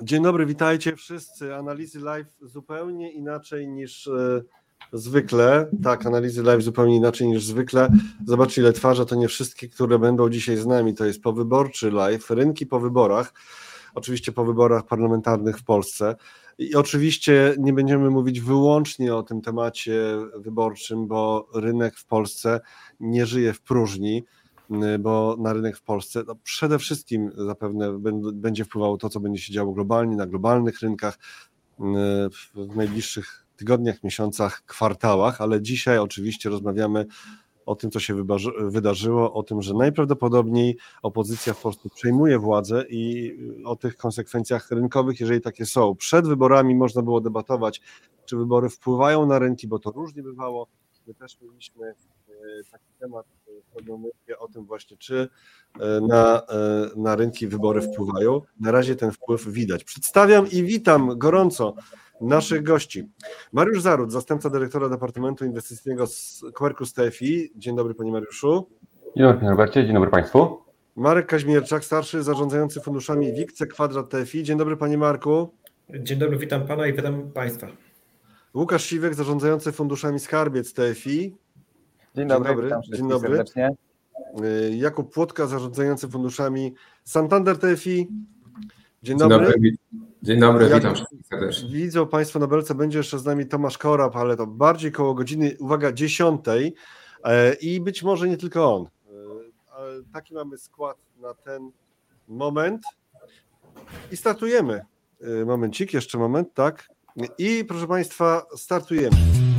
Dzień dobry, witajcie wszyscy. Analizy live zupełnie inaczej niż zwykle. Tak, analizy live zupełnie inaczej niż zwykle. Zobaczcie, ile twarze, to nie wszystkie, które będą dzisiaj z nami. To jest powyborczy live, rynki po wyborach. Oczywiście po wyborach parlamentarnych w Polsce. I oczywiście nie będziemy mówić wyłącznie o tym temacie wyborczym, bo rynek w Polsce nie żyje w próżni, bo na rynek w Polsce przede wszystkim zapewne będzie wpływało to, co będzie się działo globalnie, na globalnych rynkach w najbliższych tygodniach, miesiącach, kwartałach, ale dzisiaj oczywiście rozmawiamy o tym, co się wydarzyło, o tym, że najprawdopodobniej opozycja w Polsce przejmuje władzę i o tych konsekwencjach rynkowych, jeżeli takie są. Przed wyborami można było debatować, czy wybory wpływają na rynki, bo to różnie bywało. My też mieliśmy taki temat o tym właśnie, czy na rynki wybory wpływają. Na razie ten wpływ widać. Przedstawiam i witam gorąco naszych gości. Mariusz Zarudzl, zastępca dyrektora Departamentu Inwestycyjnego z Quercus TFI. Dzień dobry, panie Mariuszu. Dzień dobry, panie Robercie. Dzień dobry państwu. Marek Kaźmierczak, starszy zarządzający funduszami WIG-C Kwadrat TFI. Dzień dobry, panie Marku. Dzień dobry, witam pana i witam państwa. Łukasz Siwek, zarządzający funduszami Skarbiec TFI. Dzień dobry, witam wszystkich serdecznie. Jakub Płotka, zarządzający funduszami Santander TFI. Dzień dobry. Dzień dobry, witam wszystkich serdecznie. Widzą państwo na belce, będzie jeszcze z nami Tomasz Korab, ale to bardziej koło godziny, uwaga, 10 i być może nie tylko on. Ale taki mamy skład na ten moment i startujemy. Momencik, jeszcze moment, tak. I proszę państwa, startujemy.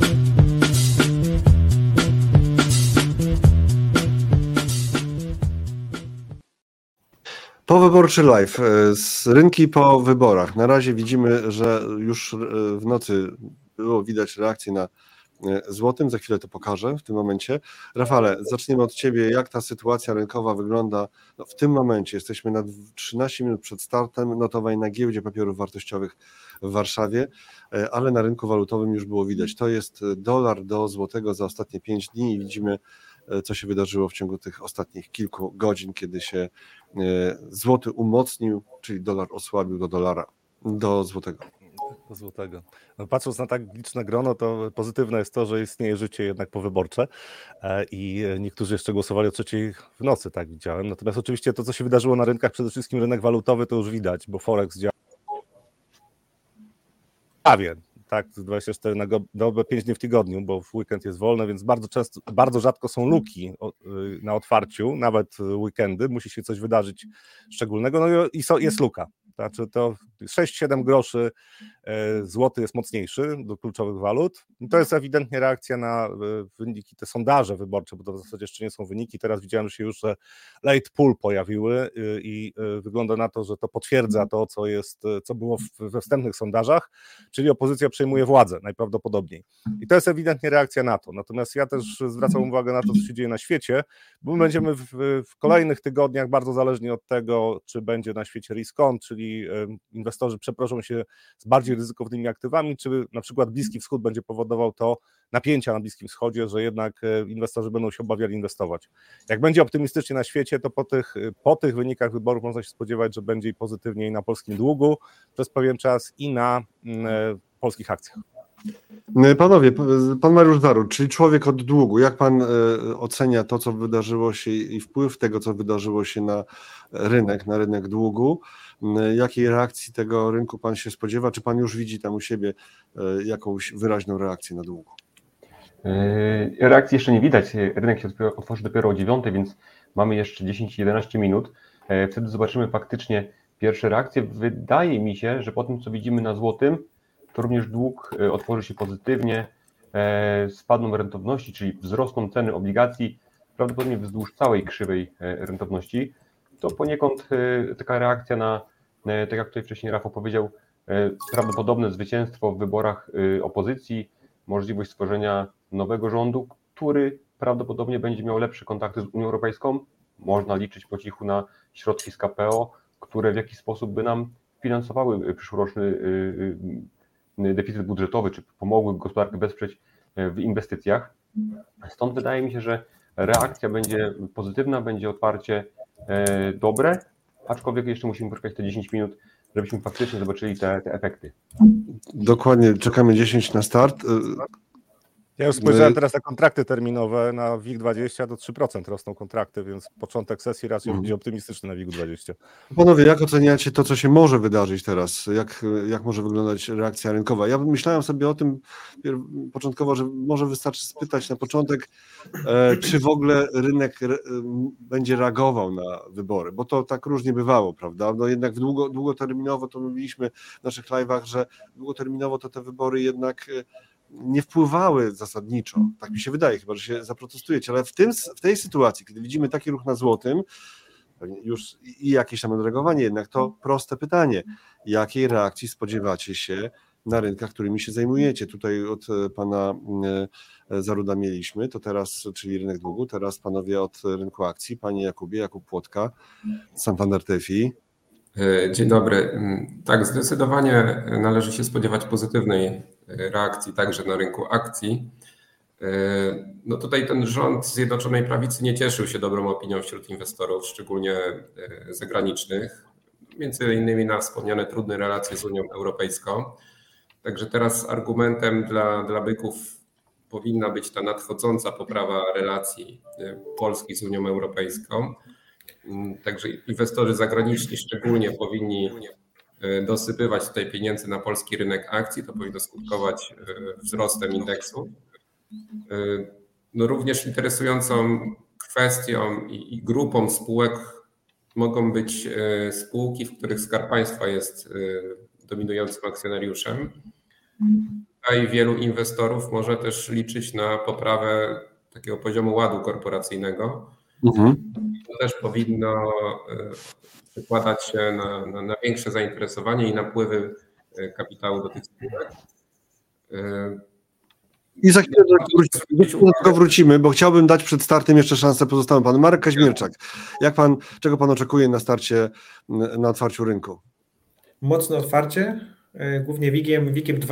Powyborczy live, z rynki po wyborach. Na razie widzimy, że już w nocy było widać reakcję na złotym, za chwilę to pokażę w tym momencie. Rafale, zaczniemy od ciebie. Jak ta sytuacja rynkowa wygląda w tym momencie? Jesteśmy na 13 minut przed startem notowań na giełdzie papierów wartościowych w Warszawie, ale na rynku walutowym już było widać. To jest dolar do złotego za ostatnie 5 dni i widzimy, co się wydarzyło w ciągu tych ostatnich kilku godzin, kiedy się złoty umocnił, czyli dolar osłabił do złotego. Do złotego. No, patrząc na tak liczne grono, to pozytywne jest to, że istnieje życie jednak powyborcze i niektórzy jeszcze głosowali o 3:00 w nocy, tak widziałem. Natomiast oczywiście to, co się wydarzyło na rynkach, przede wszystkim rynek walutowy, to już widać, bo Forex działa prawie, tak, 24 na dobę, 5 dni w tygodniu, bo w weekend jest wolny, więc bardzo rzadko są luki na otwarciu, nawet weekendy, musi się coś wydarzyć szczególnego, no i jest luka. Znaczy to 6-7 groszy złoty jest mocniejszy do kluczowych walut. I to jest ewidentnie reakcja na wyniki, te sondaże wyborcze, bo to w zasadzie jeszcze nie są wyniki. Teraz widziałem, że się już late poll pojawiły i wygląda na to, że to potwierdza to, co było we wstępnych sondażach, czyli opozycja przejmuje władzę najprawdopodobniej. I to jest ewidentnie reakcja na to. Natomiast ja też zwracam uwagę na to, co się dzieje na świecie, bo my będziemy w kolejnych tygodniach, bardzo zależnie od tego, czy będzie na świecie risk on, czyli inwestorzy przeproszą się z bardziej ryzykownymi aktywami, czy na przykład Bliski Wschód będzie powodował to napięcia na Bliskim Wschodzie, że jednak inwestorzy będą się obawiali inwestować. Jak będzie optymistycznie na świecie, to po tych wynikach wyborów można się spodziewać, że będzie i pozytywniej na polskim długu przez pewien czas i na polskich akcjach. Panowie, pan Mariusz Zarudzl, czyli człowiek od długu, jak pan ocenia to, co wydarzyło się i wpływ tego, co wydarzyło się na rynek długu? Jakiej reakcji tego rynku pan się spodziewa? Czy pan już widzi tam u siebie jakąś wyraźną reakcję na długu? Reakcji jeszcze nie widać. Rynek się otworzy dopiero o 9, więc mamy jeszcze 10-11 minut. Wtedy zobaczymy faktycznie pierwsze reakcje. Wydaje mi się, że po tym, co widzimy na złotym, to również dług otworzy się pozytywnie, spadną rentowności, czyli wzrosną ceny obligacji, prawdopodobnie wzdłuż całej krzywej rentowności. To poniekąd taka reakcja na, tak jak tutaj wcześniej Rafał powiedział, prawdopodobne zwycięstwo w wyborach opozycji, możliwość stworzenia nowego rządu, który prawdopodobnie będzie miał lepsze kontakty z Unią Europejską. Można liczyć po cichu na środki z KPO, które w jakiś sposób by nam finansowały przyszłoroczny deficyt budżetowy, czy pomogły gospodarkę wesprzeć w inwestycjach. Stąd wydaje mi się, że reakcja będzie pozytywna, będzie otwarcie dobre. aczkolwiek jeszcze musimy poczekać te 10 minut, żebyśmy faktycznie zobaczyli te efekty. Dokładnie, czekamy 10 na start. Ja już spojrzałem teraz na kontrakty terminowe, na WIG20 do 3% rosną kontrakty, więc początek sesji raczej będzie optymistyczny na WIG20. Panowie, jak oceniacie to, co się może wydarzyć teraz? Jak może wyglądać reakcja rynkowa? Ja myślałem sobie o tym początkowo, że może wystarczy spytać na początek, czy w ogóle rynek będzie reagował na wybory, bo to tak różnie bywało, prawda? No jednak długoterminowo to mówiliśmy w naszych live'ach, że długoterminowo to te wybory jednak nie wpływały zasadniczo, tak mi się wydaje, chyba że się zaprotestujecie, ale w tej sytuacji, kiedy widzimy taki ruch na złotym, już i jakieś tam odreagowanie, jednak to proste pytanie, jakiej reakcji spodziewacie się na rynkach, którymi się zajmujecie? Tutaj od pana Zaruda mieliśmy, to teraz, czyli rynek długu, teraz panowie od rynku akcji, panie Jakubie, Jakub Płotka, Santander TFI. Dzień dobry. Tak, zdecydowanie należy się spodziewać pozytywnej reakcji także na rynku akcji. No tutaj ten rząd Zjednoczonej Prawicy nie cieszył się dobrą opinią wśród inwestorów, szczególnie zagranicznych, między innymi na wspomniane trudne relacje z Unią Europejską. Także teraz argumentem dla byków powinna być ta nadchodząca poprawa relacji Polski z Unią Europejską. Także inwestorzy zagraniczni szczególnie powinni dosypywać tutaj pieniędzy na polski rynek akcji, to powinno skutkować wzrostem indeksu. No również interesującą kwestią i grupą spółek mogą być spółki, w których Skarb Państwa jest dominującym akcjonariuszem. Tutaj wielu inwestorów może też liczyć na poprawę takiego poziomu ładu korporacyjnego. To też powinno przekładać się na większe zainteresowanie i napływy kapitału do tych spółek. I za chwilę do tego wrócimy, bo chciałbym dać przed startem jeszcze szansę pozostałym. Pan Marek Kaźmierczak, czego pan oczekuje na starcie, na otwarciu rynku? Mocne otwarcie, głównie WIG-iem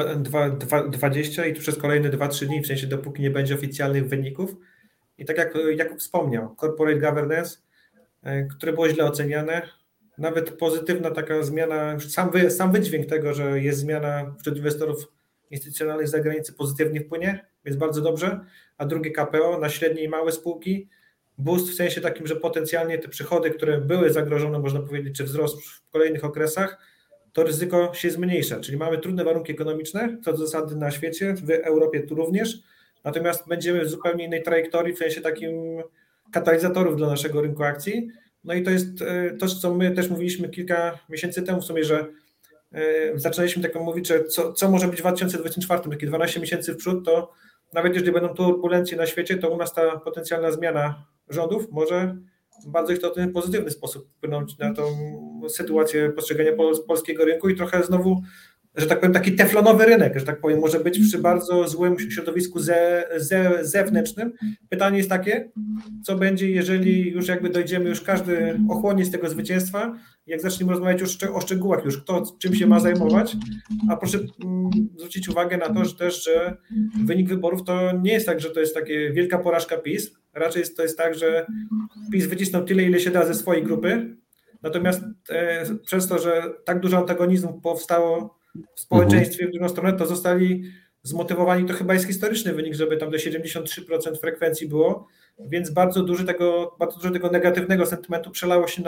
20 i tu przez kolejne 2-3 dni, w sensie dopóki nie będzie oficjalnych wyników. I tak jak Jakub wspomniał, corporate governance, które było źle oceniane, nawet pozytywna taka zmiana, sam wydźwięk tego, że jest zmiana wśród inwestorów instytucjonalnych z zagranicy pozytywnie wpłynie, jest bardzo dobrze, a drugie KPO na średnie i małe spółki, boost w sensie takim, że potencjalnie te przychody, które były zagrożone, można powiedzieć, czy wzrost w kolejnych okresach, to ryzyko się zmniejsza, czyli mamy trudne warunki ekonomiczne, co do zasady na świecie, w Europie tu również, natomiast będziemy w zupełnie innej trajektorii, w sensie takim katalizatorów dla naszego rynku akcji. No i to jest to, co my też mówiliśmy kilka miesięcy temu w sumie, że zaczynaliśmy tak mówić, że co może być w 2024, takie 12 miesięcy w przód, to nawet jeżeli będą turbulencje na świecie, to u nas ta potencjalna zmiana rządów może bardzo w ten pozytywny sposób wpłynąć na tą sytuację postrzegania polskiego rynku i trochę znowu, że tak powiem, taki teflonowy rynek, że tak powiem, może być przy bardzo złym środowisku zewnętrznym. Pytanie jest takie, co będzie, jeżeli już jakby dojdziemy, już każdy ochłonie z tego zwycięstwa, jak zaczniemy rozmawiać już o szczegółach, już kto czym się ma zajmować, a proszę zwrócić uwagę na to, że też, że wynik wyborów to nie jest tak, że to jest takie wielka porażka PiS, raczej to jest tak, że PiS wycisnął tyle, ile się da ze swojej grupy, natomiast przez to, że tak dużo antagonizmu powstało w społeczeństwie w drugą stronę, to zostali zmotywowani, to chyba jest historyczny wynik, żeby tam do 73% frekwencji było, więc bardzo dużo tego negatywnego sentymentu przelało się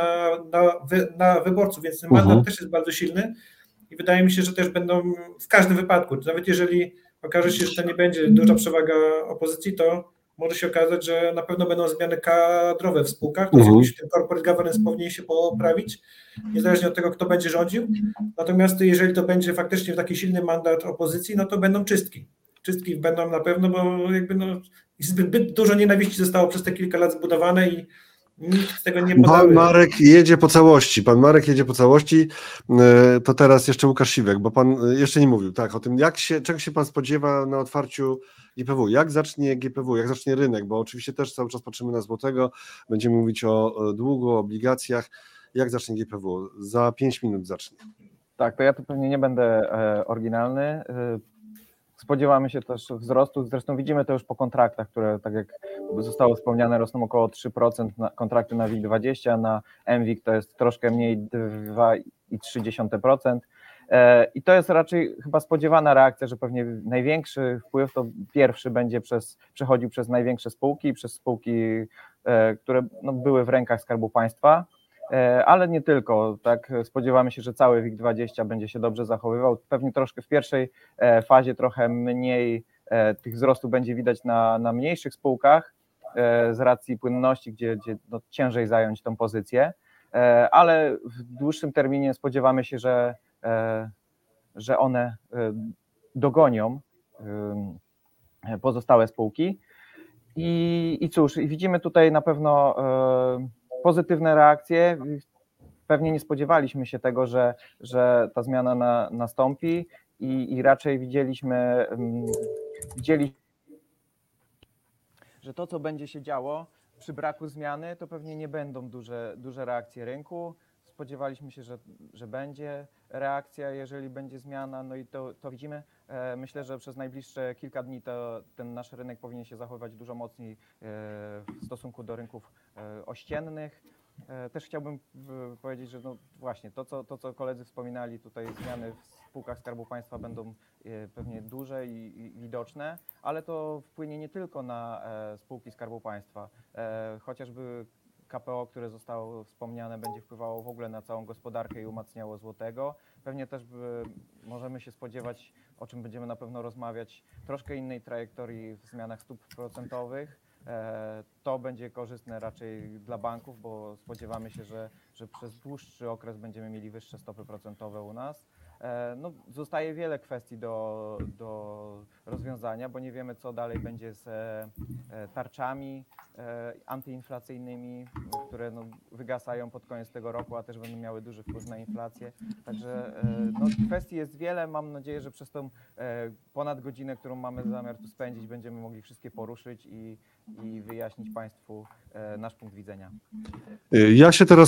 na wyborców, więc ten mandat też jest bardzo silny i wydaje mi się, że też będą w każdym wypadku, nawet jeżeli okaże się, że to nie będzie duża przewaga opozycji, to może się okazać, że na pewno będą zmiany kadrowe w spółkach, to ten corporate governance powinien się poprawić, niezależnie od tego, kto będzie rządził. Natomiast jeżeli to będzie faktycznie taki silny mandat opozycji, no to będą czystki. Czystki będą na pewno, bo jakby zbyt dużo nienawiści zostało przez te kilka lat zbudowane i nikt tego nie podaje. Pan Marek jedzie po całości. To teraz jeszcze Łukasz Siwek, bo pan jeszcze nie mówił o tym, czego się pan spodziewa na otwarciu GPW, jak zacznie GPW, jak zacznie rynek, bo oczywiście też cały czas patrzymy na złotego, będziemy mówić o długu, o obligacjach, jak zacznie GPW, za 5 minut zacznie. Tak, to ja tu pewnie nie będę oryginalny. Spodziewamy się też wzrostu, zresztą widzimy to już po kontraktach, które, tak jak zostało wspomniane, rosną około 3% na kontrakty na WIG20, na MWIG to jest troszkę mniej 2,3%. I to jest raczej chyba spodziewana reakcja, że pewnie największy wpływ to pierwszy będzie przechodził przez największe spółki, przez spółki, które były w rękach Skarbu Państwa, ale nie tylko. Tak, spodziewamy się, że cały WIG20 będzie się dobrze zachowywał. Pewnie troszkę w pierwszej fazie trochę mniej tych wzrostów będzie widać na mniejszych spółkach z racji płynności, gdzie ciężej zająć tą pozycję, ale w dłuższym terminie spodziewamy się, że one dogonią pozostałe spółki. I cóż, widzimy tutaj na pewno pozytywne reakcje. Pewnie nie spodziewaliśmy się tego, że ta zmiana nastąpi i raczej widzieliśmy, że to, co będzie się działo przy braku zmiany, to pewnie nie będą duże reakcje rynku. Spodziewaliśmy się, że będzie reakcja, jeżeli będzie zmiana, no i to widzimy. Myślę, że przez najbliższe kilka dni ten nasz rynek powinien się zachowywać dużo mocniej w stosunku do rynków ościennych. Też chciałbym powiedzieć, że no właśnie to, co koledzy wspominali, tutaj zmiany w spółkach Skarbu Państwa będą pewnie duże i widoczne, ale to wpłynie nie tylko na spółki Skarbu Państwa, chociażby KPO, które zostało wspomniane, będzie wpływało w ogóle na całą gospodarkę i umacniało złotego. Pewnie też możemy się spodziewać, o czym będziemy na pewno rozmawiać, troszkę innej trajektorii w zmianach stóp procentowych. To będzie korzystne raczej dla banków, bo spodziewamy się, że przez dłuższy okres będziemy mieli wyższe stopy procentowe u nas. No, zostaje wiele kwestii do rozwiązania, bo nie wiemy, co dalej będzie z tarczami antyinflacyjnymi, które wygasają pod koniec tego roku, a też będą miały duży wpływ na inflację. Także kwestii jest wiele. Mam nadzieję, że przez tą ponad godzinę, którą mamy zamiar tu spędzić, będziemy mogli wszystkie poruszyć i wyjaśnić Państwu nasz punkt widzenia. Ja się teraz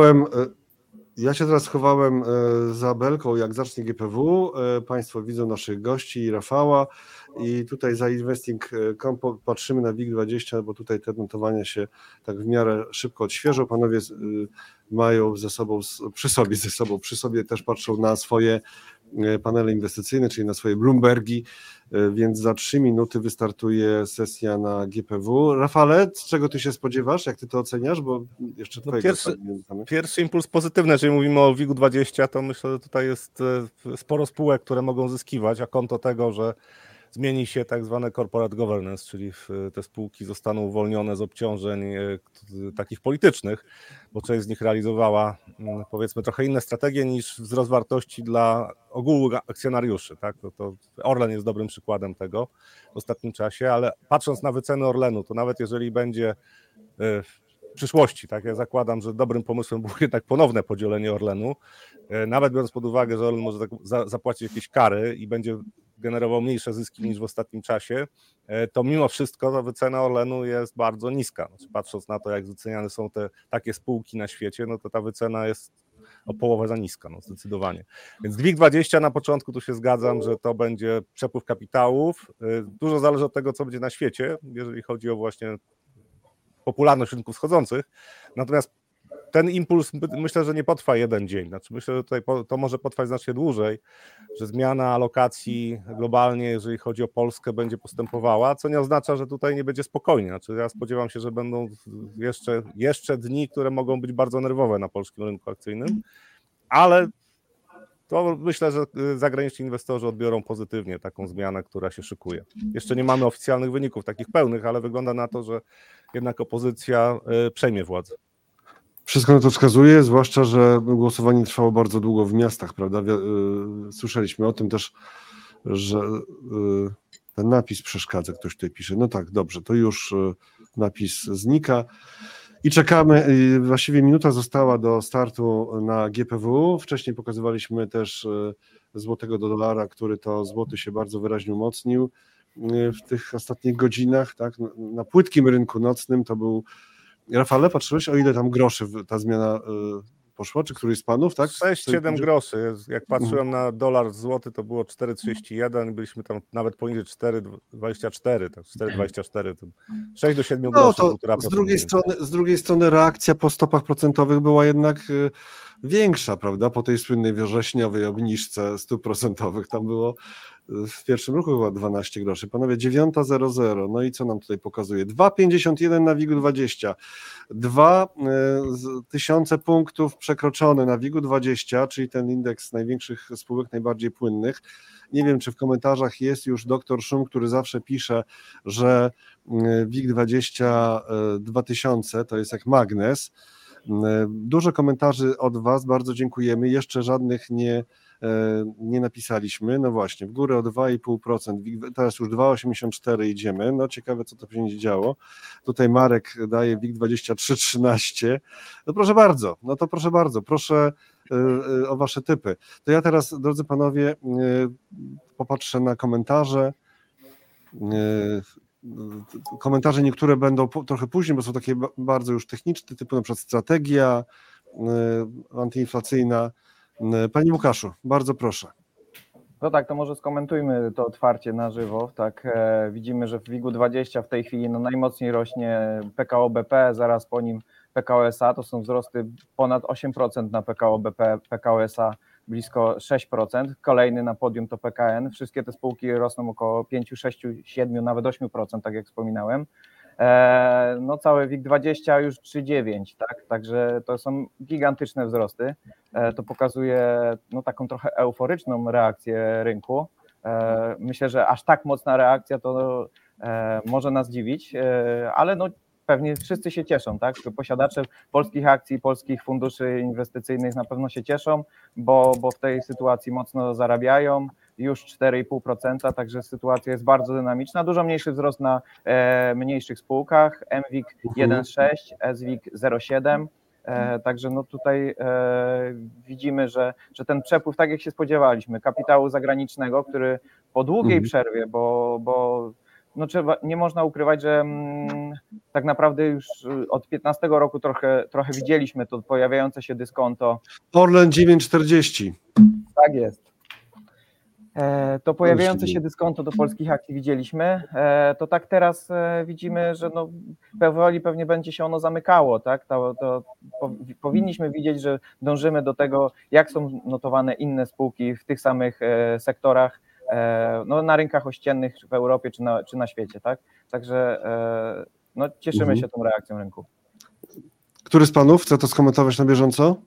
schowałem za belką, jak zacznie GPW. Państwo widzą naszych gości i Rafała i tutaj za Investing.com patrzymy na WIG20, bo tutaj te notowania się tak w miarę szybko odświeżą. Panowie mają przy sobie też patrzą na swoje panele inwestycyjne, czyli na swoje Bloombergi, więc za 3 minuty wystartuje sesja na GPW. Rafale, czego ty się spodziewasz? Jak ty to oceniasz? Bo jeszcze pierwszy impuls pozytywny, jeżeli mówimy o WIG20, to myślę, że tutaj jest sporo spółek, które mogą zyskiwać, a konto tego, że zmieni się tak zwane corporate governance, czyli te spółki zostaną uwolnione z obciążeń takich politycznych, bo część z nich realizowała, powiedzmy, trochę inne strategie niż wzrost wartości dla ogółu akcjonariuszy. Tak? To Orlen jest dobrym przykładem tego w ostatnim czasie, ale patrząc na wyceny Orlenu, to nawet jeżeli będzie w przyszłości, tak, ja zakładam, że dobrym pomysłem było jednak ponowne podzielenie Orlenu, nawet biorąc pod uwagę, że Orlen może zapłacić jakieś kary i będzie generował mniejsze zyski niż w ostatnim czasie, to mimo wszystko ta wycena Orlenu jest bardzo niska. Znaczy, patrząc na to, jak wyceniane są te takie spółki na świecie, no to ta wycena jest o połowę za niska, no zdecydowanie. Więc WIG20 na początku tu się zgadzam, że to będzie przepływ kapitałów. Dużo zależy od tego, co będzie na świecie, jeżeli chodzi o właśnie popularność rynków wschodzących. Natomiast ten impuls myślę, że nie potrwa jeden dzień. Znaczy myślę, że tutaj to może potrwać znacznie dłużej, że zmiana alokacji globalnie, jeżeli chodzi o Polskę, będzie postępowała, co nie oznacza, że tutaj nie będzie spokojnie. Znaczy ja spodziewam się, że będą jeszcze dni, które mogą być bardzo nerwowe na polskim rynku akcyjnym, ale to myślę, że zagraniczni inwestorzy odbiorą pozytywnie taką zmianę, która się szykuje. Jeszcze nie mamy oficjalnych wyników takich pełnych, ale wygląda na to, że jednak opozycja przejmie władzę. Wszystko na to wskazuje, zwłaszcza, że głosowanie trwało bardzo długo w miastach, prawda? Słyszeliśmy o tym też, że ten napis przeszkadza, ktoś tutaj pisze. No tak, dobrze, to już napis znika i czekamy. Właściwie minuta została do startu na GPW. Wcześniej pokazywaliśmy też złotego do dolara, który to złoty się bardzo wyraźnie umocnił w tych ostatnich godzinach. Tak? Na płytkim rynku nocnym to był... Rafale, patrzyłeś, o ile tam groszy ta zmiana poszła, czy któryś z panów, tak? 6-7 groszy. Jak patrzyłem na dolar złoty, to było 4,31, byliśmy tam nawet poniżej 4,24, tak 4,24, 6 do 7 No groszy, to 1,5%. z drugiej strony reakcja po stopach procentowych była jednak większa, prawda? Po tej słynnej wrześniowej obniżce stóp procentowych tam było w pierwszym ruchu chyba 12 groszy. Panowie, 9,00. No i co nam tutaj pokazuje? 2,51 na WIG-20. 2000 punktów przekroczone na WIG-20, czyli ten indeks największych spółek, najbardziej płynnych. Nie wiem, czy w komentarzach jest już doktor Szum, który zawsze pisze, że WIG-20 2000 to jest jak magnes. Dużo komentarzy od Was, bardzo dziękujemy. Jeszcze żadnych nie napisaliśmy. No właśnie, w górę o 2,5%, teraz już 2,84 idziemy. No ciekawe, co to będzie działo. Tutaj Marek daje WIG 23,13. No proszę bardzo, proszę o Wasze typy. To ja teraz, drodzy panowie, popatrzę na komentarze. Komentarze niektóre będą trochę później, bo są takie bardzo już techniczne, typu na przykład strategia antyinflacyjna. Panie Łukaszu, bardzo proszę. No tak, to może skomentujmy to otwarcie na żywo. Tak, widzimy, że w WIG-20 w tej chwili najmocniej rośnie PKO BP, zaraz po nim PKO SA, to są wzrosty ponad 8% na PKO BP, PKO SA blisko 6%, kolejny na podium to PKN, wszystkie te spółki rosną około 5, 6, 7, nawet 8%, tak jak wspominałem. No całe WIG-20 już 3,9, tak, także to są gigantyczne wzrosty, to pokazuje no, taką trochę euforyczną reakcję rynku. Myślę, że aż tak mocna reakcja to może nas dziwić, ale no pewnie wszyscy się cieszą, tak? Posiadacze polskich akcji, polskich funduszy inwestycyjnych na pewno się cieszą, bo w tej sytuacji mocno zarabiają, już 4,5%, także sytuacja jest bardzo dynamiczna. Dużo mniejszy wzrost na mniejszych spółkach, MWIG 1,6, SWIG 0,7. Także no tutaj widzimy, że ten przepływ, tak jak się spodziewaliśmy, kapitału zagranicznego, który po długiej przerwie, bo no nie można ukrywać, że tak naprawdę już od 2015 roku trochę widzieliśmy to pojawiające się dyskonto. Orlen 9,40. Tak jest. To pojawiające się dyskonto do polskich akcji widzieliśmy, to tak teraz widzimy, że no powoli pewnie będzie się ono zamykało, tak? Powinniśmy widzieć, że dążymy do tego, jak są notowane inne spółki w tych samych sektorach, no, na rynkach ościennych w Europie czy na świecie, tak? Także no, cieszymy się tą reakcją rynku. Który z panów chce to skomentować na bieżąco?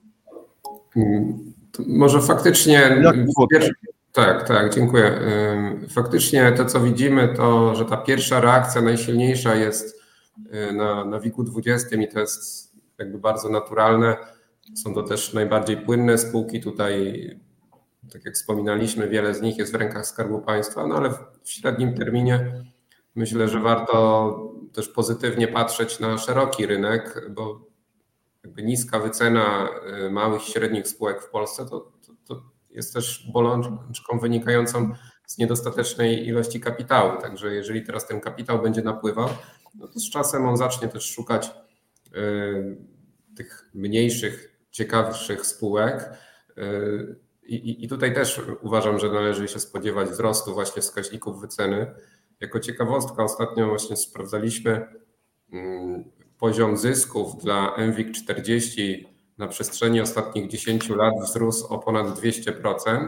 Może faktycznie... Tak, dziękuję. Faktycznie to, co widzimy, to, że ta pierwsza reakcja najsilniejsza jest na WIG-20 i to jest jakby bardzo naturalne. Są to też najbardziej płynne spółki. Tutaj, tak jak wspominaliśmy, wiele z nich jest w rękach Skarbu Państwa, no ale w średnim terminie myślę, że warto też pozytywnie patrzeć na szeroki rynek, bo jakby niska wycena małych i średnich spółek w Polsce to jest też bolączką wynikającą z niedostatecznej ilości kapitału. Także jeżeli teraz ten kapitał będzie napływał, no to z czasem on zacznie też szukać tych mniejszych, ciekawszych spółek. I tutaj też uważam, że należy się spodziewać wzrostu właśnie wskaźników wyceny. Jako ciekawostka ostatnio właśnie sprawdzaliśmy poziom zysków dla MWIG-40 na przestrzeni ostatnich 10 lat wzrósł o ponad 200%,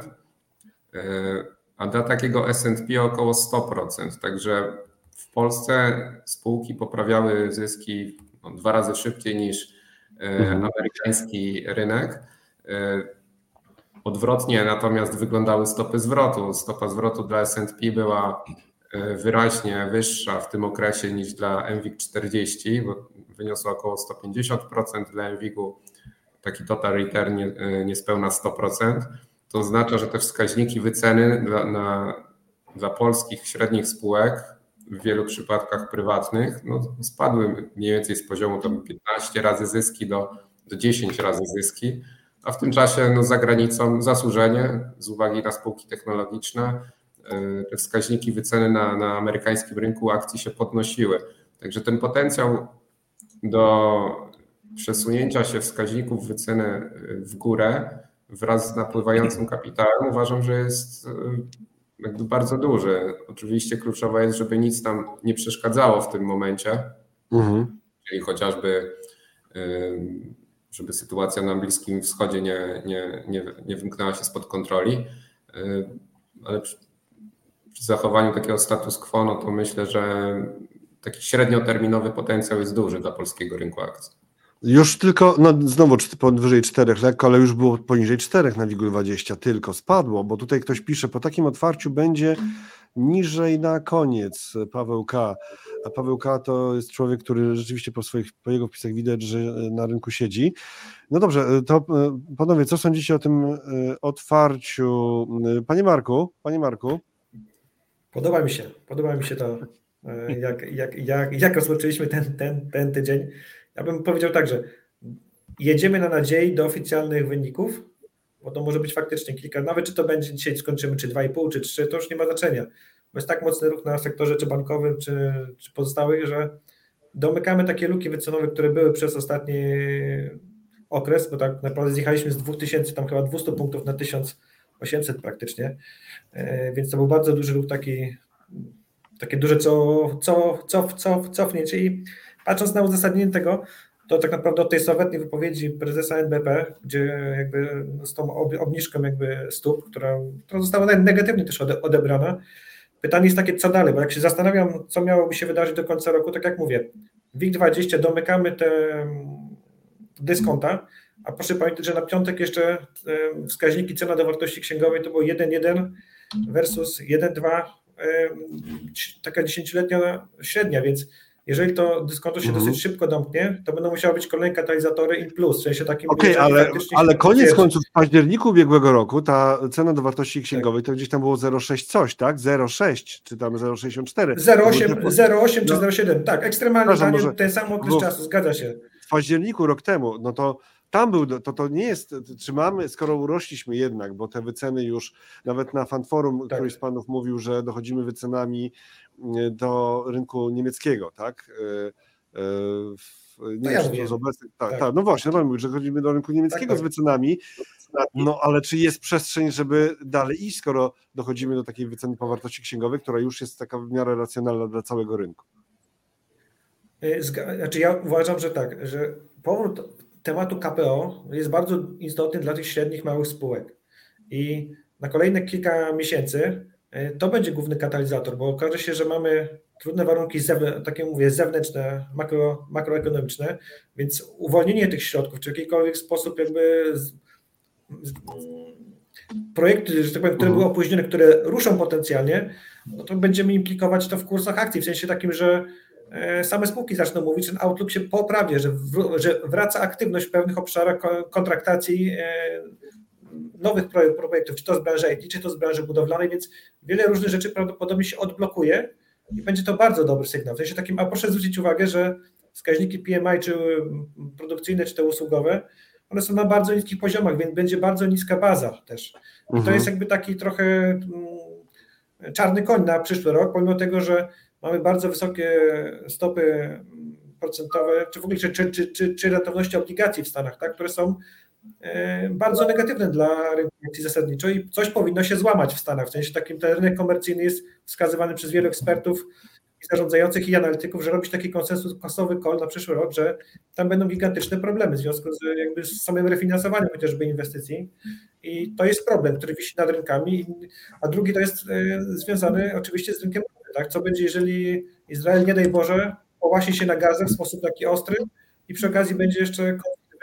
a dla takiego S&P około 100%. Także w Polsce spółki poprawiały zyski 2 razy szybciej niż amerykański rynek. Odwrotnie natomiast wyglądały stopy zwrotu. Stopa zwrotu dla S&P była wyraźnie wyższa w tym okresie niż dla MWIG-40, bo wyniosła około 150%, dla MWIG-u taki total return niespełna 100%. To oznacza, że te wskaźniki wyceny dla polskich średnich spółek, w wielu przypadkach prywatnych, no, spadły mniej więcej z poziomu 15 razy zyski do 10 razy zyski, a w tym czasie no, za granicą zasłużenie z uwagi na spółki technologiczne te wskaźniki wyceny na amerykańskim rynku akcji się podnosiły. Także ten potencjał do przesunięcia się wskaźników wyceny w górę wraz z napływającym kapitałem uważam, że jest jakby bardzo duży. Oczywiście kluczowe jest, żeby nic tam nie przeszkadzało w tym momencie, czyli chociażby żeby sytuacja na Bliskim Wschodzie nie wymknęła się spod kontroli, ale przy zachowaniu takiego status quo, no to myślę, że taki średnioterminowy potencjał jest duży dla polskiego rynku akcji. Już tylko, no znowu powyżej 4 lekko, ale już było poniżej 4 na WIG-20, tylko spadło, bo tutaj ktoś pisze, po takim otwarciu będzie niżej na koniec, Paweł K. A Paweł K. to jest człowiek, który rzeczywiście po jego wpisach widać, że na rynku siedzi. No dobrze, to panowie, co sądzicie o tym otwarciu? Panie Marku? Podoba mi się to, jak rozpoczęliśmy ten tydzień. Ja bym powiedział tak, że jedziemy na nadziei do oficjalnych wyników, bo to może być faktycznie kilka, nawet czy to będzie dzisiaj skończymy, czy 2,5, czy 3, to już nie ma znaczenia. Bo jest tak mocny ruch na sektorze czy bankowym, czy pozostałych, że domykamy takie luki wycenowe, które były przez ostatni okres, bo tak naprawdę zjechaliśmy z 2000, tam chyba 200 punktów na 1800 praktycznie, więc to był bardzo duży ruch, takie duże cofnięcie i patrząc na uzasadnienie tego, to tak naprawdę od tej sławetnej wypowiedzi prezesa NBP, gdzie jakby z tą obniżką jakby stóp, która została negatywnie też odebrana, pytanie jest takie, co dalej, bo jak się zastanawiam, co miałoby się wydarzyć do końca roku, tak jak mówię, WIG-20 domykamy te dyskonta, a proszę pamiętać, że na piątek jeszcze wskaźniki cena do wartości księgowej to było 1,1 versus 1,2, taka 10-letnia średnia, więc jeżeli to dyskonto się dosyć szybko domknie, to będą musiały być kolejne katalizatory in plus, w sensie takim... Okej, ale koniec końców w październiku ubiegłego roku ta cena do wartości księgowej to gdzieś tam było 0,6 coś, tak? 0,6 czy tam 0,64. 0,8 czy 0,7, tak, ekstremalnie tanie, ten sam okres czasu, zgadza się. W październiku rok temu, no to tam był, to nie jest, trzymamy, skoro urośliśmy jednak, bo te wyceny już, nawet na Fanforum któryś z panów mówił, że dochodzimy wycenami do rynku niemieckiego, tak? Nie wiem, czy to obecnie, tak, no właśnie, no że chodzimy do rynku niemieckiego z wycenami, no ale czy jest przestrzeń, żeby dalej iść, skoro dochodzimy do takiej wyceny po wartości księgowej, która już jest taka w miarę racjonalna dla całego rynku? Znaczy ja uważam, że tak, że powrót tematu KPO jest bardzo istotny dla tych średnich, małych spółek i na kolejne kilka miesięcy to będzie główny katalizator, bo okaże się, że mamy trudne warunki, takie mówię, zewnętrzne, makroekonomiczne, więc uwolnienie tych środków, czy w jakikolwiek sposób jakby projekty, że tak powiem, które były opóźnione, które ruszą potencjalnie, no to będziemy implikować to w kursach akcji, w sensie takim, że same spółki zaczną mówić, że ten outlook się poprawi, że wraca aktywność w pewnych obszarach kontraktacji nowych projektów, czy to z branży IT, czy to z branży budowlanej, więc wiele różnych rzeczy prawdopodobnie się odblokuje i będzie to bardzo dobry sygnał. W sensie takim, a proszę zwrócić uwagę, że wskaźniki PMI, czy produkcyjne, czy te usługowe, one są na bardzo niskich poziomach, więc będzie bardzo niska baza też. I to jest jakby taki trochę czarny koń na przyszły rok, pomimo tego, że mamy bardzo wysokie stopy procentowe, czy w ogóle czy rentowności obligacji w Stanach, tak, które są bardzo negatywne dla rynku akcji zasadniczo i coś powinno się złamać w Stanach. W sensie takim ten rynek komercyjny jest wskazywany przez wielu ekspertów i zarządzających i analityków, że robić taki konsensusowy call na przyszły rok, że tam będą gigantyczne problemy w związku z samym refinansowaniem chociażby inwestycji i to jest problem, który wisi nad rynkami, a drugi to jest związany oczywiście z rynkiem, tak? Co będzie, jeżeli Izrael, nie daj Boże, połasi się na Gazę w sposób taki ostry i przy okazji będzie jeszcze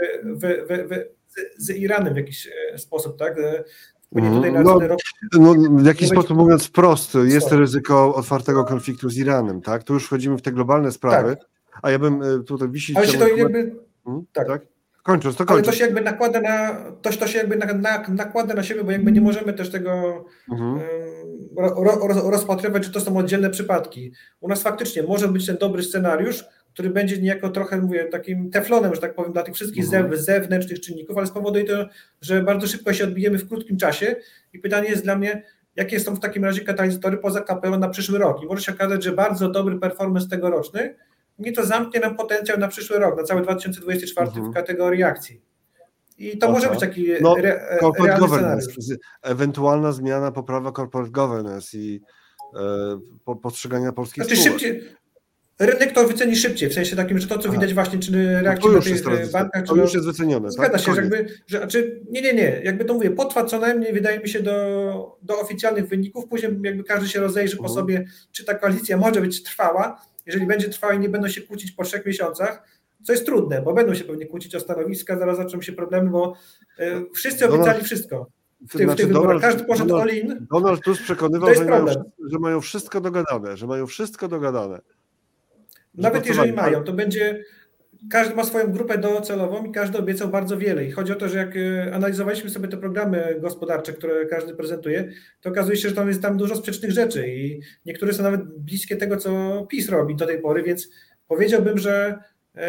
z Iranem w jakiś sposób, tak? Wpłynie tutaj na ceny ropy. No, w jakiś sposób mówiąc wprost, jest ryzyko otwartego konfliktu z Iranem, tak? Tu już wchodzimy w te globalne sprawy, a ja bym tutaj wisić... Ale się to jakby... Tak. Kończąc. Ale to się jakby nakłada nakłada na siebie, bo jakby nie możemy też tego rozpatrywać, że to są oddzielne przypadki. U nas faktycznie może być ten dobry scenariusz, który będzie niejako trochę, mówię, takim teflonem, że tak powiem, dla tych wszystkich zewnętrznych czynników, ale spowoduje to, że bardzo szybko się odbijemy w krótkim czasie i pytanie jest dla mnie, jakie są w takim razie katalizatory poza KPO na przyszły rok. I może się okazać, że bardzo dobry performance tegoroczny i to zamknie nam potencjał na przyszły rok, na cały 2024 w kategorii akcji. I to może być taki corporate realny governance, scenariusz. ewentualna zmiana, poprawa corporate governance i postrzegania polskich Znaczy spółek. szybciej, rynek to wyceni szybciej, w sensie takim, że to, co widać właśnie, czy reakcji to na już jest tych bankach, to już jest wycenione. zgadza tak? się, że Koniec. nie, jakby to mówię, potrwa co najmniej, wydaje mi się, do oficjalnych wyników, później jakby każdy się rozejrzy po sobie, czy ta koalicja może być trwała, jeżeli będzie trwała i nie będą się kłócić po 3 miesiącach, co jest trudne, bo będą się pewnie kłócić o stanowiska, zaraz zaczną się problemy, bo wszyscy obiecali wszystko w tych wyborach, każdy poszedł all in. Donald Tusk przekonywał, że mają wszystko dogadane. Nawet jeżeli mają, to będzie, każdy ma swoją grupę docelową i każdy obiecał bardzo wiele. I chodzi o to, że jak analizowaliśmy sobie te programy gospodarcze, które każdy prezentuje, to okazuje się, że tam jest dużo sprzecznych rzeczy i niektóre są nawet bliskie tego, co PiS robi do tej pory, więc powiedziałbym, że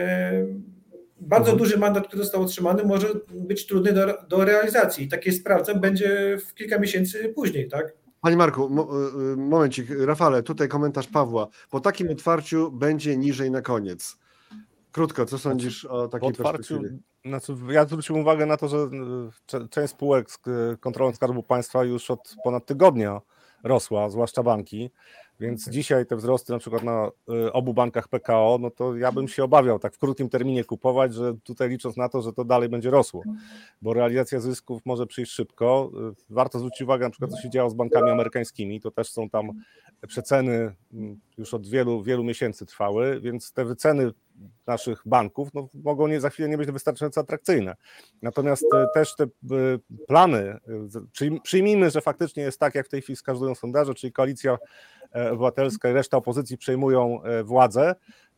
bardzo duży mandat, który został otrzymany, może być trudny do realizacji. Takie sprawdzam będzie w kilka miesięcy później, tak? Panie Marku, momencik, Rafale, tutaj komentarz Pawła. Po takim otwarciu będzie niżej na koniec. Krótko, co sądzisz o takiej perspektywie? Ja zwróciłem uwagę na to, że część spółek z kontrolą Skarbu Państwa już od ponad tygodnia rosła, zwłaszcza banki, więc dzisiaj te wzrosty na przykład na obu bankach PKO, no to ja bym się obawiał tak w krótkim terminie kupować, że tutaj licząc na to, że to dalej będzie rosło, bo realizacja zysków może przyjść szybko. Warto zwrócić uwagę na przykład, co się działo z bankami amerykańskimi, to też są tam przeceny już od wielu miesięcy trwały, więc te wyceny naszych banków mogą za chwilę nie być wystarczająco atrakcyjne. Natomiast też te plany, przyjmijmy, że faktycznie jest tak, jak w tej chwili wskazują sondaże, czyli Koalicja Obywatelska i reszta opozycji przejmują władzę,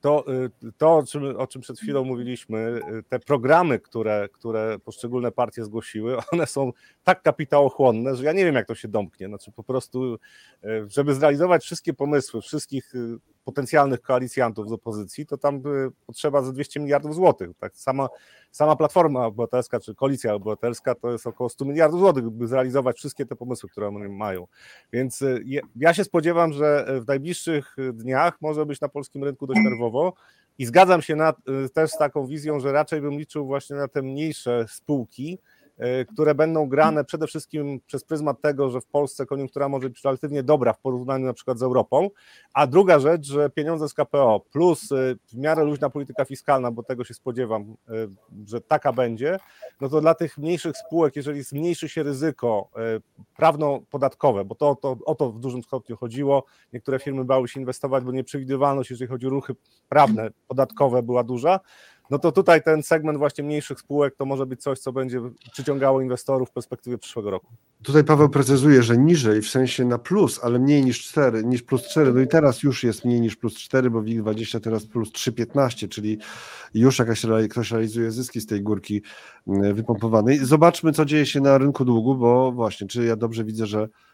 to o czym przed chwilą mówiliśmy, te programy, które poszczególne partie zgłosiły, one są tak kapitałochłonne, że ja nie wiem, jak to się domknie. Znaczy po prostu, żeby zrealizować wszystkie pomysły wszystkich potencjalnych koalicjantów z opozycji, to tam potrzeba ze 200 miliardów złotych. Tak? Sama Platforma Obywatelska czy Koalicja Obywatelska to jest około 100 miliardów złotych, by zrealizować wszystkie te pomysły, które one mają. Więc ja się spodziewam, że w najbliższych dniach może być na polskim rynku dość nerwowo i zgadzam się też z taką wizją, że raczej bym liczył właśnie na te mniejsze spółki, które będą grane przede wszystkim przez pryzmat tego, że w Polsce koniunktura może być relatywnie dobra w porównaniu na przykład z Europą, a druga rzecz, że pieniądze z KPO plus w miarę luźna polityka fiskalna, bo tego się spodziewam, że taka będzie, no to dla tych mniejszych spółek, jeżeli zmniejszy się ryzyko prawno-podatkowe, bo o to w dużym stopniu chodziło, niektóre firmy bały się inwestować, bo nieprzewidywalność, jeżeli chodzi o ruchy prawne, podatkowe była duża, no to tutaj ten segment właśnie mniejszych spółek to może być coś, co będzie przyciągało inwestorów w perspektywie przyszłego roku. Tutaj Paweł precyzuje, że niżej, w sensie na plus, ale mniej niż plus 4, no i teraz już jest mniej niż plus 4, bo WIG20 teraz plus 3,15, czyli już ktoś realizuje zyski z tej górki wypompowanej. Zobaczmy, co dzieje się na rynku długu, bo właśnie, czy ja dobrze widzę,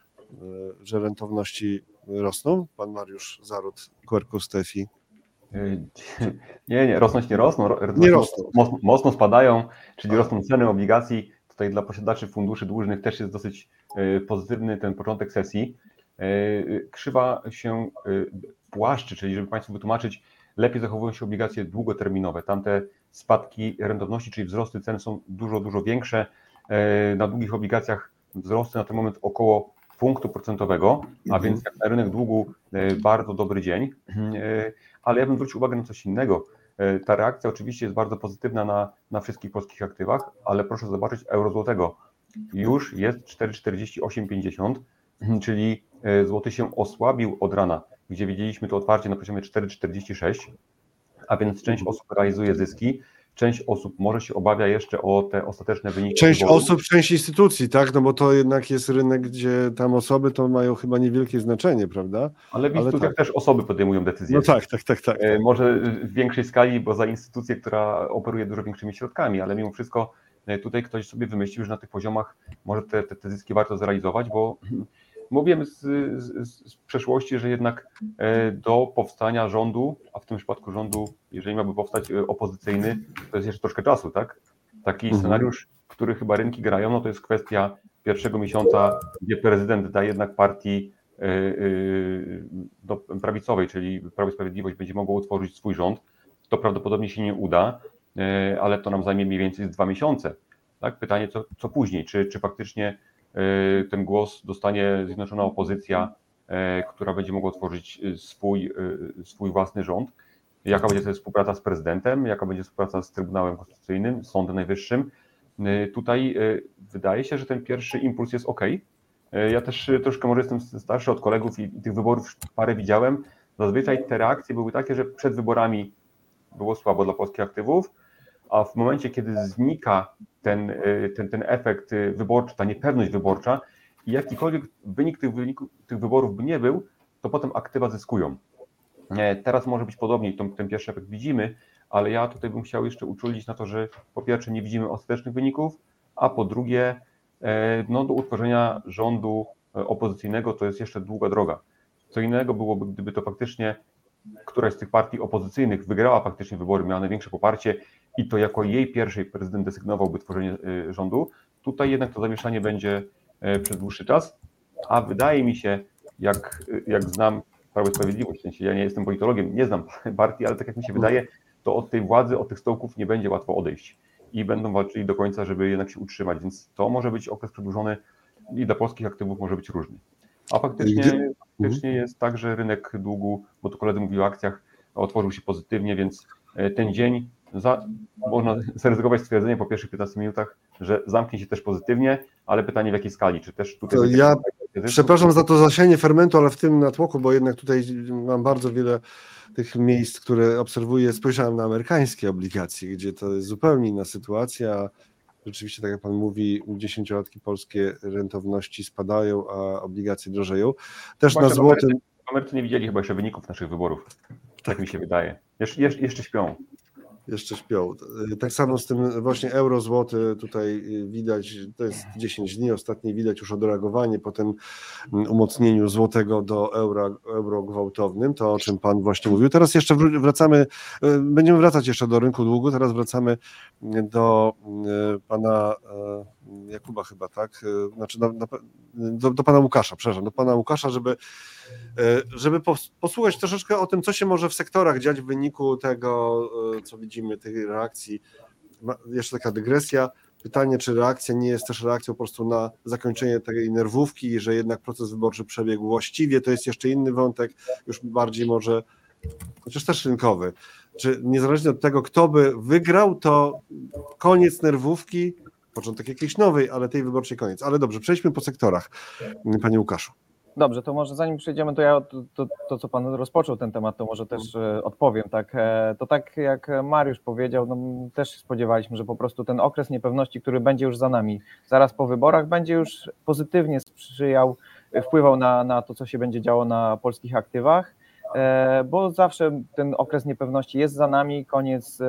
że rentowności rosną? Pan Mariusz Zaród, Quercus TFI. Nie, rosnąć nie rosną. Nie rosną. Mocno spadają, czyli rosną ceny obligacji. Tutaj dla posiadaczy funduszy dłużnych też jest dosyć pozytywny ten początek sesji. Krzywa się płaszczy, czyli żeby Państwu wytłumaczyć, lepiej zachowują się obligacje długoterminowe. Tamte spadki rentowności, czyli wzrosty cen są dużo większe. Na długich obligacjach wzrosty na ten moment około punktu procentowego, a więc jak na rynek długu bardzo dobry dzień. Ale ja bym zwrócił uwagę na coś innego. Ta reakcja oczywiście jest bardzo pozytywna na wszystkich polskich aktywach, ale proszę zobaczyć euro złotego. Już jest 4,4850, czyli złoty się osłabił od rana, gdzie widzieliśmy to otwarcie na poziomie 4,46, a więc część osób realizuje zyski, część osób może się obawia jeszcze o te ostateczne wyniki. Część osób, część instytucji, tak? No bo to jednak jest rynek, gdzie tam osoby to mają chyba niewielkie znaczenie, prawda? Ale w instytucjach też osoby podejmują decyzje. No tak. Może w większej skali, bo za instytucję, która operuje dużo większymi środkami, ale mimo wszystko tutaj ktoś sobie wymyślił, że na tych poziomach może te zyski warto zrealizować, bo mówiłem z przeszłości, że jednak do powstania rządu, a w tym przypadku rządu, jeżeli miałby powstać opozycyjny, to jest jeszcze troszkę czasu, tak? Taki scenariusz, który chyba rynki grają, no to jest kwestia pierwszego miesiąca, gdzie prezydent da jednak partii do prawicowej, czyli Prawo i Sprawiedliwość będzie mogło utworzyć swój rząd, to prawdopodobnie się nie uda, ale to nam zajmie mniej więcej 2 miesiące. Tak? Pytanie, co później? Czy faktycznie ten głos dostanie zjednoczona opozycja, która będzie mogła tworzyć swój własny rząd? Jaka będzie współpraca z prezydentem? Jaka będzie współpraca z Trybunałem Konstytucyjnym, z Sądem Najwyższym? Tutaj wydaje się, że ten pierwszy impuls jest ok. Ja też troszkę może jestem starszy od kolegów i tych wyborów parę widziałem. Zazwyczaj te reakcje były takie, że przed wyborami było słabo dla polskich aktywów, a w momencie, kiedy znika ten efekt wyborczy, ta niepewność wyborcza i jakikolwiek wynik tych wyborów by nie był, to potem aktywa zyskują. Teraz może być podobnie, ten pierwszy efekt widzimy, ale ja tutaj bym chciał jeszcze uczulić na to, że po pierwsze nie widzimy ostatecznych wyników, a po drugie do utworzenia rządu opozycyjnego to jest jeszcze długa droga. Co innego byłoby, gdyby to faktycznie któraś z tych partii opozycyjnych wygrała faktycznie wybory, miała największe poparcie i to jako jej pierwszej prezydent desygnowałby tworzenie rządu. Tutaj jednak to zamieszanie będzie przez dłuższy czas, a wydaje mi się, jak znam Prawo i Sprawiedliwość, w sensie ja nie jestem politologiem, nie znam partii, ale tak jak mi się wydaje, to od tej władzy, od tych stołków nie będzie łatwo odejść i będą walczyli do końca, żeby jednak się utrzymać, więc to może być okres przedłużony i dla polskich aktywów może być różny. A faktycznie jest tak, że rynek długu, bo tu koledzy mówili o akcjach, otworzył się pozytywnie, więc ten dzień można zaryzykować stwierdzenie po pierwszych 15 minutach, że zamknie się też pozytywnie, ale pytanie w jakiej skali, czy też tutaj... Przepraszam za to zasianie fermentu, ale w tym natłoku, bo jednak tutaj mam bardzo wiele tych miejsc, które obserwuję, spojrzałem na amerykańskie obligacje, gdzie to jest zupełnie inna sytuacja. Rzeczywiście, tak jak pan mówi, 10-latki polskie rentowności spadają, a obligacje drożeją. Też na złotym... W Ameryce nie widzieli chyba jeszcze wyników naszych wyborów, tak mi się wydaje. Jeszcze śpią. Jeszcze śpią. Tak samo z tym właśnie euro, złoty, tutaj widać, to jest 10 dni, ostatnio widać już odreagowanie po tym umocnieniu złotego do euro gwałtownym, to o czym pan właśnie mówił. Teraz jeszcze będziemy wracać jeszcze do rynku długu, teraz wracamy do pana Jakuba chyba, tak? Znaczy do pana Łukasza, przepraszam, do pana Łukasza, żeby posłuchać troszeczkę o tym, co się może w sektorach dziać w wyniku tego, co widzimy, tych reakcji. Jeszcze taka dygresja. Pytanie, czy reakcja nie jest też reakcją po prostu na zakończenie tej nerwówki, że jednak proces wyborczy przebiegł właściwie, to jest jeszcze inny wątek, już bardziej może, chociaż też rynkowy. Czy niezależnie od tego, kto by wygrał, to koniec nerwówki, początek jakiejś nowej, ale tej wyborczej koniec. Ale dobrze, przejdźmy po sektorach, panie Łukaszu. Dobrze, to może zanim przejdziemy, to ja to co pan rozpoczął ten temat, to może też odpowiem. Tak, to tak jak Mariusz powiedział, no, też się spodziewaliśmy, że po prostu ten okres niepewności, który będzie już za nami, zaraz po wyborach, będzie już pozytywnie wpływał na to, co się będzie działo na polskich aktywach, bo zawsze ten okres niepewności jest za nami, koniec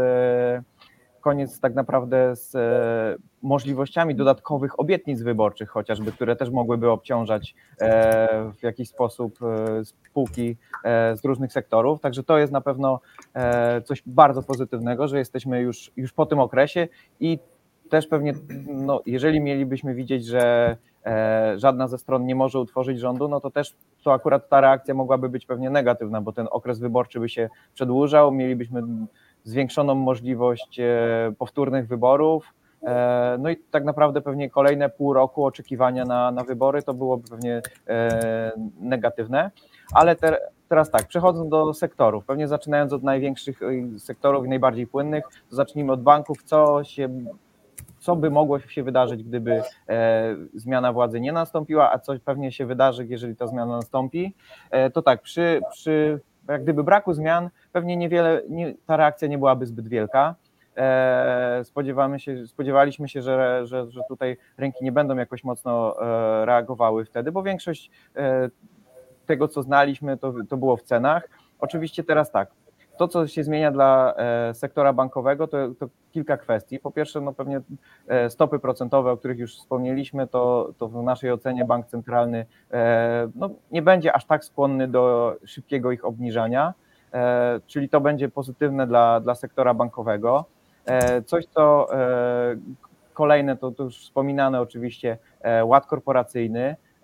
tak naprawdę z możliwościami dodatkowych obietnic wyborczych chociażby, które też mogłyby obciążać w jakiś sposób spółki z różnych sektorów. Także to jest na pewno coś bardzo pozytywnego, że jesteśmy już po tym okresie i też pewnie, no, jeżeli mielibyśmy widzieć, że żadna ze stron nie może utworzyć rządu, no to też to akurat ta reakcja mogłaby być pewnie negatywna, bo ten okres wyborczy by się przedłużał, mielibyśmy zwiększoną możliwość powtórnych wyborów, no i tak naprawdę pewnie kolejne pół roku oczekiwania na wybory to byłoby pewnie negatywne, ale teraz tak, przechodząc do sektorów, pewnie zaczynając od największych sektorów i najbardziej płynnych, to zacznijmy od banków, co by mogło się wydarzyć, gdyby zmiana władzy nie nastąpiła, a co pewnie się wydarzy, jeżeli ta zmiana nastąpi, to tak, jak gdyby braku zmian, pewnie ta reakcja nie byłaby zbyt wielka. Spodziewaliśmy się, że tutaj rynki nie będą jakoś mocno reagowały wtedy, bo większość tego, co znaliśmy, to było w cenach. Oczywiście teraz tak, to, co się zmienia dla sektora bankowego, to kilka kwestii. Po pierwsze, no pewnie stopy procentowe, o których już wspomnieliśmy, to w naszej ocenie bank centralny no, nie będzie aż tak skłonny do szybkiego ich obniżania, czyli to będzie pozytywne dla sektora bankowego. Coś, co kolejne, to już wspominane oczywiście, ład korporacyjny.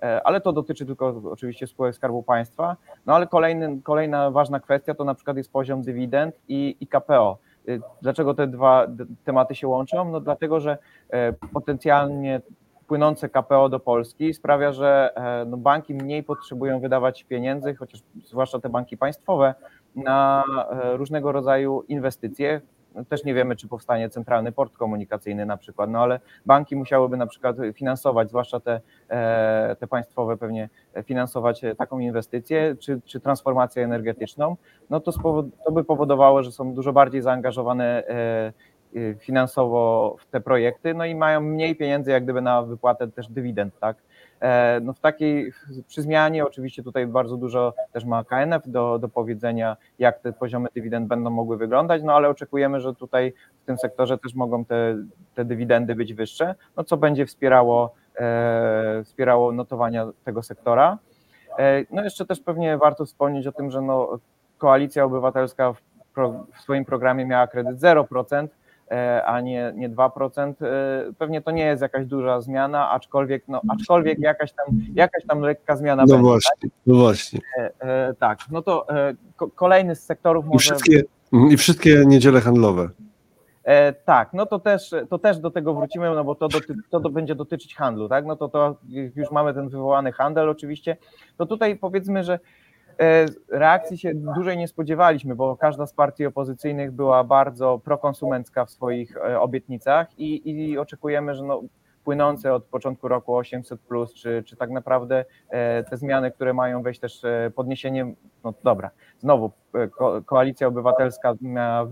ale to dotyczy tylko oczywiście spółek Skarbu Państwa. No ale kolejna ważna kwestia to na przykład jest poziom dywidend i KPO. Dlaczego te dwa tematy się łączą? No dlatego, że potencjalnie płynące KPO do Polski sprawia, że no banki mniej potrzebują wydawać pieniędzy, chociaż zwłaszcza te banki państwowe, na różnego rodzaju inwestycje. Też nie wiemy, czy powstanie centralny port komunikacyjny na przykład, no ale banki musiałyby na przykład finansować, zwłaszcza te państwowe pewnie finansować taką inwestycję, czy transformację energetyczną, no to by powodowało, że są dużo bardziej zaangażowane finansowo w te projekty, no i mają mniej pieniędzy jak gdyby na wypłatę też dywidend, tak? No przy zmianie oczywiście tutaj bardzo dużo też ma KNF do powiedzenia, jak te poziomy dywidend będą mogły wyglądać, no ale oczekujemy, że tutaj w tym sektorze też mogą te dywidendy być wyższe, no co będzie wspierało notowania tego sektora. No jeszcze też pewnie warto wspomnieć o tym, że no Koalicja Obywatelska w swoim programie miała kredyt 0%, a nie 2%. Pewnie to nie jest jakaś duża zmiana, aczkolwiek jakaś tam lekka zmiana No będzie. właśnie, tak? No właśnie. Tak, no to kolejny z sektorów może... I wszystkie niedziele handlowe. Tak, no to też do tego wrócimy, no bo to będzie dotyczyć handlu, tak? No to już mamy ten wywołany handel oczywiście. To tutaj powiedzmy, że reakcji się dłużej nie spodziewaliśmy, bo każda z partii opozycyjnych była bardzo prokonsumencka w swoich obietnicach i oczekujemy, że no, płynące od początku roku 800+, czy tak naprawdę te zmiany, które mają wejść też podniesieniem, no dobra, znowu Koalicja Obywatelska miała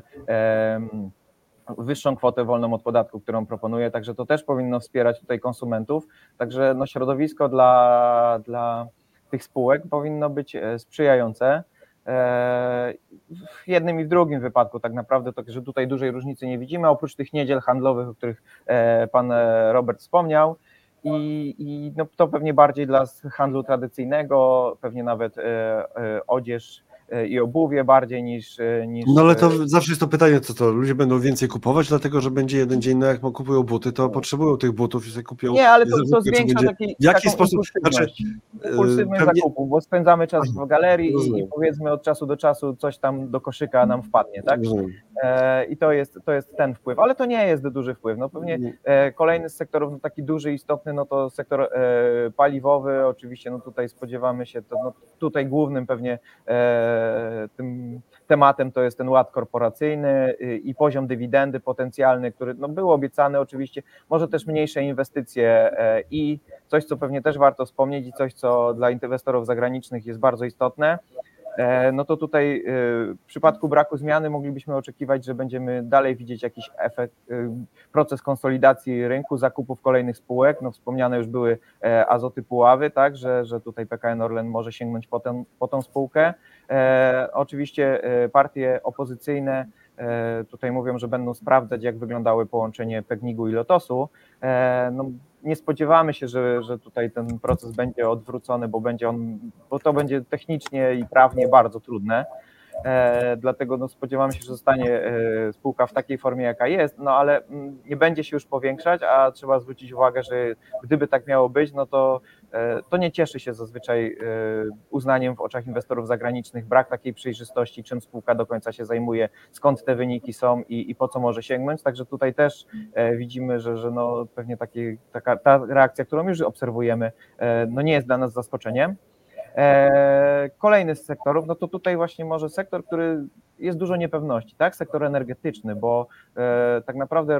wyższą kwotę wolną od podatku, którą proponuje, także to też powinno wspierać tutaj konsumentów, także no środowisko dla tych spółek powinno być sprzyjające. W jednym i w drugim wypadku tak naprawdę, że tutaj dużej różnicy nie widzimy, oprócz tych niedziel handlowych, o których pan Robert wspomniał i no to pewnie bardziej dla handlu tradycyjnego, pewnie nawet odzież i obuwie bardziej niż... No ale to zawsze jest to pytanie, co to ludzie będą więcej kupować, dlatego że będzie jeden dzień, no jak kupują buty, to potrzebują tych butów i sobie kupią. Nie, ale to zwiększa w jaki sposób, impulsywność zakupu, bo spędzamy czas w galerii i powiedzmy od czasu do czasu coś tam do koszyka nam wpadnie, tak? I to jest ten wpływ, ale to nie jest duży wpływ. No pewnie kolejny z sektorów, no taki duży, istotny, no to sektor paliwowy, oczywiście no tutaj spodziewamy się, no tutaj głównym pewnie tym tematem to jest ten ład korporacyjny i poziom dywidendy potencjalny, który no był obiecany oczywiście, może też mniejsze inwestycje i coś, co pewnie też warto wspomnieć i coś, co dla inwestorów zagranicznych jest bardzo istotne, no to tutaj w przypadku braku zmiany moglibyśmy oczekiwać, że będziemy dalej widzieć jakiś efekt, proces konsolidacji rynku, zakupów kolejnych spółek, no wspomniane już były Azoty Puławy, tak, że tutaj PKN Orlen może sięgnąć po tą spółkę. Oczywiście partie opozycyjne tutaj mówią, że będą sprawdzać, jak wyglądały połączenie PGNiG-u i Lotosu. No, nie spodziewamy się, że tutaj ten proces będzie odwrócony, bo to będzie technicznie i prawnie bardzo trudne. Dlatego no, spodziewamy się, że zostanie spółka w takiej formie, jaka jest, no ale nie będzie się już powiększać, a trzeba zwrócić uwagę, że gdyby tak miało być, no to nie cieszy się zazwyczaj uznaniem w oczach inwestorów zagranicznych, brak takiej przejrzystości, czym spółka do końca się zajmuje, skąd te wyniki są i po co może sięgnąć, także tutaj też widzimy, że no pewnie ta reakcja, którą już obserwujemy, no nie jest dla nas zaskoczeniem. Kolejny z sektorów, no to tutaj właśnie może sektor, który jest dużo niepewności, tak? Sektor energetyczny, bo tak naprawdę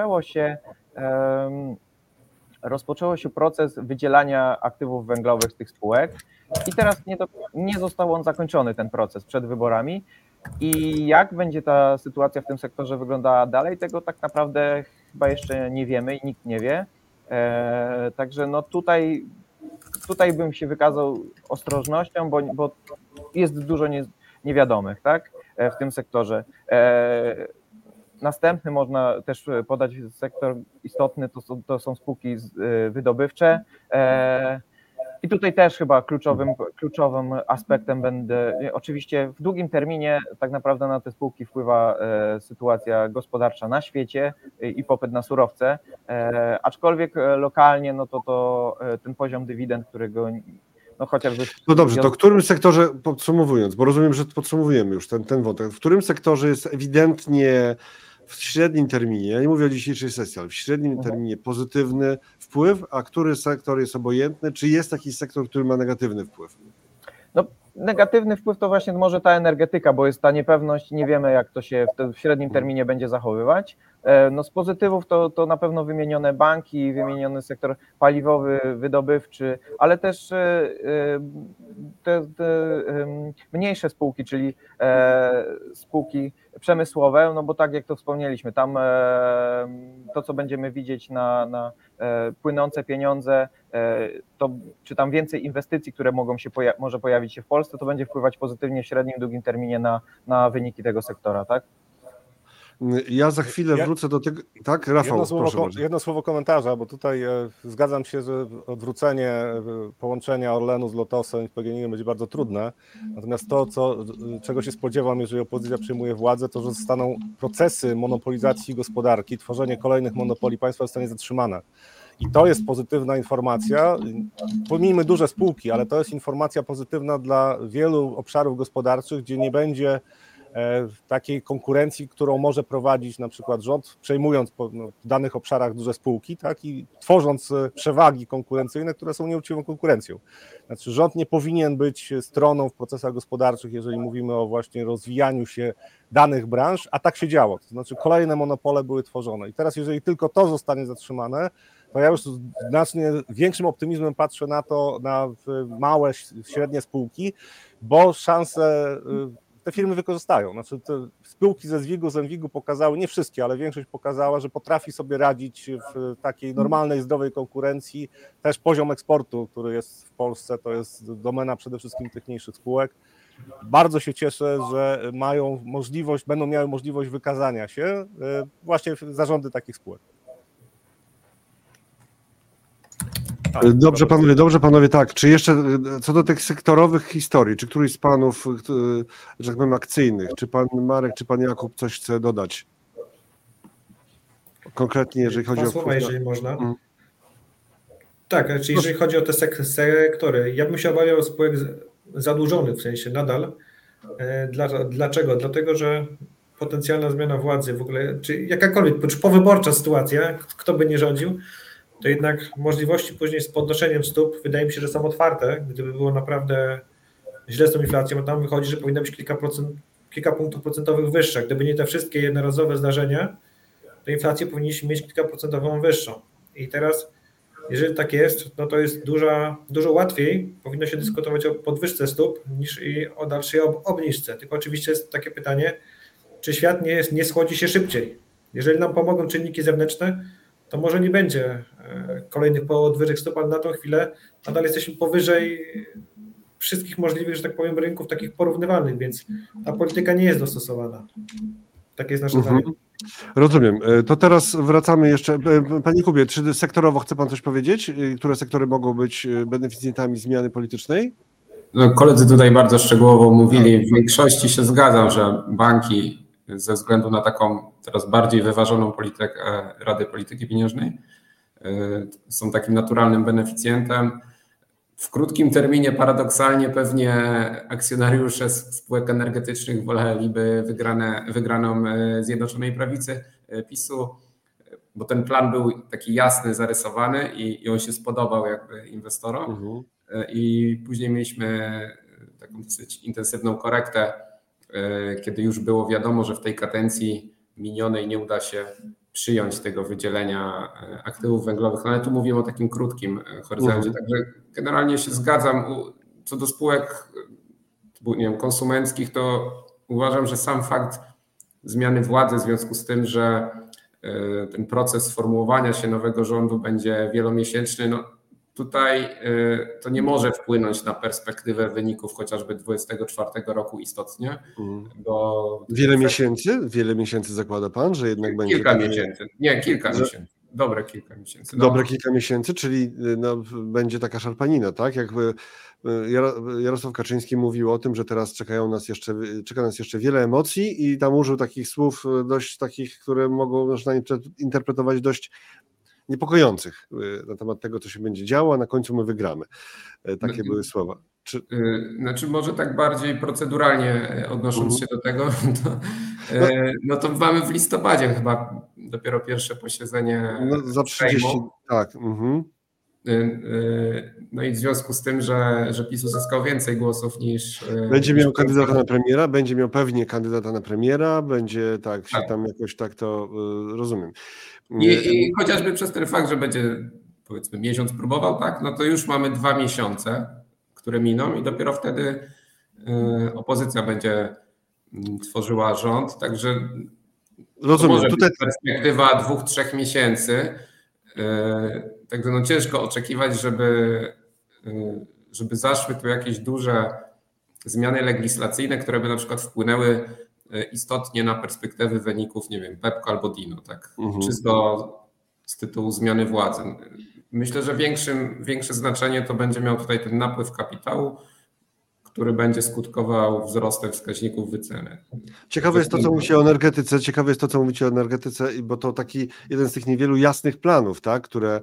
rozpoczęło się proces wydzielania aktywów węglowych z tych spółek i teraz nie został on zakończony, ten proces, przed wyborami. I jak będzie ta sytuacja w tym sektorze wyglądała dalej, tego tak naprawdę chyba jeszcze nie wiemy i nikt nie wie. Także no tutaj bym się wykazał ostrożnością, bo jest dużo niewiadomych, tak, w tym sektorze. Następny można też podać sektor istotny, to są spółki wydobywcze. I tutaj też chyba kluczowym aspektem oczywiście w długim terminie tak naprawdę na te spółki wpływa sytuacja gospodarcza na świecie i popyt na surowce, aczkolwiek lokalnie no to ten poziom dywidend, którego no chociażby... No dobrze, to w którym sektorze, podsumowując, bo rozumiem, że podsumowujemy już ten wątek, w którym sektorze jest ewidentnie w średnim terminie, ja nie mówię o dzisiejszej sesji, ale w średnim terminie pozytywny wpływ, a który sektor jest obojętny, czy jest taki sektor, który ma negatywny wpływ? No, negatywny wpływ to właśnie może ta energetyka, bo jest ta niepewność, nie wiemy jak to się w średnim terminie będzie zachowywać. No z pozytywów to na pewno wymienione banki, wymieniony sektor paliwowy, wydobywczy, ale też te mniejsze spółki, czyli spółki przemysłowe, no bo tak jak to wspomnieliśmy, tam to co będziemy widzieć na płynące pieniądze, to czy tam więcej inwestycji, które może pojawić się w Polsce, to będzie wpływać pozytywnie w średnim, długim terminie na wyniki tego sektora, tak? Ja za chwilę wrócę do tego. Tak, Rafał, jedno słowo komentarza, bo tutaj zgadzam się, że odwrócenie połączenia Orlenu z Lotosem i PGNiG będzie bardzo trudne. Natomiast to, czego się spodziewam, jeżeli opozycja przejmuje władzę, to że zostaną procesy monopolizacji gospodarki, tworzenie kolejnych monopoli państwa zostanie zatrzymane. I to jest pozytywna informacja. Pomijmy duże spółki, ale to jest informacja pozytywna dla wielu obszarów gospodarczych, gdzie nie będzie takiej konkurencji, którą może prowadzić na przykład rząd, przejmując w danych obszarach duże spółki, tak, i tworząc przewagi konkurencyjne, które są nieuczciwą konkurencją. Znaczy rząd nie powinien być stroną w procesach gospodarczych, jeżeli mówimy o właśnie rozwijaniu się danych branż, a tak się działo. To znaczy kolejne monopole były tworzone. I teraz jeżeli tylko to zostanie zatrzymane, to ja już z znacznie większym optymizmem patrzę na to, na małe, średnie spółki, bo szanse te firmy wykorzystają. Znaczy te spółki ze ZWIG-u, z MWIG-u pokazały, nie wszystkie, ale większość pokazała, że potrafi sobie radzić w takiej normalnej, zdrowej konkurencji. Też poziom eksportu, który jest w Polsce, to jest domena przede wszystkim tych mniejszych spółek. Bardzo się cieszę, że będą miały możliwość wykazania się właśnie zarządy takich spółek. Dobrze panowie, tak. Czy jeszcze co do tych sektorowych historii, czy któryś z panów, że tak powiem, akcyjnych, czy pan Marek, czy pan Jakub coś chce dodać? Konkretnie, jeżeli chodzi o... słowa, jeżeli można. Tak, czyli jeżeli chodzi o te sektory, ja bym się obawiał spółek zadłużonych, w sensie nadal. Dlaczego? Dlatego, że potencjalna zmiana władzy w ogóle, czy jakakolwiek, czy powyborcza sytuacja, kto by nie rządził, to jednak możliwości później z podnoszeniem stóp wydaje mi się, że są otwarte. Gdyby było naprawdę źle z tą inflacją, bo tam wychodzi, że powinno być kilka punktów procentowych wyższa. Gdyby nie te wszystkie jednorazowe zdarzenia, to inflację powinniśmy mieć kilka procentową wyższą. I teraz, jeżeli tak jest, no to jest dużo łatwiej powinno się dyskutować o podwyżce stóp niż i o dalszej obniżce. Tylko oczywiście jest takie pytanie, czy świat nie schłodzi się szybciej. Jeżeli nam pomogą czynniki zewnętrzne, to może nie będzie kolejnych podwyżek stóp, ale na tą chwilę nadal jesteśmy powyżej wszystkich możliwych, że tak powiem, rynków takich porównywalnych, więc ta polityka nie jest dostosowana. Takie jest nasze zdanie. Rozumiem. To teraz wracamy jeszcze. Panie Kubie, czy sektorowo chce pan coś powiedzieć? Które sektory mogą być beneficjentami zmiany politycznej? No, koledzy tutaj bardzo szczegółowo mówili. W większości się zgadzam, że banki ze względu na taką teraz bardziej wyważoną politykę Rady Polityki Pieniężnej są takim naturalnym beneficjentem. W krótkim terminie paradoksalnie pewnie akcjonariusze spółek energetycznych woleliby wygraną Zjednoczonej Prawicy PiS-u, bo ten plan był taki jasny, zarysowany i on się spodobał jakby inwestorom. I później mieliśmy taką dosyć intensywną korektę, kiedy już było wiadomo, że w tej kadencji minionej nie uda się przyjąć tego wydzielenia aktywów węglowych, ale tu mówimy o takim krótkim horyzoncie, także generalnie się zgadzam. Co do spółek, nie wiem, konsumenckich, to uważam, że sam fakt zmiany władzy w związku z tym, że ten proces formułowania się nowego rządu będzie wielomiesięczny, no tutaj to nie może wpłynąć na perspektywę wyników chociażby 2024 roku istotnie, bo... Wiele miesięcy zakłada pan, że jednak będzie... Kilka miesięcy. dobre kilka miesięcy. Dobre kilka miesięcy, czyli no, będzie taka szarpanina, tak? Jakby Jarosław Kaczyński mówił o tym, że teraz czeka nas jeszcze wiele emocji i tam użył takich słów dość takich, które mogą można interpretować dość niepokojących na temat tego, co się będzie działo, a na końcu my wygramy. Takie były słowa. Znaczy może tak bardziej proceduralnie odnosząc się do tego, no to mamy w listopadzie chyba dopiero pierwsze posiedzenie za 30, Sejmu. tak. No i w związku z tym, że PiS uzyskał więcej głosów niż... Będzie miał kandydata na premiera, będzie miał pewnie kandydata na premiera, będzie tak, się tam jakoś tak to rozumiem. I chociażby przez ten fakt, że będzie powiedzmy miesiąc próbował, tak, no to już mamy 2 miesiące, które miną i dopiero wtedy opozycja będzie tworzyła rząd, także rozumiem. może Tutaj być perspektywa 2-3 miesięcy, także no ciężko oczekiwać, żeby zaszły tu jakieś duże zmiany legislacyjne, które by na przykład wpłynęły istotnie na perspektywy wyników, nie wiem, Pepco albo Dino, tak, czysto z tytułu zmiany władzy. Myślę, że większe znaczenie to będzie miał tutaj ten napływ kapitału, który będzie skutkował wzrostem wskaźników wyceny. Ciekawe jest to, co mówicie o energetyce, bo to taki jeden z tych niewielu jasnych planów, tak,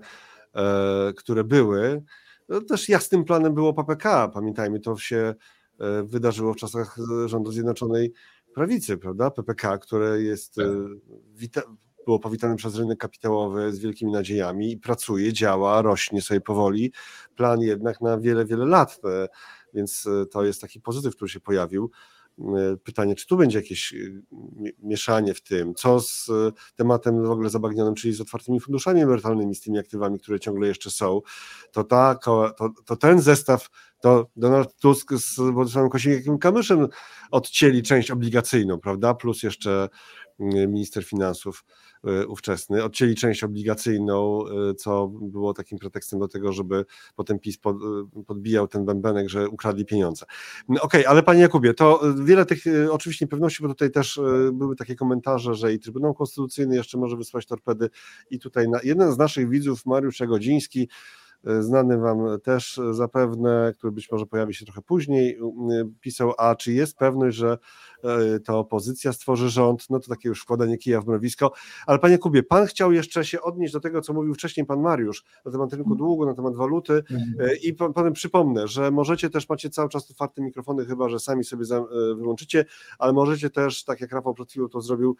które były. No, też jasnym planem było PPK, pamiętajmy, to się wydarzyło w czasach rządu Zjednoczonej Prawicy, prawda? PPK, które jest było powitane przez rynek kapitałowy z wielkimi nadziejami i pracuje, działa, rośnie sobie powoli. Plan jednak na wiele, wiele lat, więc to jest taki pozytyw, który się pojawił. Pytanie, czy tu będzie jakieś mieszanie w tym, co z tematem w ogóle zabagnionym, czyli z otwartymi funduszami emerytalnymi, z tymi aktywami, które ciągle jeszcze są, to ten zestaw, to Donald Tusk z Władysławem Kosiniakiem-Kamyszem odcięli część obligacyjną, prawda, plus jeszcze minister finansów ówczesny, odcięli część obligacyjną, co było takim pretekstem do tego, żeby potem PiS podbijał ten bębenek, że ukradli pieniądze. Okej, ale panie Jakubie, to wiele tych oczywiście niepewności, bo tutaj też były takie komentarze, że i Trybunał Konstytucyjny jeszcze może wysłać torpedy i tutaj jeden z naszych widzów, Mariusz Jagodziński, znany wam też zapewne, który być może pojawi się trochę później, pisał, a czy jest pewność, że to opozycja stworzy rząd, no to takie już wkładanie kija w mrowisko, ale panie Kubie, pan chciał jeszcze się odnieść do tego, co mówił wcześniej pan Mariusz, na temat rynku długu, na temat waluty i panem przypomnę, że możecie też, macie cały czas otwarte mikrofony, chyba że sami sobie wyłączycie, ale możecie też, tak jak Rafał przed chwilą to zrobił,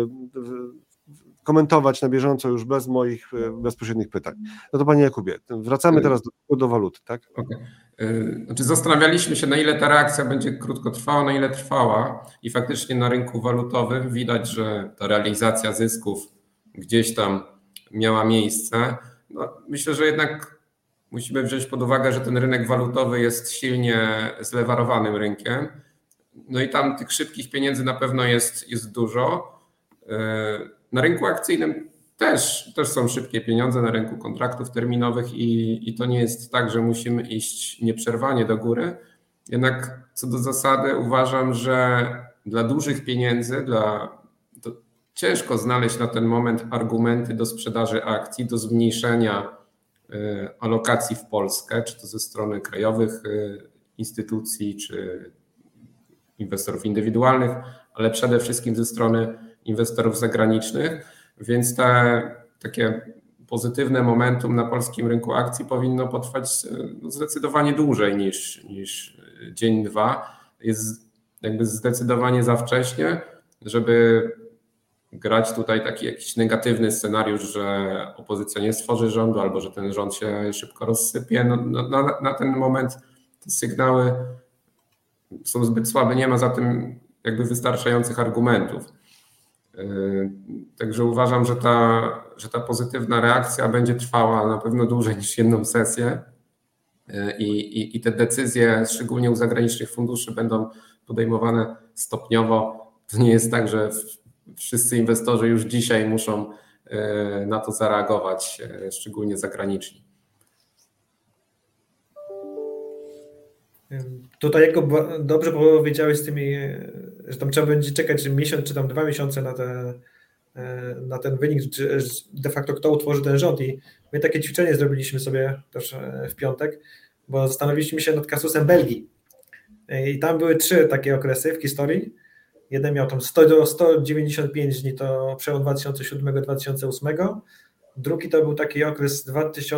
komentować na bieżąco już bez moich bezpośrednich pytań. No to panie Jakubie, wracamy teraz do waluty, tak? Okay. Znaczy zastanawialiśmy się, na ile ta reakcja będzie krótko trwała, na ile trwała i faktycznie na rynku walutowym widać, że ta realizacja zysków gdzieś tam miała miejsce. No, myślę, że jednak musimy wziąć pod uwagę, że ten rynek walutowy jest silnie zlewarowanym rynkiem. No i tam tych szybkich pieniędzy na pewno jest dużo. Na rynku akcyjnym też są szybkie pieniądze, na rynku kontraktów terminowych i to nie jest tak, że musimy iść nieprzerwanie do góry. Jednak co do zasady uważam, że dla dużych pieniędzy to ciężko znaleźć na ten moment argumenty do sprzedaży akcji, do zmniejszenia alokacji w Polskę, czy to ze strony krajowych instytucji, czy inwestorów indywidualnych, ale przede wszystkim ze strony inwestorów zagranicznych, więc takie pozytywne momentum na polskim rynku akcji powinno potrwać zdecydowanie dłużej niż dzień, dwa. Jest jakby zdecydowanie za wcześnie, żeby grać tutaj taki jakiś negatywny scenariusz, że opozycja nie stworzy rządu albo że ten rząd się szybko rozsypie. Na ten moment te sygnały są zbyt słabe, nie ma za tym jakby wystarczających argumentów. Także uważam, że ta pozytywna reakcja będzie trwała na pewno dłużej niż jedną sesję i te decyzje, szczególnie u zagranicznych funduszy, będą podejmowane stopniowo. To nie jest tak, że wszyscy inwestorzy już dzisiaj muszą na to zareagować, szczególnie zagraniczni. Tutaj jako dobrze powiedziałeś z tymi, że tam trzeba będzie czekać miesiąc czy tam 2 miesiące na ten wynik, de facto kto utworzy ten rząd i my takie ćwiczenie zrobiliśmy sobie też w piątek, bo zastanowiliśmy się nad kasusem Belgii i tam były 3 takie okresy w historii. Jeden miał tam 195 dni, to przełom 2007-2008, drugi to był taki okres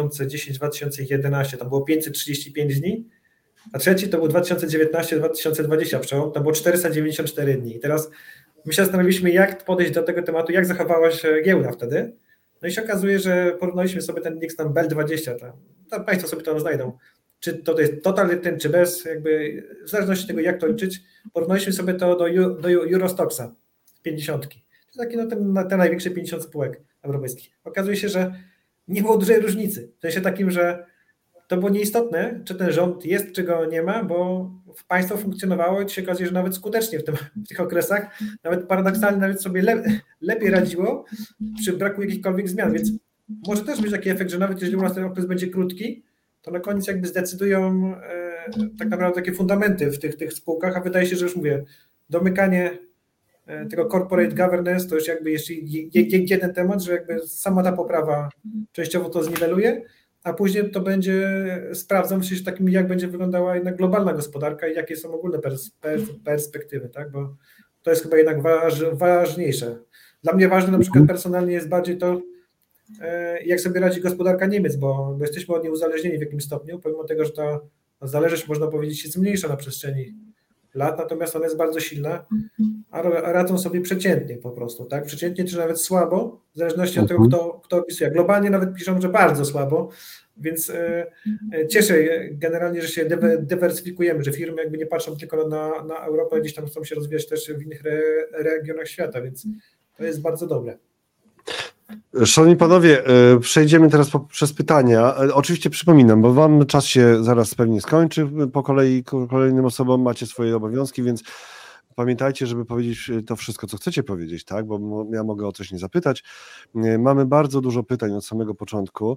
2010-2011, tam było 535 dni, a trzeci to był 2019-2020 przełom, tam było 494 dni. I teraz my się zastanowiliśmy, jak podejść do tego tematu, jak zachowała się giełda wtedy. No i się okazuje, że porównaliśmy sobie ten indeks tam BEL20, tam Państwo sobie to znajdą, czy to jest total return, czy bez, jakby w zależności od tego, jak to liczyć, porównaliśmy sobie to do Eurostoxxa 50. To takie te największe 50 spółek europejskich. Okazuje się, że nie było dużej różnicy. W sensie takim, że to było nieistotne, czy ten rząd jest, czy go nie ma, bo państwo funkcjonowało i się okazuje, że nawet skutecznie w tych okresach, nawet paradoksalnie nawet sobie lepiej radziło przy braku jakichkolwiek zmian, więc może też być taki efekt, że nawet jeżeli u nas ten okres będzie krótki, to na koniec jakby zdecydują tak naprawdę takie fundamenty w tych spółkach, a wydaje się, że już mówię, domykanie tego corporate governance to już jakby jeszcze jeden temat, że jakby sama ta poprawa częściowo to zniweluje, a później to będzie, sprawdzam się takim, jak będzie wyglądała jednak globalna gospodarka i jakie są ogólne perspektywy, tak? Bo to jest chyba jednak ważniejsze. Dla mnie ważne na przykład personalnie jest bardziej to, jak sobie radzi gospodarka Niemiec, bo jesteśmy od niej uzależnieni w jakimś stopniu, pomimo tego, że ta zależność, można powiedzieć, się zmniejsza na przestrzeni lat, natomiast ona jest bardzo silna, a radzą sobie przeciętnie po prostu, tak? Przeciętnie czy nawet słabo, w zależności od tego, kto opisuje. Globalnie nawet piszą, że bardzo słabo, więc cieszę generalnie, że się dywersyfikujemy, że firmy jakby nie patrzą tylko na Europę, gdzieś tam chcą się rozwijać też w innych regionach świata, więc to jest bardzo dobre. Szanowni panowie, przejdziemy teraz przez pytania. Oczywiście przypominam, bo wam czas się zaraz pewnie skończy, po kolei kolejnym osobom macie swoje obowiązki, więc pamiętajcie, żeby powiedzieć to wszystko, co chcecie powiedzieć, tak? Bo ja mogę o coś nie zapytać. Mamy bardzo dużo pytań od samego początku.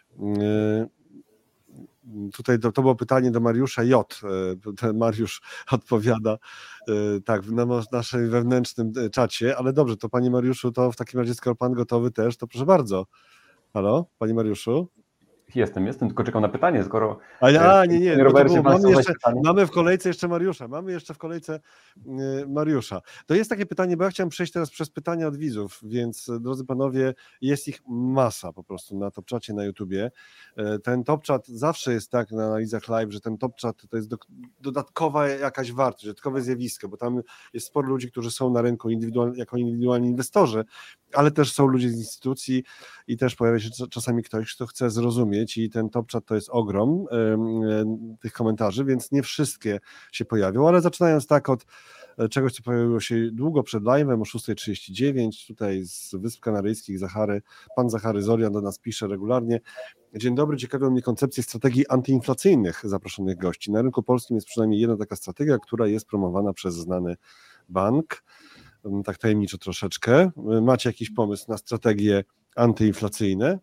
Tutaj to było pytanie do Mariusza J. Mariusz odpowiada tak na naszym wewnętrznym czacie, ale dobrze, to panie Mariuszu, to w takim razie skoro pan gotowy też, to proszę bardzo. Halo, panie Mariuszu? Jestem, tylko czekam na pytanie, skoro... Nie, Robercie, mamy w kolejce jeszcze Mariusza, Mariusza. To jest takie pytanie, bo ja chciałem przejść teraz przez pytania od widzów, więc drodzy panowie, jest ich masa po prostu na Top Czacie na YouTubie. Ten Top Chat zawsze jest tak na analizach live, że ten Top Chat to jest dodatkowa jakaś wartość, dodatkowe zjawisko, bo tam jest sporo ludzi, którzy są na rynku jako indywidualni inwestorzy, ale też są ludzie z instytucji i też pojawia się czasami ktoś, kto chce zrozumieć i ten Top Chat to jest ogrom tych komentarzy, więc nie wszystkie się pojawią, ale zaczynając tak od czegoś, co pojawiło się długo przed live'em o 6:39, tutaj z Wysp Kanaryjskich pan Zachary Zorian do nas pisze regularnie. Dzień dobry, ciekawią mnie koncepcje strategii antyinflacyjnych zaproszonych gości. Na rynku polskim jest przynajmniej jedna taka strategia, która jest promowana przez znany bank, tak tajemniczo troszeczkę. Macie jakiś pomysł na strategie antyinflacyjne?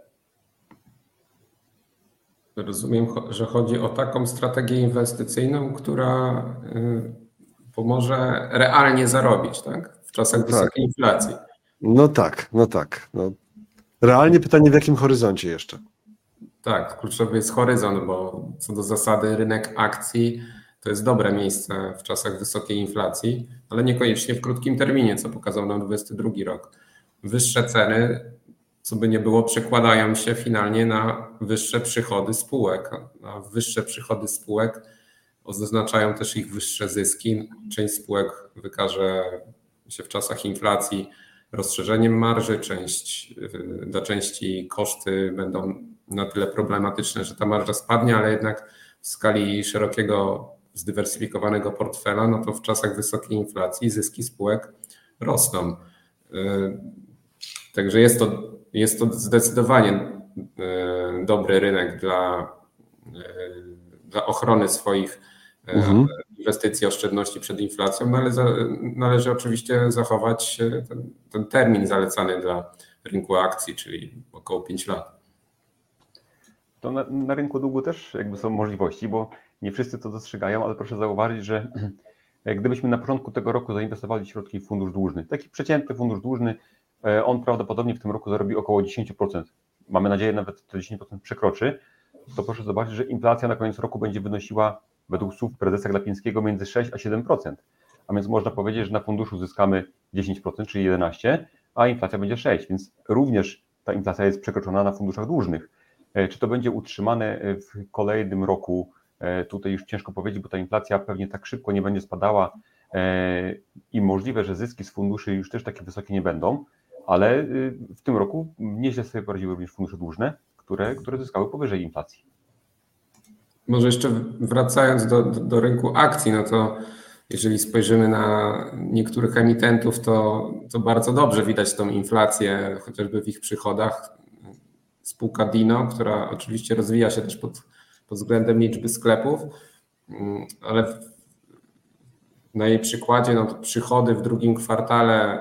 Rozumiem, że chodzi o taką strategię inwestycyjną, która pomoże realnie zarobić, tak? W czasach wysokiej inflacji. No tak. Realnie pytanie, w jakim horyzoncie jeszcze? Tak, kluczowy jest horyzont, bo co do zasady rynek akcji to jest dobre miejsce w czasach wysokiej inflacji, ale niekoniecznie w krótkim terminie, co pokazał nam 2022 rok. Wyższe ceny, co by nie było, przekładają się finalnie na wyższe przychody spółek, a wyższe przychody spółek oznaczają też ich wyższe zyski. Część spółek wykaże się w czasach inflacji rozszerzeniem marży, dla części koszty będą na tyle problematyczne, że ta marża spadnie, ale jednak w skali szerokiego, zdywersyfikowanego portfela, no to w czasach wysokiej inflacji zyski spółek rosną. Także jest to zdecydowanie dobry rynek dla ochrony swoich inwestycji, oszczędności przed inflacją, no ale należy oczywiście zachować ten termin zalecany dla rynku akcji, czyli około 5 lat. To na rynku długu też jakby są możliwości, bo nie wszyscy to dostrzegają, ale proszę zauważyć, że gdybyśmy na początku tego roku zainwestowali w środki w fundusz dłużny, taki przeciętny fundusz dłużny, on prawdopodobnie w tym roku zarobi około 10%. Mamy nadzieję, nawet to 10% przekroczy. To proszę zobaczyć, że inflacja na koniec roku będzie wynosiła według słów prezesa Glapińskiego między 6 a 7%. A więc można powiedzieć, że na funduszu zyskamy 10%, czyli 11%, a inflacja będzie 6%, więc również ta inflacja jest przekroczona na funduszach dłużnych. Czy to będzie utrzymane w kolejnym roku? Tutaj już ciężko powiedzieć, bo ta inflacja pewnie tak szybko nie będzie spadała i możliwe, że zyski z funduszy już też takie wysokie nie będą, ale w tym roku nieźle sobie poradziły również fundusze dłużne, które zyskały powyżej inflacji. Może jeszcze wracając do rynku akcji, no to jeżeli spojrzymy na niektórych emitentów, to bardzo dobrze widać tą inflację, chociażby w ich przychodach. Spółka Dino, która oczywiście rozwija się też pod względem liczby sklepów, ale na jej przykładzie no, przychody w drugim kwartale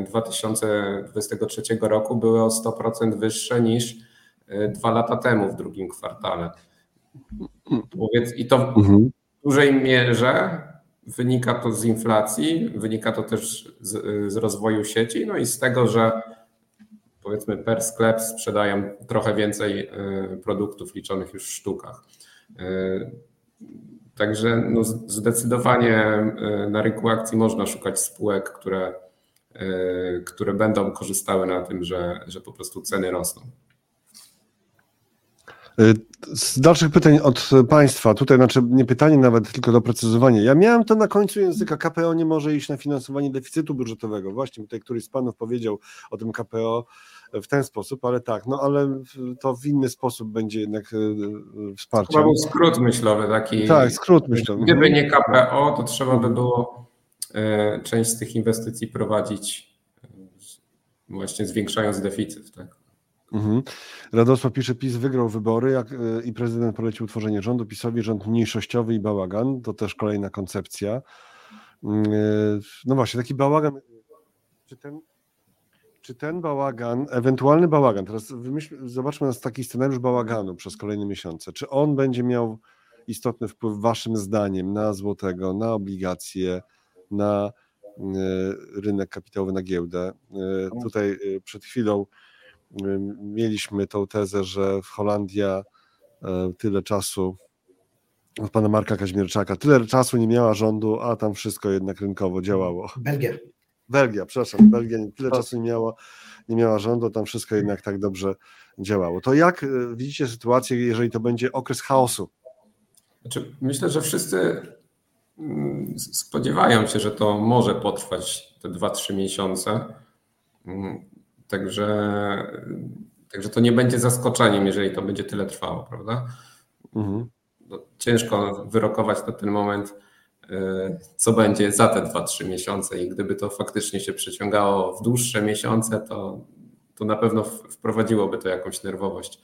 2023 roku były o 100% wyższe niż 2 lata temu w drugim kwartale. I to w dużej mierze wynika to z inflacji, wynika to też z rozwoju sieci, no i z tego, że powiedzmy per sklep sprzedają trochę więcej produktów liczonych już w sztukach. Także no zdecydowanie na rynku akcji można szukać spółek, które będą korzystały na tym, że po prostu ceny rosną. Z dalszych pytań od Państwa, tutaj znaczy nie pytanie nawet, tylko doprecyzowanie. Ja miałem to na końcu języka, KPO nie może iść na finansowanie deficytu budżetowego. Właśnie tutaj któryś z Panów powiedział o tym KPO w ten sposób, ale tak, no ale to w inny sposób będzie jednak wsparcie. To był skrót myślowy taki. Tak, skrót myślowy. Gdyby nie KPO, to trzeba by było część z tych inwestycji prowadzić właśnie zwiększając deficyt, tak? Radosław pisze, PiS wygrał wybory i prezydent polecił utworzenie rządu. PiS-owi rząd mniejszościowy i bałagan. To też kolejna koncepcja. No właśnie, taki bałagan. Czy ten bałagan, ewentualny bałagan, teraz zobaczmy na taki scenariusz bałaganu przez kolejne miesiące. Czy on będzie miał istotny wpływ waszym zdaniem na złotego, na obligacje, na rynek kapitałowy, na giełdę? Tutaj przed chwilą mieliśmy tą tezę, że Holandia tyle czasu, od pana Marka Kaźmierczaka, tyle czasu nie miała rządu, a tam wszystko jednak rynkowo działało. Belgia, tyle czasu nie miała rządu, tam wszystko jednak tak dobrze działało. To jak widzicie sytuację, jeżeli to będzie okres chaosu? Znaczy, myślę, że wszyscy spodziewają się, że to może potrwać te 2-3 miesiące. Także to nie będzie zaskoczeniem, jeżeli to będzie tyle trwało, prawda? No, ciężko wyrokować na ten moment, co będzie za te 2-3 miesiące i gdyby to faktycznie się przeciągało w dłuższe miesiące, to na pewno wprowadziłoby to jakąś nerwowość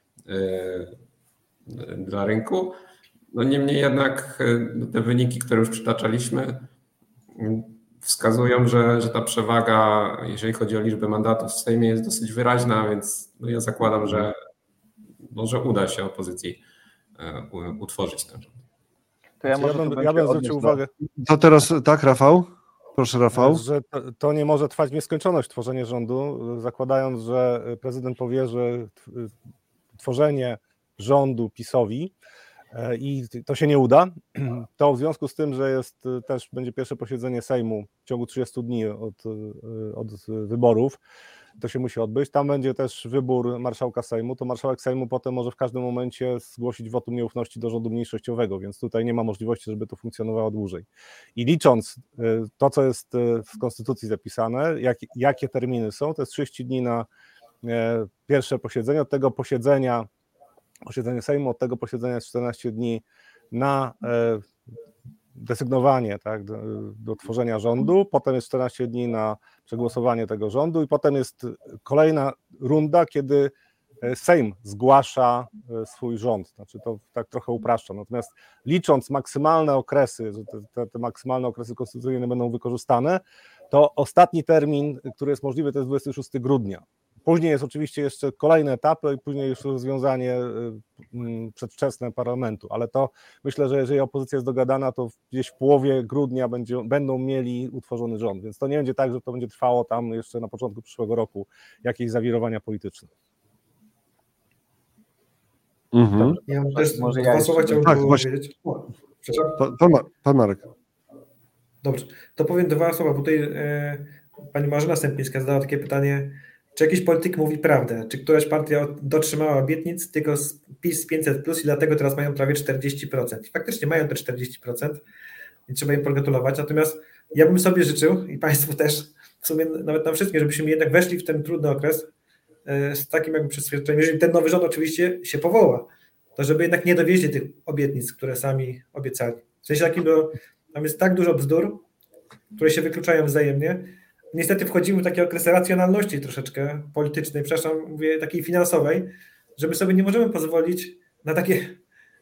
dla rynku. No niemniej jednak te wyniki, które już przytaczaliśmy, wskazują, że ta przewaga, jeżeli chodzi o liczbę mandatów w Sejmie, jest dosyć wyraźna, więc no ja zakładam, że może uda się opozycji utworzyć ten rząd. To ja bym zwrócił uwagę. To teraz tak, Rafał? Proszę, Rafał. Że to nie może trwać w nieskończoność tworzenie rządu, zakładając, że prezydent powierzy tworzenie rządu PiS-owi i to się nie uda, to w związku z tym, że też będzie pierwsze posiedzenie Sejmu w ciągu 30 dni od wyborów, to się musi odbyć. Tam będzie też wybór marszałka Sejmu, to marszałek Sejmu potem może w każdym momencie zgłosić wotum nieufności do rządu mniejszościowego, więc tutaj nie ma możliwości, żeby to funkcjonowało dłużej. I licząc to, co jest w Konstytucji zapisane, jakie terminy są, to jest 30 dni na pierwsze posiedzenie, od tego posiedzenie Sejmu, od tego posiedzenia jest 14 dni na desygnowanie, tak, do tworzenia rządu, potem jest 14 dni na przegłosowanie tego rządu i potem jest kolejna runda, kiedy Sejm zgłasza swój rząd, znaczy to tak trochę upraszczam, natomiast licząc maksymalne okresy, że te maksymalne okresy konstytucyjne będą wykorzystane, to ostatni termin, który jest możliwy, to jest 26 grudnia. Później jest oczywiście jeszcze kolejne etapy i później już rozwiązanie przedwczesne parlamentu, ale to myślę, że jeżeli opozycja jest dogadana, to gdzieś w połowie grudnia będą mieli utworzony rząd, więc to nie będzie tak, że to będzie trwało tam jeszcze na początku przyszłego roku jakieś zawirowania polityczne. Mhm. Ja też Może dwa ja słowa jeszcze- chciałbym Tak, właśnie. powiedzieć. Przepraszam. Pan Marek. Dobrze, to powiem dwa słowa, bo tutaj pani Marzena Stępińska zadała takie pytanie, czy jakiś polityk mówi prawdę, czy któraś partia dotrzymała obietnic, tylko PiS 500+, i dlatego teraz mają prawie 40%. I faktycznie mają te 40% i trzeba im pogratulować, natomiast ja bym sobie życzył i państwu też, w sumie nawet nam wszystkim, żebyśmy jednak weszli w ten trudny okres z takim jakby przeświadczeniem, jeżeli ten nowy rząd oczywiście się powoła, to żeby jednak nie dowieźli tych obietnic, które sami obiecali. W sensie takim, bo tam jest tak dużo bzdur, które się wykluczają wzajemnie. Niestety wchodzimy w takie okresy racjonalności troszeczkę politycznej, przepraszam, mówię takiej finansowej, żeby sobie nie możemy pozwolić na takie,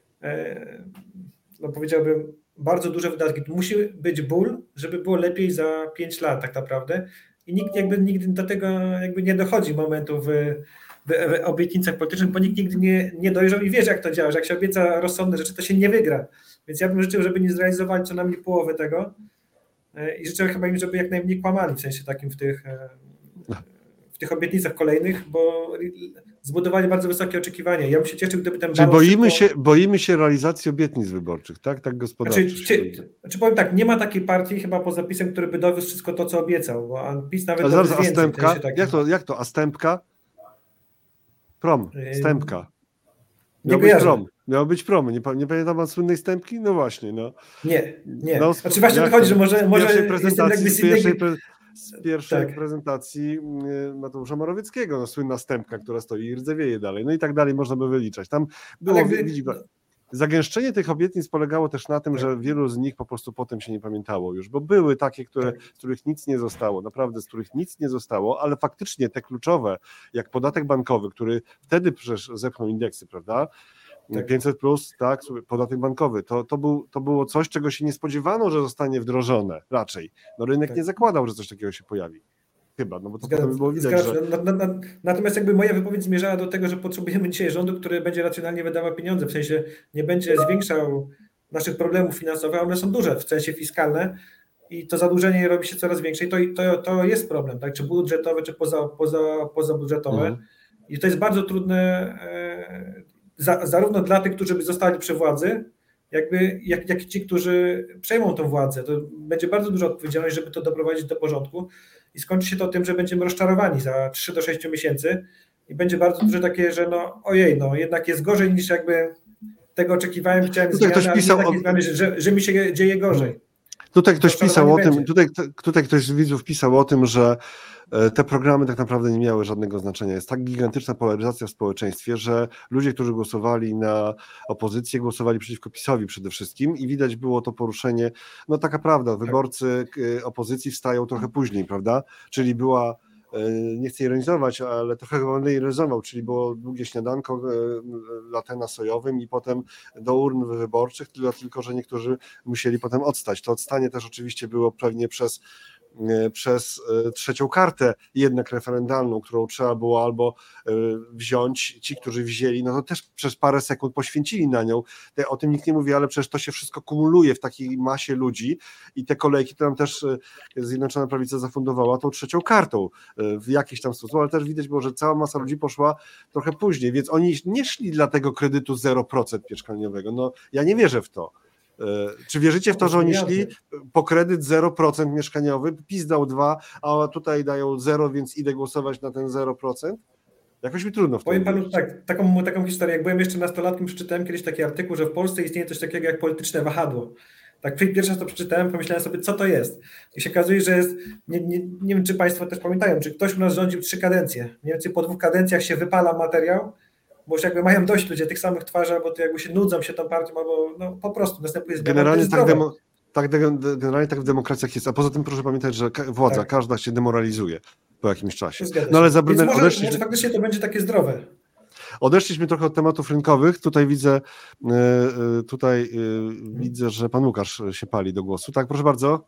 no powiedziałbym, bardzo duże wydatki. Tu musi być ból, żeby było lepiej za 5 lat tak naprawdę i nikt jakby nigdy do tego jakby nie dochodzi momentu w obietnicach politycznych, bo nikt nigdy nie dojrzał i wie, jak to działa, że jak się obieca rozsądne rzeczy, to się nie wygra. Więc ja bym życzył, żeby nie zrealizowali co najmniej połowy tego i życzę chyba im, żeby jak najmniej kłamali, w sensie takim w tych obietnicach kolejnych, bo zbudowali bardzo wysokie oczekiwania. Ja bym się cieszył, gdyby ten Czyli balon boimy się realizacji obietnic wyborczych, tak? Tak gospodarczo. Znaczy powiem tak, nie ma takiej partii chyba poza PiS-em, który by dowiózł wszystko to, co obiecał, bo PiS nawet A zaraz, dowiózł a więcej. Stępka? W sensie takim. Jak to? A Stępka? Prom, Stępka. Nie Miał być kojarzę. prom. Miał być prom. Nie pamiętam pan słynnej Stępki? No właśnie, no. Nie. No, Znaczy właśnie jak chodzi, to? że może jestem jakby z pierwszej Tak. prezentacji Mateusza Morawieckiego, no, słynna Stępka, która stoi i rdzewieje dalej, no i tak dalej można by wyliczać. Tam było, jakby- widzi pan, zagęszczenie tych obietnic polegało też na tym, że wielu z nich po prostu potem się nie pamiętało już, bo były takie, z których nic nie zostało, naprawdę z których nic nie zostało, ale faktycznie te kluczowe, jak podatek bankowy, który wtedy przecież zepchnął indeksy, prawda? Tak. 500+, tak, podatek bankowy, to było coś, czego się nie spodziewano, że zostanie wdrożone raczej. No rynek Tak. nie zakładał, że coś takiego się pojawi. Chyba, no bo to potem było widać, Zgadzam że... się. Natomiast jakby moja wypowiedź zmierzała do tego, że potrzebujemy dzisiaj rządu, który będzie racjonalnie wydawał pieniądze, w sensie nie będzie zwiększał naszych problemów finansowych, one są duże w sensie fiskalne i to zadłużenie robi się coraz większe i to jest problem, tak? Czy budżetowe, czy pozabudżetowe. Mhm. I to jest bardzo trudne zarówno dla tych, którzy by zostali przy władzy, jak i ci, którzy przejmą tą władzę. To będzie bardzo duża odpowiedzialność, żeby to doprowadzić do porządku i skończy się to tym, że będziemy rozczarowani za 3 do 6 miesięcy i będzie bardzo duże takie, że jednak jest gorzej niż jakby tego oczekiwałem, chciałem Tutaj ktoś zmiany, ale pisał nie takiej zmiany, że mi się dzieje gorzej. Tutaj ktoś pisał o tym, Rozczarowanie tutaj ktoś z widzów pisał o tym, że te programy tak naprawdę nie miały żadnego znaczenia. Jest tak gigantyczna polaryzacja w społeczeństwie, że ludzie, którzy głosowali na opozycję, głosowali przeciwko PiS-owi przede wszystkim i widać było to poruszenie, no taka prawda, wyborcy opozycji wstają trochę później, prawda? Czyli była, nie chcę ironizować, ale trochę będę ironizował, czyli było długie śniadanko latę na sojowym i potem do urn wyborczych, tylko że niektórzy musieli potem odstać. To odstanie też oczywiście było pewnie przez trzecią kartę jednak referendalną, którą trzeba było albo wziąć, ci, którzy wzięli, no to też przez parę sekund poświęcili na nią. O tym nikt nie mówi, ale przecież to się wszystko kumuluje w takiej masie ludzi i te kolejki, to nam też Zjednoczona Prawica zafundowała tą trzecią kartą w jakiś tam sposób, ale też widać było, że cała masa ludzi poszła trochę później, więc oni nie szli dla tego kredytu 0% mieszkaniowego. No ja nie wierzę w to. Czy wierzycie w to, że oni szli po kredyt 0% mieszkaniowy, PiS dał 2, a tutaj dają 0, więc idę głosować na ten 0%? Jakoś mi trudno w to Powiem panu uwierzyć. tak, taką historię, jak byłem jeszcze nastolatkiem, przeczytałem kiedyś taki artykuł, że w Polsce istnieje coś takiego jak polityczne wahadło. Tak pierwszy raz to przeczytałem, pomyślałem sobie, co to jest. I się okazuje, że jest, nie wiem, czy państwo też pamiętają, czy ktoś u nas rządził 3 kadencje. Mniej więcej po 2 kadencjach się wypala materiał, bo już jakby mają dość ludzie tych samych twarzy, albo to jakby się nudzą się tą partią, albo no po prostu następuje zmiana. Generalnie generalnie tak w demokracjach jest, a poza tym proszę pamiętać, że władza, Tak. każda się demoralizuje po jakimś czasie. Zgadza się. No ale Więc może odeszliśmy, faktycznie to będzie takie zdrowe. odeszliśmy trochę od tematów rynkowych, tutaj widzę, że pan Łukasz się pali do głosu. Tak, proszę bardzo.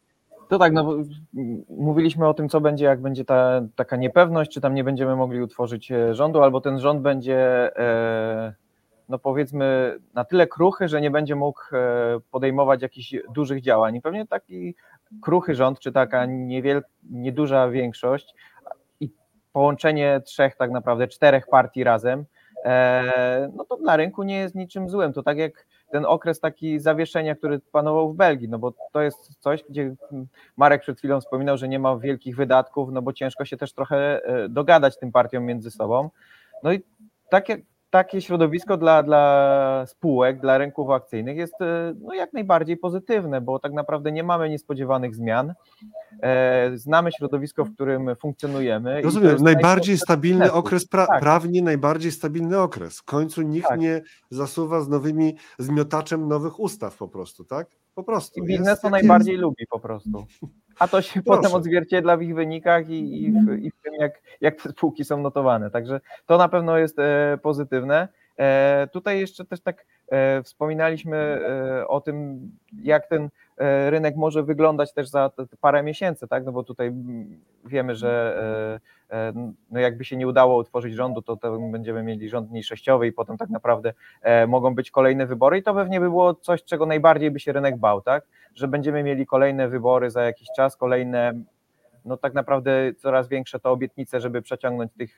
To tak, no bo mówiliśmy o tym, co będzie, jak będzie taka niepewność, czy tam nie będziemy mogli utworzyć rządu, albo ten rząd będzie, no powiedzmy, na tyle kruchy, że nie będzie mógł podejmować jakichś dużych działań. I pewnie taki kruchy rząd, czy taka nieduża większość i połączenie tak naprawdę 4 partii razem, no to dla rynku nie jest niczym złym. To tak jak ten okres taki zawieszenia, który panował w Belgii, no bo to jest coś, gdzie Marek przed chwilą wspominał, że nie ma wielkich wydatków, no bo ciężko się też trochę dogadać tym partiom między sobą. No i takie środowisko dla spółek, dla rynków akcyjnych jest no jak najbardziej pozytywne, bo tak naprawdę nie mamy niespodziewanych zmian. Znamy środowisko, w którym funkcjonujemy. Rozumiem, najbardziej stabilny okres, tak. prawnie najbardziej stabilny okres. W końcu nikt nie zasuwa z miotaczem nowych ustaw po prostu, tak? Po prostu. I biznes to najbardziej lubi po prostu. A to się potem odzwierciedla w ich wynikach i w tym, jak te spółki są notowane. Także to na pewno jest pozytywne. Tutaj jeszcze też tak wspominaliśmy o tym, jak ten rynek może wyglądać też za parę miesięcy, tak? No bo tutaj wiemy, że no jakby się nie udało utworzyć rządu, to będziemy mieli rząd mniejszościowy i potem tak naprawdę mogą być kolejne wybory i to pewnie by było coś, czego najbardziej by się rynek bał, tak? Że będziemy mieli kolejne wybory za jakiś czas, kolejne, no tak naprawdę coraz większe to obietnice, żeby przeciągnąć tych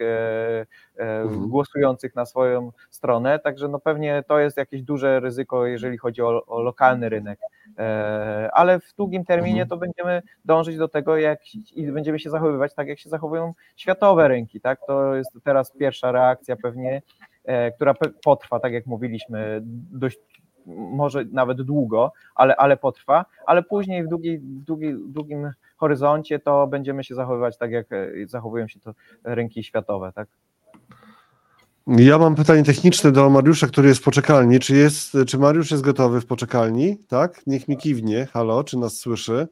głosujących na swoją stronę, także no pewnie to jest jakieś duże ryzyko, jeżeli chodzi o lokalny rynek, ale w długim terminie to będziemy dążyć do tego i będziemy się zachowywać tak, jak się zachowują światowe rynki, tak? To jest teraz pierwsza reakcja pewnie, która potrwa, tak jak mówiliśmy, dość może nawet długo, ale potrwa, ale później w długim horyzoncie to będziemy się zachowywać tak, jak zachowują się to rynki światowe, tak? Ja mam pytanie techniczne do Mariusza, który jest w poczekalni. Czy Mariusz jest gotowy w poczekalni? Tak? Niech mi kiwnie. Halo, czy nas słyszy?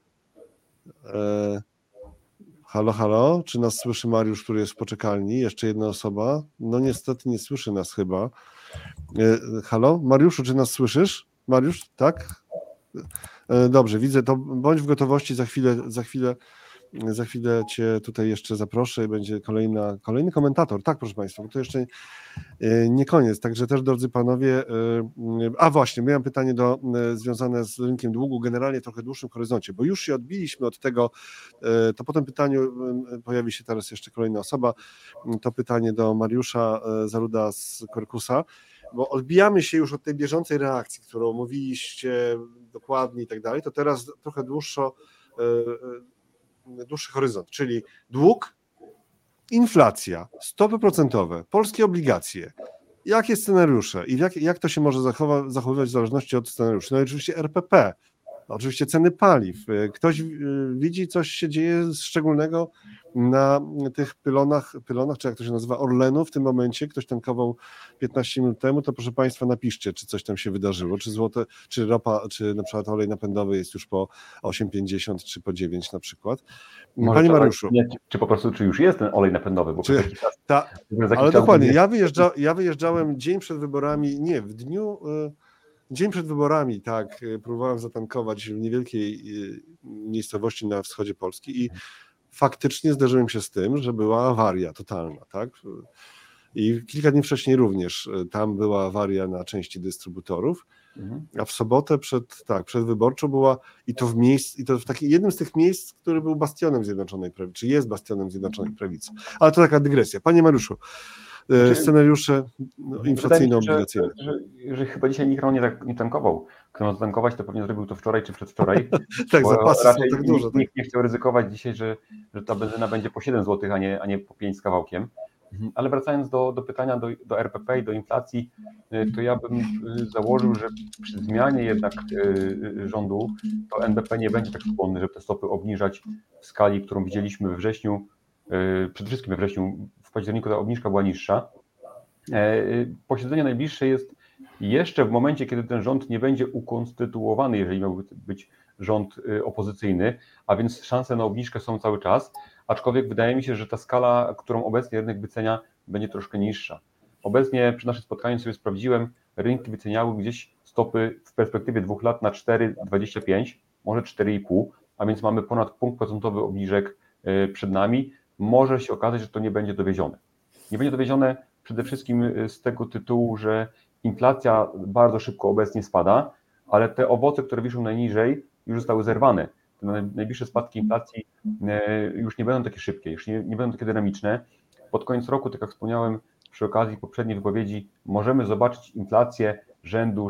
Halo, czy nas słyszy Mariusz, który jest w poczekalni? Jeszcze jedna osoba. No niestety nie słyszy nas chyba. Halo, Mariuszu, czy nas słyszysz? Mariusz, tak? Dobrze, widzę, to bądź w gotowości, za chwilę Cię tutaj jeszcze zaproszę i będzie kolejny komentator. Tak, proszę Państwa, bo to jeszcze nie koniec, także też, drodzy panowie, właśnie, miałem pytanie związane z rynkiem długu, generalnie trochę dłuższym horyzoncie, bo już się odbiliśmy od tego, to po tym pytaniu pojawi się teraz jeszcze kolejna osoba, to pytanie do Mariusza Zaruda z Korkusa, bo odbijamy się już od tej bieżącej reakcji, którą mówiliście dokładnie i tak dalej, to teraz trochę dłuższy horyzont, czyli dług, inflacja, stopy procentowe, polskie obligacje. Jakie scenariusze i jak to się może zachowywać w zależności od scenariuszy? No i oczywiście RPP, oczywiście ceny paliw. Ktoś widzi, coś się dzieje szczególnego na tych pylonach, czy jak to się nazywa, Orlenu w tym momencie, ktoś tankował 15 minut temu, to proszę Państwa napiszcie, czy coś tam się wydarzyło, czy złote, czy ropa, czy na przykład olej napędowy jest już po 8,50 czy po 9 na przykład. Panie Mariuszu. Czy po prostu, czy już jest ten olej napędowy? Bo ale dokładnie, ja wyjeżdżałem dzień przed wyborami, dzień przed wyborami, tak, próbowałem zatankować w niewielkiej miejscowości na wschodzie Polski i faktycznie zderzyłem się z tym, że była awaria totalna, tak? I kilka dni wcześniej również tam była awaria na części dystrybutorów, a w sobotę przedwyborczo była i to w takim jednym z tych miejsc, który był bastionem Zjednoczonej Prawicy, czy jest bastionem Zjednoczonej Prawicy. Ale to taka dygresja. Panie Mariuszu, scenariusze inflacyjne, obligacyjne. Że chyba dzisiaj nikt nie tankował. Kto ma zatankować, to pewnie zrobił to wczoraj czy przedwczoraj. Tak, zapasy są tak duże. Nikt nie chciał ryzykować dzisiaj, że ta benzyna będzie po 7 zł, a nie po 5 z kawałkiem. Ale wracając do pytania do RPP i do inflacji, to ja bym założył, że przy zmianie jednak rządu to NBP nie będzie tak skłonny, żeby te stopy obniżać w skali, którą widzieliśmy we wrześniu. Przede wszystkim we wrześniu, w październiku ta obniżka była niższa. Posiedzenie najbliższe jest jeszcze w momencie, kiedy ten rząd nie będzie ukonstytuowany, jeżeli miałby być rząd opozycyjny, a więc szanse na obniżkę są cały czas, aczkolwiek wydaje mi się, że ta skala, którą obecnie rynek wycenia, będzie troszkę niższa. Obecnie przy naszym spotkaniu sobie sprawdziłem, rynki wyceniały gdzieś stopy w perspektywie 2 lat na 4,25, może 4,5, a więc mamy ponad punkt procentowy obniżek przed nami. Może się okazać, że to nie będzie dowiezione. Nie będzie dowiezione przede wszystkim z tego tytułu, że inflacja bardzo szybko obecnie spada, ale te owoce, które wiszą najniżej, już zostały zerwane. Te najbliższe spadki inflacji już nie będą takie szybkie, już nie będą takie dynamiczne. Pod koniec roku, tak jak wspomniałem przy okazji poprzedniej wypowiedzi, możemy zobaczyć inflację rzędu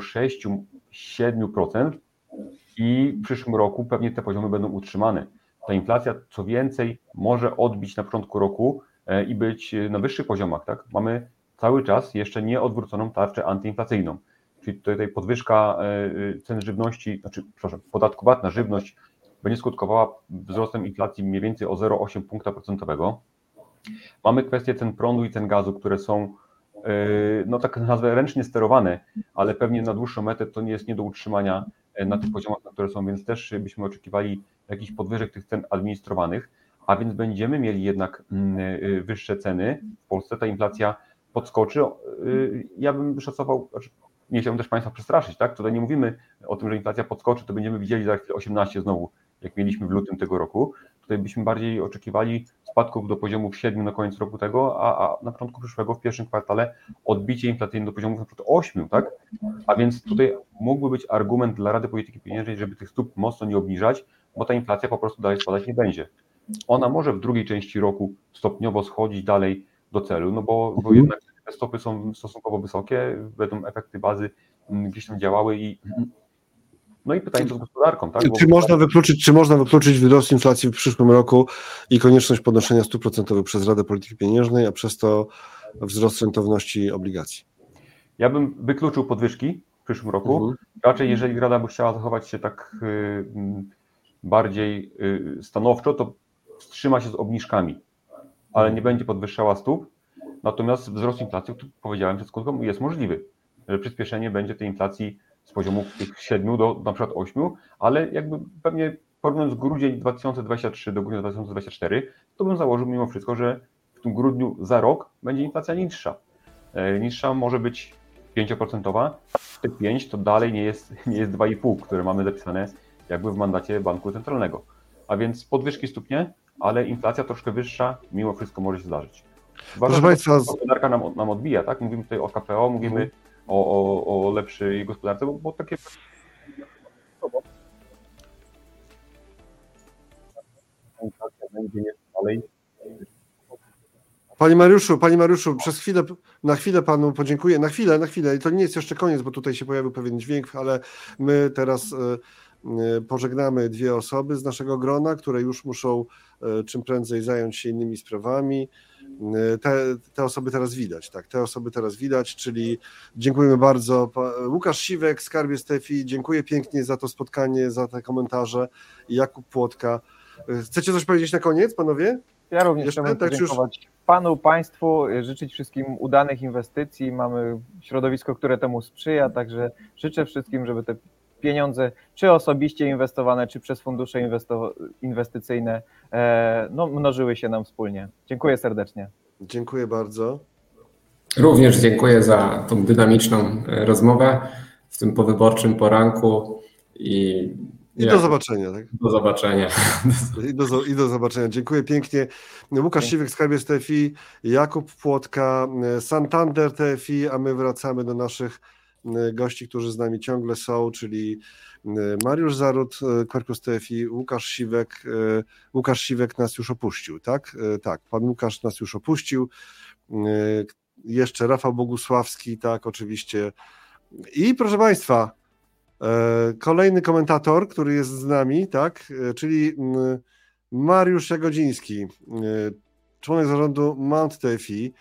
6-7% i w przyszłym roku pewnie te poziomy będą utrzymane. Ta inflacja, co więcej, może odbić na początku roku i być na wyższych poziomach. Tak? Mamy cały czas jeszcze nie odwróconą tarczę antyinflacyjną. Czyli tutaj podwyżka cen żywności, podatku VAT na żywność będzie skutkowała wzrostem inflacji mniej więcej o 0,8 punkta procentowego. Mamy kwestię cen prądu i cen gazu, które są, no tak nazwę, ręcznie sterowane, ale pewnie na dłuższą metę to nie jest nie do utrzymania na tych poziomach, na które są, więc też byśmy oczekiwali jakichś podwyżek tych cen administrowanych, a więc będziemy mieli jednak wyższe ceny. W Polsce ta inflacja podskoczy. Ja bym szacował, nie chciałbym też Państwa przestraszyć, tak? Tutaj nie mówimy o tym, że inflacja podskoczy, to będziemy widzieli za chwilę 18 znowu, jak mieliśmy w lutym tego roku. Tutaj byśmy bardziej oczekiwali spadków do poziomów 7 na koniec roku tego, a na początku przyszłego, w pierwszym kwartale, odbicie inflacyjne do poziomów na przykład 8, tak? A więc tutaj mógłby być argument dla Rady Polityki Pieniężnej, żeby tych stóp mocno nie obniżać, bo ta inflacja po prostu dalej spadać nie będzie. Ona może w drugiej części roku stopniowo schodzić dalej do celu, no bo jednak te stopy są stosunkowo wysokie, będą efekty bazy gdzieś tam działały no i pytanie, co z gospodarką, tak? Czy można wykluczyć wzrost inflacji w przyszłym roku i konieczność podnoszenia stóp procentowych przez Radę Polityki Pieniężnej, a przez to wzrost rentowności obligacji? Ja bym wykluczył podwyżki w przyszłym roku. Raczej jeżeli Rada by chciała zachować się tak bardziej stanowczo, to wstrzyma się z obniżkami, ale nie będzie podwyższała stóp. Natomiast wzrost inflacji, który powiedziałem przed skutką, jest możliwy. Że przyspieszenie będzie tej inflacji z poziomu tych 7 do na przykład 8, ale jakby pewnie porównując grudzień 2023 do grudnia 2024, to bym założył mimo wszystko, że w tym grudniu za rok będzie inflacja niższa. Niższa może być 5%, te 5 to dalej nie jest 2,5, które mamy zapisane jakby w mandacie banku centralnego. A więc podwyżki stóp nie, ale inflacja troszkę wyższa mimo wszystko może się zdarzyć. Proszę Państwa, gospodarka nam odbija, tak? Mówimy tutaj o KPO, mówimy o lepszej gospodarce, bo takie... Panie Mariuszu, na chwilę Panu podziękuję, na chwilę, i to nie jest jeszcze koniec, bo tutaj się pojawił pewien dźwięk, ale my teraz pożegnamy 2 osoby z naszego grona, które już muszą czym prędzej zająć się innymi sprawami. Te osoby teraz widać, tak, czyli dziękujemy bardzo. Łukasz Siwek, Skarbiec TFI, dziękuję pięknie za to spotkanie, za te komentarze. Jakub Płotka. Chcecie coś powiedzieć na koniec, panowie? Ja również chciałbym podziękować Panu, Państwu, życzyć wszystkim udanych inwestycji. Mamy środowisko, które temu sprzyja, także życzę wszystkim, żeby te pieniądze, czy osobiście inwestowane, czy przez fundusze inwestycyjne, mnożyły się nam wspólnie. Dziękuję serdecznie. Dziękuję bardzo. Również dziękuję za tą dynamiczną rozmowę w tym powyborczym poranku i do zobaczenia. Tak? Do zobaczenia. I do zobaczenia. Dziękuję pięknie. Łukasz Siwek, Skarbiec TFI, Jakub Płotka, Santander TFI, a my wracamy do naszych gości, którzy z nami ciągle są, czyli Mariusz Zarudt, Quercus TFI, Łukasz Siwek nas już opuścił, tak? Tak, pan Łukasz nas już opuścił. Jeszcze Rafał Bogusławski, tak, oczywiście. I proszę Państwa, kolejny komentator, który jest z nami, tak, czyli Mariusz Jagodziński, członek zarządu Mount TFI.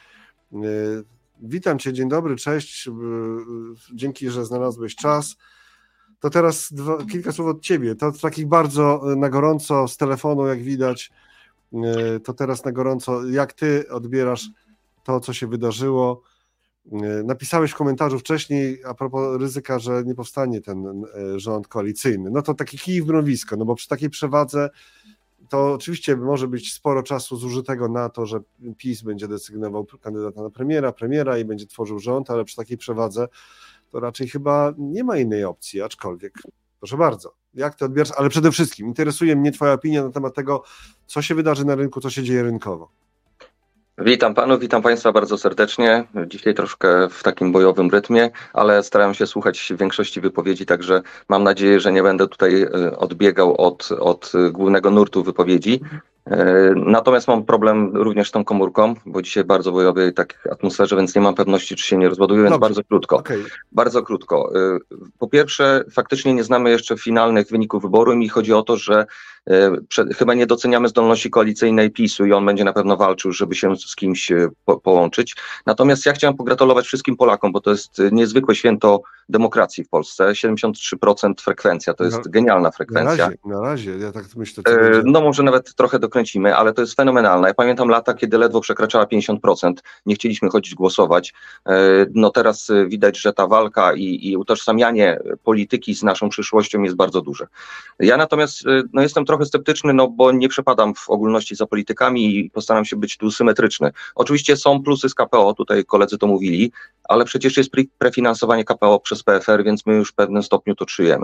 Witam Cię, dzień dobry, cześć, dzięki, że znalazłeś czas. To teraz kilka słów od Ciebie, to takich bardzo na gorąco z telefonu, jak widać, to teraz na gorąco, jak Ty odbierasz to, co się wydarzyło. Napisałeś w komentarzu wcześniej a propos ryzyka, że nie powstanie ten rząd koalicyjny. No to taki kij w mrowisko, no bo przy takiej przewadze to oczywiście może być sporo czasu zużytego na to, że PiS będzie desygnował kandydata na premiera i będzie tworzył rząd, ale przy takiej przewadze to raczej chyba nie ma innej opcji, aczkolwiek. Proszę bardzo, jak ty odbierasz, ale przede wszystkim interesuje mnie twoja opinia na temat tego, co się wydarzy na rynku, co się dzieje rynkowo. Witam panów, witam państwa bardzo serdecznie. Dzisiaj troszkę w takim bojowym rytmie, ale staram się słuchać większości wypowiedzi, także mam nadzieję, że nie będę tutaj odbiegał od głównego nurtu wypowiedzi. Natomiast mam problem również z tą komórką, bo dzisiaj bardzo bojowej tak atmosferze, więc nie mam pewności, czy się nie rozładuje, więc bardzo krótko. Okay. Bardzo krótko. Po pierwsze, faktycznie nie znamy jeszcze finalnych wyników wyboru i mi chodzi o to, że chyba nie doceniamy zdolności koalicyjnej PiS-u i on będzie na pewno walczył, żeby się z kimś połączyć. Natomiast ja chciałem pogratulować wszystkim Polakom, bo to jest niezwykłe święto demokracji w Polsce. 73% frekwencja, to jest genialna frekwencja. Na razie, ja tak myślę. No może nawet trochę dokręcimy, ale to jest fenomenalne. Ja pamiętam lata, kiedy ledwo przekraczała 50%, nie chcieliśmy chodzić głosować. No teraz widać, że ta walka i utożsamianie polityki z naszą przyszłością jest bardzo duże. Ja natomiast no jestem trochę sceptyczny, no bo nie przepadam w ogólności za politykami i postaram się być tu symetryczny. Oczywiście są plusy z KPO, tutaj koledzy to mówili, ale przecież jest prefinansowanie KPO przez PFR, więc my już w pewnym stopniu to czujemy.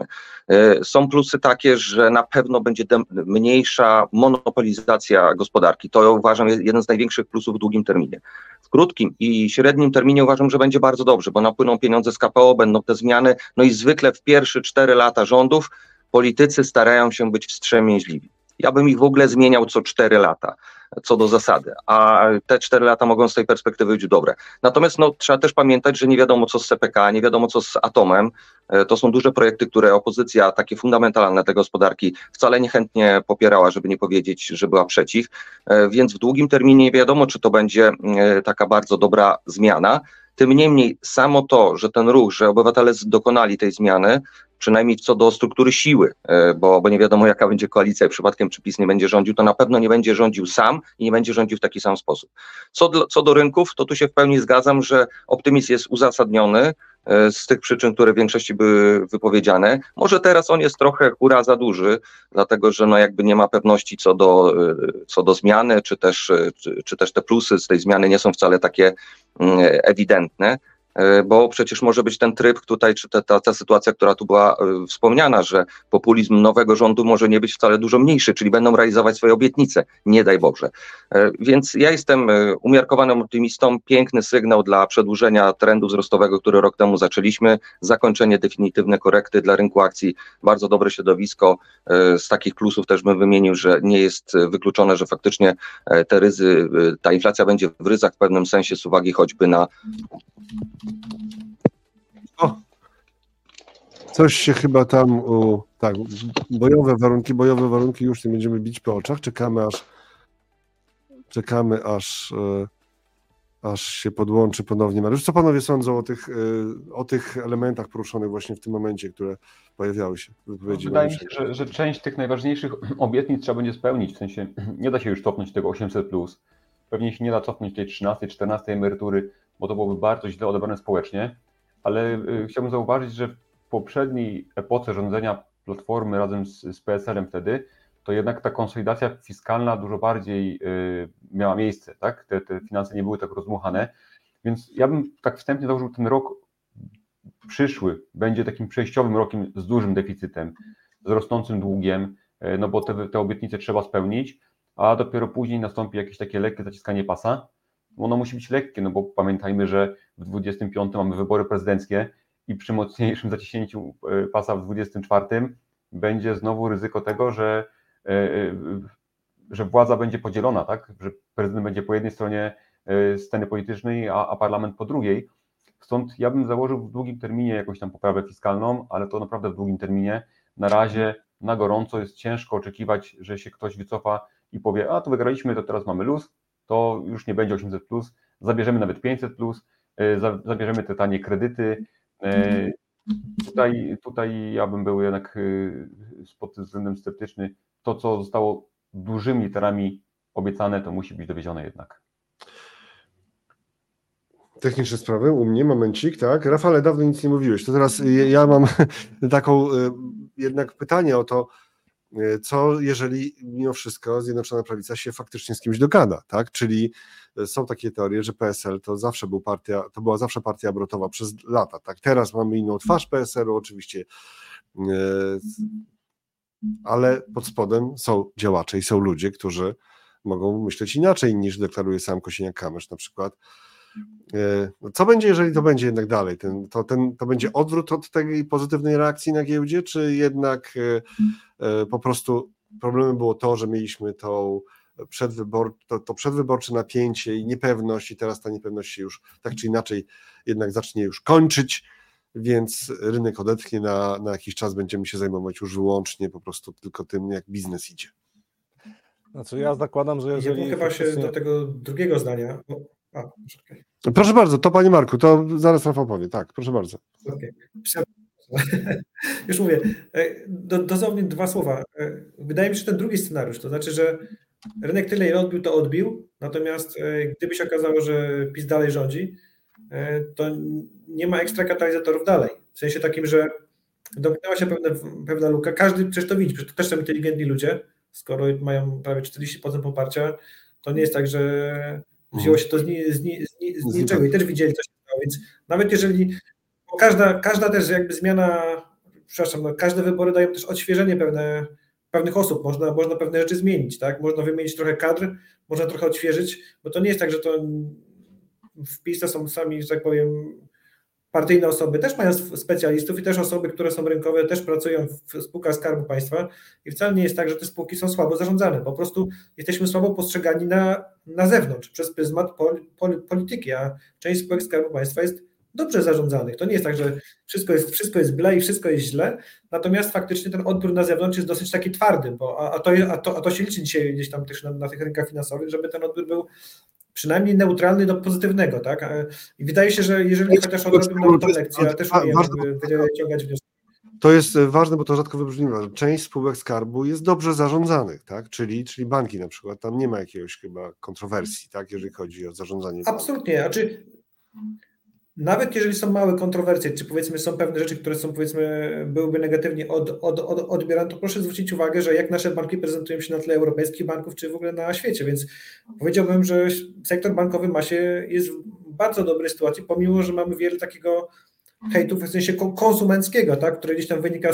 Są plusy takie, że na pewno będzie mniejsza monopolizacja gospodarki. To uważam jest jeden z największych plusów w długim terminie. W krótkim i średnim terminie uważam, że będzie bardzo dobrze, bo napłyną pieniądze z KPO, będą te zmiany, no i zwykle w pierwsze 4 lata rządów politycy starają się być wstrzemięźliwi. Ja bym ich w ogóle zmieniał co 4 lata, co do zasady, a te 4 lata mogą z tej perspektywy być dobre. Natomiast no, trzeba też pamiętać, że nie wiadomo co z CPK, nie wiadomo co z Atomem. To są duże projekty, które opozycja, takie fundamentalne tej gospodarki, wcale niechętnie popierała, żeby nie powiedzieć, że była przeciw. Więc w długim terminie nie wiadomo, czy to będzie taka bardzo dobra zmiana. Tym niemniej samo to, że ten ruch, że obywatele dokonali tej zmiany, przynajmniej co do struktury siły, bo nie wiadomo jaka będzie koalicja i przypadkiem czy PiS nie będzie rządził, to na pewno nie będzie rządził sam i nie będzie rządził w taki sam sposób. Co do rynków, to tu się w pełni zgadzam, że optymizm jest uzasadniony z tych przyczyn, które w większości były wypowiedziane. Może teraz on jest trochę hura za duży, dlatego że no jakby nie ma pewności co do zmiany, czy też te plusy z tej zmiany nie są wcale takie ewidentne. Bo przecież może być ten tryb tutaj, czy ta sytuacja, która tu była wspomniana, że populizm nowego rządu może nie być wcale dużo mniejszy, czyli będą realizować swoje obietnice, nie daj Boże. Więc ja jestem umiarkowanym optymistą, piękny sygnał dla przedłużenia trendu wzrostowego, który rok temu zaczęliśmy, zakończenie definitywne korekty dla rynku akcji, bardzo dobre środowisko. Z takich plusów też bym wymienił, że nie jest wykluczone, że faktycznie ta inflacja będzie w ryzach w pewnym sensie z uwagi choćby na coś się chyba tam, tak, bojowe warunki, już nie będziemy bić po oczach, czekamy aż się podłączy ponownie Mariusz. Co panowie sądzą o tych elementach poruszonych właśnie w tym momencie, które pojawiały się w wypowiedzi? Wydaje mi się, że część tych najważniejszych obietnic trzeba będzie spełnić, w sensie nie da się już cofnąć tego 800+, pewnie się nie da cofnąć tej 13, 14 emerytury, bo to byłoby bardzo źle odebrane społecznie, ale chciałbym zauważyć, że w poprzedniej epoce rządzenia Platformy razem z PSL-em wtedy, to jednak ta konsolidacja fiskalna dużo bardziej miała miejsce, tak? Te finanse nie były tak rozdmuchane, więc ja bym tak wstępnie założył, ten rok przyszły będzie takim przejściowym rokiem z dużym deficytem, z rosnącym długiem, no bo te obietnice trzeba spełnić, a dopiero później nastąpi jakieś takie lekkie zaciskanie pasa. Ono musi być lekkie, no bo pamiętajmy, że w 25 mamy wybory prezydenckie i przy mocniejszym zaciśnięciu pasa w 24 będzie znowu ryzyko tego, że władza będzie podzielona, tak? Że prezydent będzie po jednej stronie sceny politycznej, a parlament po drugiej. Stąd ja bym założył w długim terminie jakąś tam poprawę fiskalną, ale to naprawdę w długim terminie. Na razie na gorąco jest ciężko oczekiwać, że się ktoś wycofa i powie, a to wygraliśmy, to teraz mamy luz, to już nie będzie 800+, zabierzemy nawet 500+, zabierzemy te tanie kredyty. Tutaj ja bym był jednak pod tym względem sceptyczny. To, co zostało dużymi literami obiecane, to musi być dowiezione jednak. Techniczne sprawy u mnie, momencik, tak. Rafale, dawno nic nie mówiłeś, to teraz ja mam taką jednak pytanie o to, co jeżeli mimo wszystko Zjednoczona Prawica się faktycznie z kimś dogada, tak? Czyli są takie teorie, że PSL to była zawsze partia obrotowa przez lata, tak? Teraz mamy inną twarz PSL-u, oczywiście ale pod spodem są działacze i są ludzie, którzy mogą myśleć inaczej niż deklaruje sam Kosiniak-Kamysz na przykład. Co będzie, jeżeli to będzie jednak dalej? To będzie odwrót od tej pozytywnej reakcji na giełdzie, czy jednak po prostu problemem było to, że mieliśmy to przedwyborcze napięcie i niepewność i teraz ta niepewność się już tak czy inaczej jednak zacznie już kończyć, więc rynek odetchnie na jakiś czas, będziemy się zajmować już wyłącznie po prostu tylko tym, jak biznes idzie. Znaczy ja zakładam, że jeżeli... Ja chyba się do tego drugiego zdania... Proszę bardzo, to panie Marku, to zaraz Rafał powie. Tak, proszę bardzo. Okay. Już mówię, dosłownie 2 słowa. Wydaje mi się, że ten drugi scenariusz, to znaczy, że rynek tyle ile odbił, to odbił, natomiast gdyby się okazało, że PiS dalej rządzi, to nie ma ekstra katalizatorów dalej. W sensie takim, że domknęła się pewna luka. Każdy przecież to widzi, przecież to też są inteligentni ludzie, skoro mają prawie 40% poparcia, to nie jest tak, że wzięło się to z niczego i też widzieli, co się stało, więc nawet jeżeli każda też jakby zmiana, każde wybory dają też odświeżenie pewnych osób, można pewne rzeczy zmienić, tak? Można wymienić trochę kadr, można trochę odświeżyć, bo to nie jest tak, że to w PiS to są sami, że tak powiem, partyjne osoby, też mają specjalistów i też osoby, które są rynkowe, też pracują w spółkach Skarbu Państwa i wcale nie jest tak, że te spółki są słabo zarządzane, po prostu jesteśmy słabo postrzegani na zewnątrz, przez pryzmat polityki, a część spółek Skarbu Państwa jest dobrze zarządzanych. To nie jest tak, że wszystko jest ble i wszystko jest źle, natomiast faktycznie ten odbiór na zewnątrz jest dosyć taki twardy, a to się liczy dzisiaj gdzieś tam też na tych rynkach finansowych, żeby ten odbiór był przynajmniej neutralny do pozytywnego, tak? I wydaje się, że jeżeli chociaż odrobimy nawet tą lekcję, ja też umiem wyciągać wnioski. To jest ważne, bo to rzadko wybrzmiewa, że część spółek Skarbu jest dobrze zarządzanych, tak? Czyli banki na przykład, tam nie ma jakiegoś chyba kontrowersji, tak? Jeżeli chodzi o zarządzanie. Absolutnie, nawet jeżeli są małe kontrowersje, czy powiedzmy są pewne rzeczy, które są byłyby negatywnie odbierane, to proszę zwrócić uwagę, że jak nasze banki prezentują się na tle europejskich banków, czy w ogóle na świecie, więc powiedziałbym, że sektor bankowy jest w bardzo dobrej sytuacji, pomimo że mamy wiele takiego hejtu w sensie konsumenckiego, tak, który gdzieś tam wynika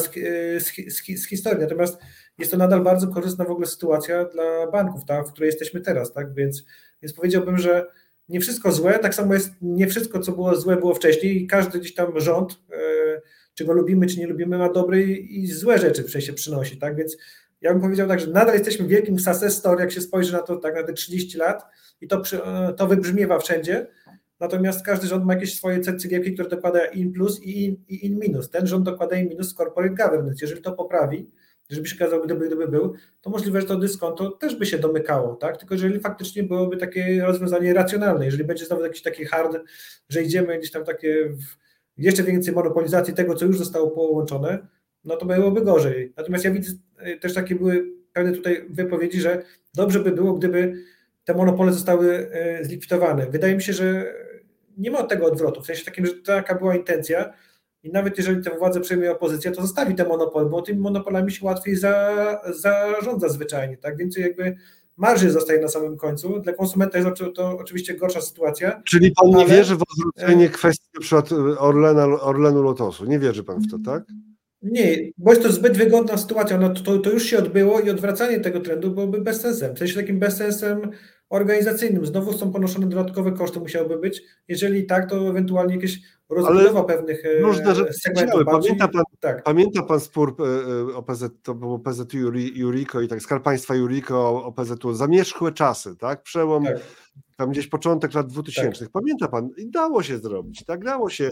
z historii, natomiast jest to nadal bardzo korzystna w ogóle sytuacja dla banków, tak, w której jesteśmy teraz, tak, więc powiedziałbym, że nie wszystko złe, tak samo jest nie wszystko, co było złe, było wcześniej i każdy gdzieś tam rząd, czy go lubimy, czy nie lubimy, ma dobre i złe rzeczy w sensie przynosi, tak, więc ja bym powiedział tak, że nadal jesteśmy wielkim success story, jak się spojrzy na to tak na te 30 lat i to wybrzmiewa wszędzie, natomiast każdy rząd ma jakieś swoje cegiełki, które dokłada in plus i in minus. Ten rząd dokłada in minus corporate governance. Jeżeli to poprawi, żeby się okazało, gdyby był, to możliwe, że to dyskonto też by się domykało, tak? Tylko jeżeli faktycznie byłoby takie rozwiązanie racjonalne, jeżeli będzie znowu jakiś taki hard, że idziemy gdzieś tam takie jeszcze więcej monopolizacji tego, co już zostało połączone, no to byłoby gorzej. Natomiast ja widzę też takie były pewne tutaj wypowiedzi, że dobrze by było, gdyby te monopole zostały zlikwidowane. Wydaje mi się, że nie ma tego odwrotu, w sensie takim, że taka była intencja i nawet jeżeli tę władzę przejmie opozycja, to zostawi te monopoly, bo tymi monopolami się łatwiej zarządza zwyczajnie, tak? Więcej jakby marży zostaje na samym końcu. Dla konsumenta jest to oczywiście gorsza sytuacja. Czyli pan nie wierzy w odwrócenie kwestii na przykład Orlenu, Lotosu. Nie wierzy pan w to, tak? Nie, bo jest to zbyt wygodna sytuacja. No to już się odbyło i odwracanie tego trendu byłoby bezsensem. W sensie takim bezsensem organizacyjnym. Znowu są ponoszone dodatkowe koszty, musiałyby być. Jeżeli tak, to ewentualnie jakieś rozbudowa pewnych segmentów. Pamięta pan spór OPZ, to było PZU Juriko i tak, Skarb Państwa Juriko, OPZ-u, zamierzchłe czasy, tak? Przełom, tam gdzieś początek lat 2000. Tak. Pamięta pan? I dało się zrobić, tak? Dało się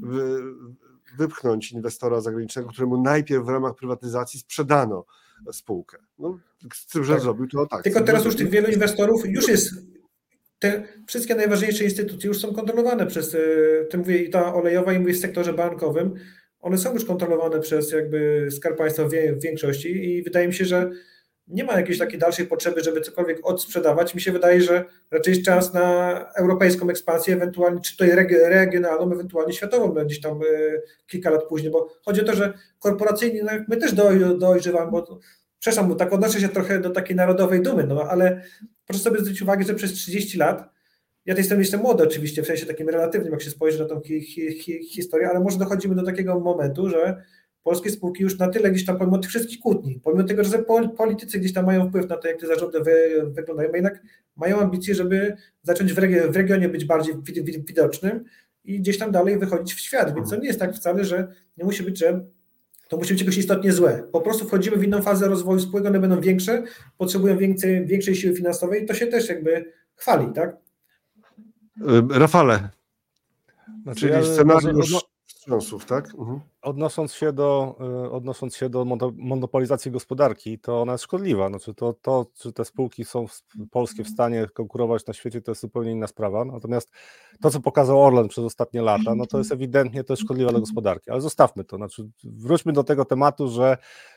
wypchnąć inwestora zagranicznego, któremu najpierw w ramach prywatyzacji sprzedano spółkę. No, z tym, że zrobił to tak. Tylko teraz już tych wielu inwestorów już jest. Te wszystkie najważniejsze instytucje już są kontrolowane przez, mówię i ta olejowa, i mówię w sektorze bankowym, one są już kontrolowane przez jakby Skarb Państwa w większości i wydaje mi się, że nie ma jakiejś takiej dalszej potrzeby, żeby cokolwiek odsprzedawać. Mi się wydaje, że raczej jest czas na europejską ekspansję, ewentualnie czy to regionalną, ewentualnie światową, gdzieś tam kilka lat później, bo chodzi o to, że korporacyjnie my też dojrzewamy, bo przepraszam, tak odnoszę się trochę do takiej narodowej dumy, no ale proszę sobie zwrócić uwagę, że przez 30 lat, ja jestem młody oczywiście, w sensie takim relatywnym, jak się spojrzy na tą historię, ale może dochodzimy do takiego momentu, że polskie spółki już na tyle gdzieś tam, pomimo tych wszystkich kłótni, pomimo tego, że politycy gdzieś tam mają wpływ na to, jak te zarządy wyglądają, jednak mają ambicje, żeby zacząć w regionie być bardziej widocznym i gdzieś tam dalej wychodzić w świat, więc to nie jest tak wcale, że nie musi być, że to musi być jakoś istotnie złe. Po prostu wchodzimy w inną fazę rozwoju spółek, one będą większe, potrzebują większej siły finansowej i to się też jakby chwali, tak? Rafale, Znaczy, czyli scenariusz wstrząsów, tak? Odnosząc się do monopolizacji gospodarki, to ona jest szkodliwa. Znaczy to, czy te spółki są polskie w stanie konkurować na świecie, to jest zupełnie inna sprawa. Natomiast to, co pokazał Orlen przez ostatnie lata, no to jest ewidentnie to jest szkodliwe dla gospodarki. Ale zostawmy to. Znaczy, wróćmy do tego tematu, że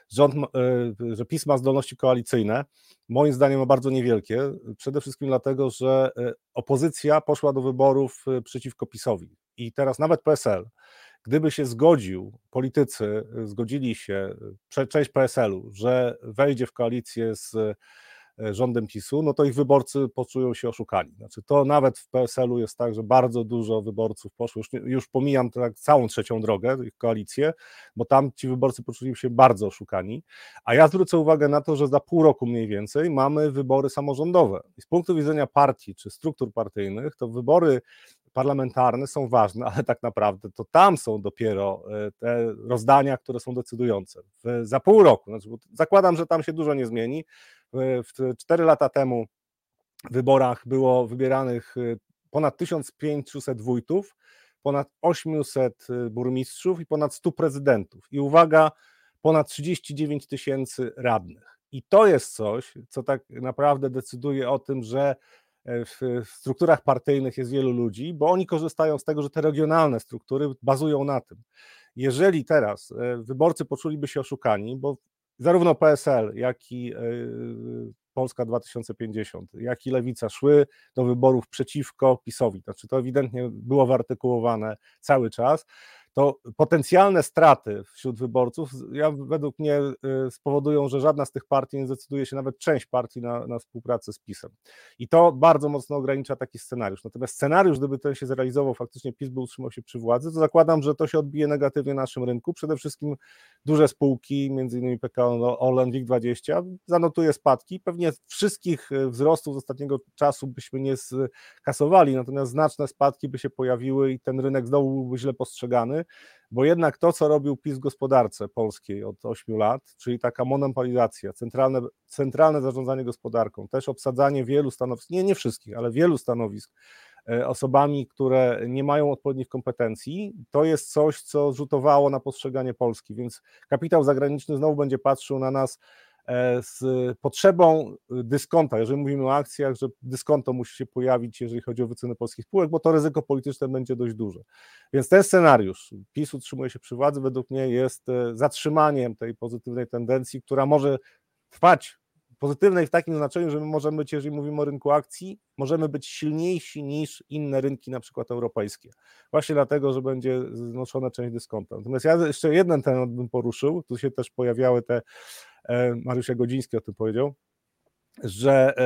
że PiS ma zdolności koalicyjne. Moim zdaniem ma bardzo niewielkie. Przede wszystkim dlatego, że opozycja poszła do wyborów przeciwko PiS-owi. I teraz nawet PSL, gdyby się politycy zgodzili się, część PSL-u, że wejdzie w koalicję z rządem PiS-u, no to ich wyborcy poczują się oszukani. Znaczy to nawet w PSL-u jest tak, że bardzo dużo wyborców poszło, już pomijam tak całą trzecią drogę, ich koalicję, bo tam ci wyborcy poczuli się bardzo oszukani, a ja zwrócę uwagę na to, że za pół roku mniej więcej mamy wybory samorządowe. I z punktu widzenia partii czy struktur partyjnych, to wybory parlamentarne są ważne, ale tak naprawdę to tam są dopiero te rozdania, które są decydujące. Za pół roku, znaczy, zakładam, że tam się dużo nie zmieni. 4 lata temu w wyborach było wybieranych ponad 1500 wójtów, ponad 800 burmistrzów i ponad 100 prezydentów. I uwaga, ponad 39 000 radnych. I to jest coś, co tak naprawdę decyduje o tym, że w strukturach partyjnych jest wielu ludzi, bo oni korzystają z tego, że te regionalne struktury bazują na tym. Jeżeli teraz wyborcy poczuliby się oszukani, bo zarówno PSL, jak i Polska 2050, jak i Lewica szły do wyborów przeciwko PiS-owi, znaczy to ewidentnie było wyartykułowane cały czas, to potencjalne straty wśród wyborców według mnie spowodują, że żadna z tych partii nie zdecyduje się, nawet część partii na współpracę z PiS-em. I to bardzo mocno ogranicza taki scenariusz. Natomiast scenariusz, gdyby ten się zrealizował, faktycznie PiS by utrzymał się przy władzy, to zakładam, że to się odbije negatywnie na naszym rynku. Przede wszystkim duże spółki, m.in. PKO, Orlen, WIG20, zanotuje spadki. Pewnie wszystkich wzrostów z ostatniego czasu byśmy nie skasowali, natomiast znaczne spadki by się pojawiły i ten rynek znowu byłby źle postrzegany, bo jednak to, co robił PiS w gospodarce polskiej od 8 lat, czyli taka monopolizacja, centralne zarządzanie gospodarką, też obsadzanie wielu stanowisk, nie wszystkich, ale wielu stanowisk osobami, które nie mają odpowiednich kompetencji, to jest coś, co rzutowało na postrzeganie Polski, więc kapitał zagraniczny znowu będzie patrzył na nas z potrzebą dyskonta, jeżeli mówimy o akcjach, że dyskonto musi się pojawić, jeżeli chodzi o wycenę polskich spółek, bo to ryzyko polityczne będzie dość duże. Więc ten scenariusz, PiS utrzymuje się przy władzy, według mnie jest zatrzymaniem tej pozytywnej tendencji, która może trwać, pozytywnej w takim znaczeniu, że my możemy być, jeżeli mówimy o rynku akcji, możemy być silniejsi niż inne rynki, na przykład europejskie. Właśnie dlatego, że będzie znoszona część dyskonta. Natomiast ja jeszcze jeden temat bym poruszył, tu się też pojawiały te, Mariusz Jagodziński o tym powiedział, że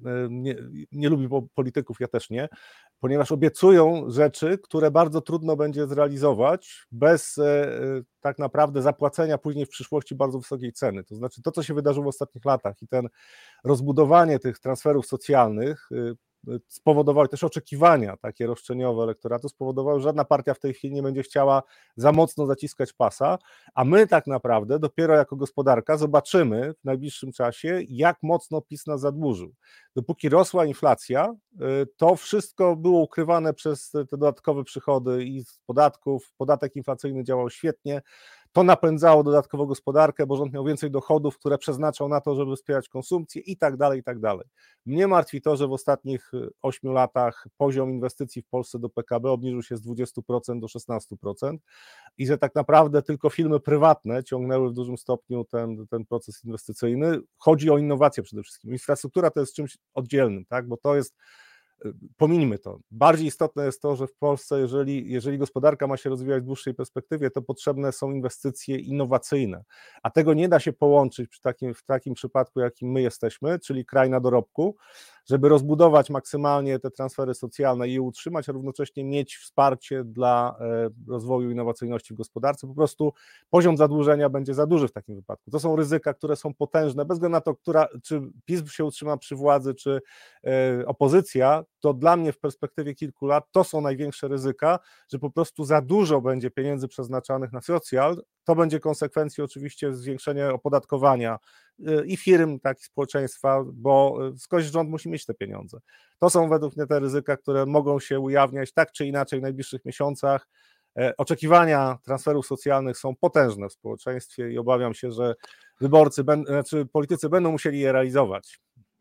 nie lubi polityków, ja też nie, ponieważ obiecują rzeczy, które bardzo trudno będzie zrealizować bez tak naprawdę zapłacenia później w przyszłości bardzo wysokiej ceny. To znaczy to, co się wydarzyło w ostatnich latach i ten rozbudowanie tych transferów socjalnych spowodowały też oczekiwania takie roszczeniowe elektoratu, spowodowały, że żadna partia w tej chwili nie będzie chciała za mocno zaciskać pasa, a my tak naprawdę dopiero jako gospodarka zobaczymy w najbliższym czasie, jak mocno PiS nas zadłużył. Dopóki rosła inflacja, to wszystko było ukrywane przez te dodatkowe przychody i z podatków, podatek inflacyjny działał świetnie, to napędzało dodatkowo gospodarkę, bo rząd miał więcej dochodów, które przeznaczał na to, żeby wspierać konsumpcję i tak dalej, i tak dalej. Mnie martwi to, że w ostatnich 8 latach poziom inwestycji w Polsce do PKB obniżył się z 20% do 16% i że tak naprawdę tylko firmy prywatne ciągnęły w dużym stopniu ten proces inwestycyjny. Chodzi o innowacje przede wszystkim. Infrastruktura to jest czymś oddzielnym, tak? Bo to jest, pominijmy to. Bardziej istotne jest to, że w Polsce, jeżeli gospodarka ma się rozwijać w dłuższej perspektywie, to potrzebne są inwestycje innowacyjne, a tego nie da się połączyć w takim przypadku, jakim my jesteśmy, czyli kraj na dorobku, żeby rozbudować maksymalnie te transfery socjalne i je utrzymać, a równocześnie mieć wsparcie dla rozwoju innowacyjności w gospodarce. Po prostu poziom zadłużenia będzie za duży w takim wypadku. To są ryzyka, które są potężne, bez względu na to, czy PiS się utrzyma przy władzy, czy opozycja, to dla mnie w perspektywie kilku lat to są największe ryzyka, że po prostu za dużo będzie pieniędzy przeznaczanych na socjal. To będzie konsekwencją oczywiście zwiększenia opodatkowania i firm, tak i społeczeństwa, bo skądś rząd musi mieć te pieniądze. To są według mnie te ryzyka, które mogą się ujawniać tak czy inaczej w najbliższych miesiącach. Oczekiwania transferów socjalnych są potężne w społeczeństwie i obawiam się, że politycy będą musieli je realizować.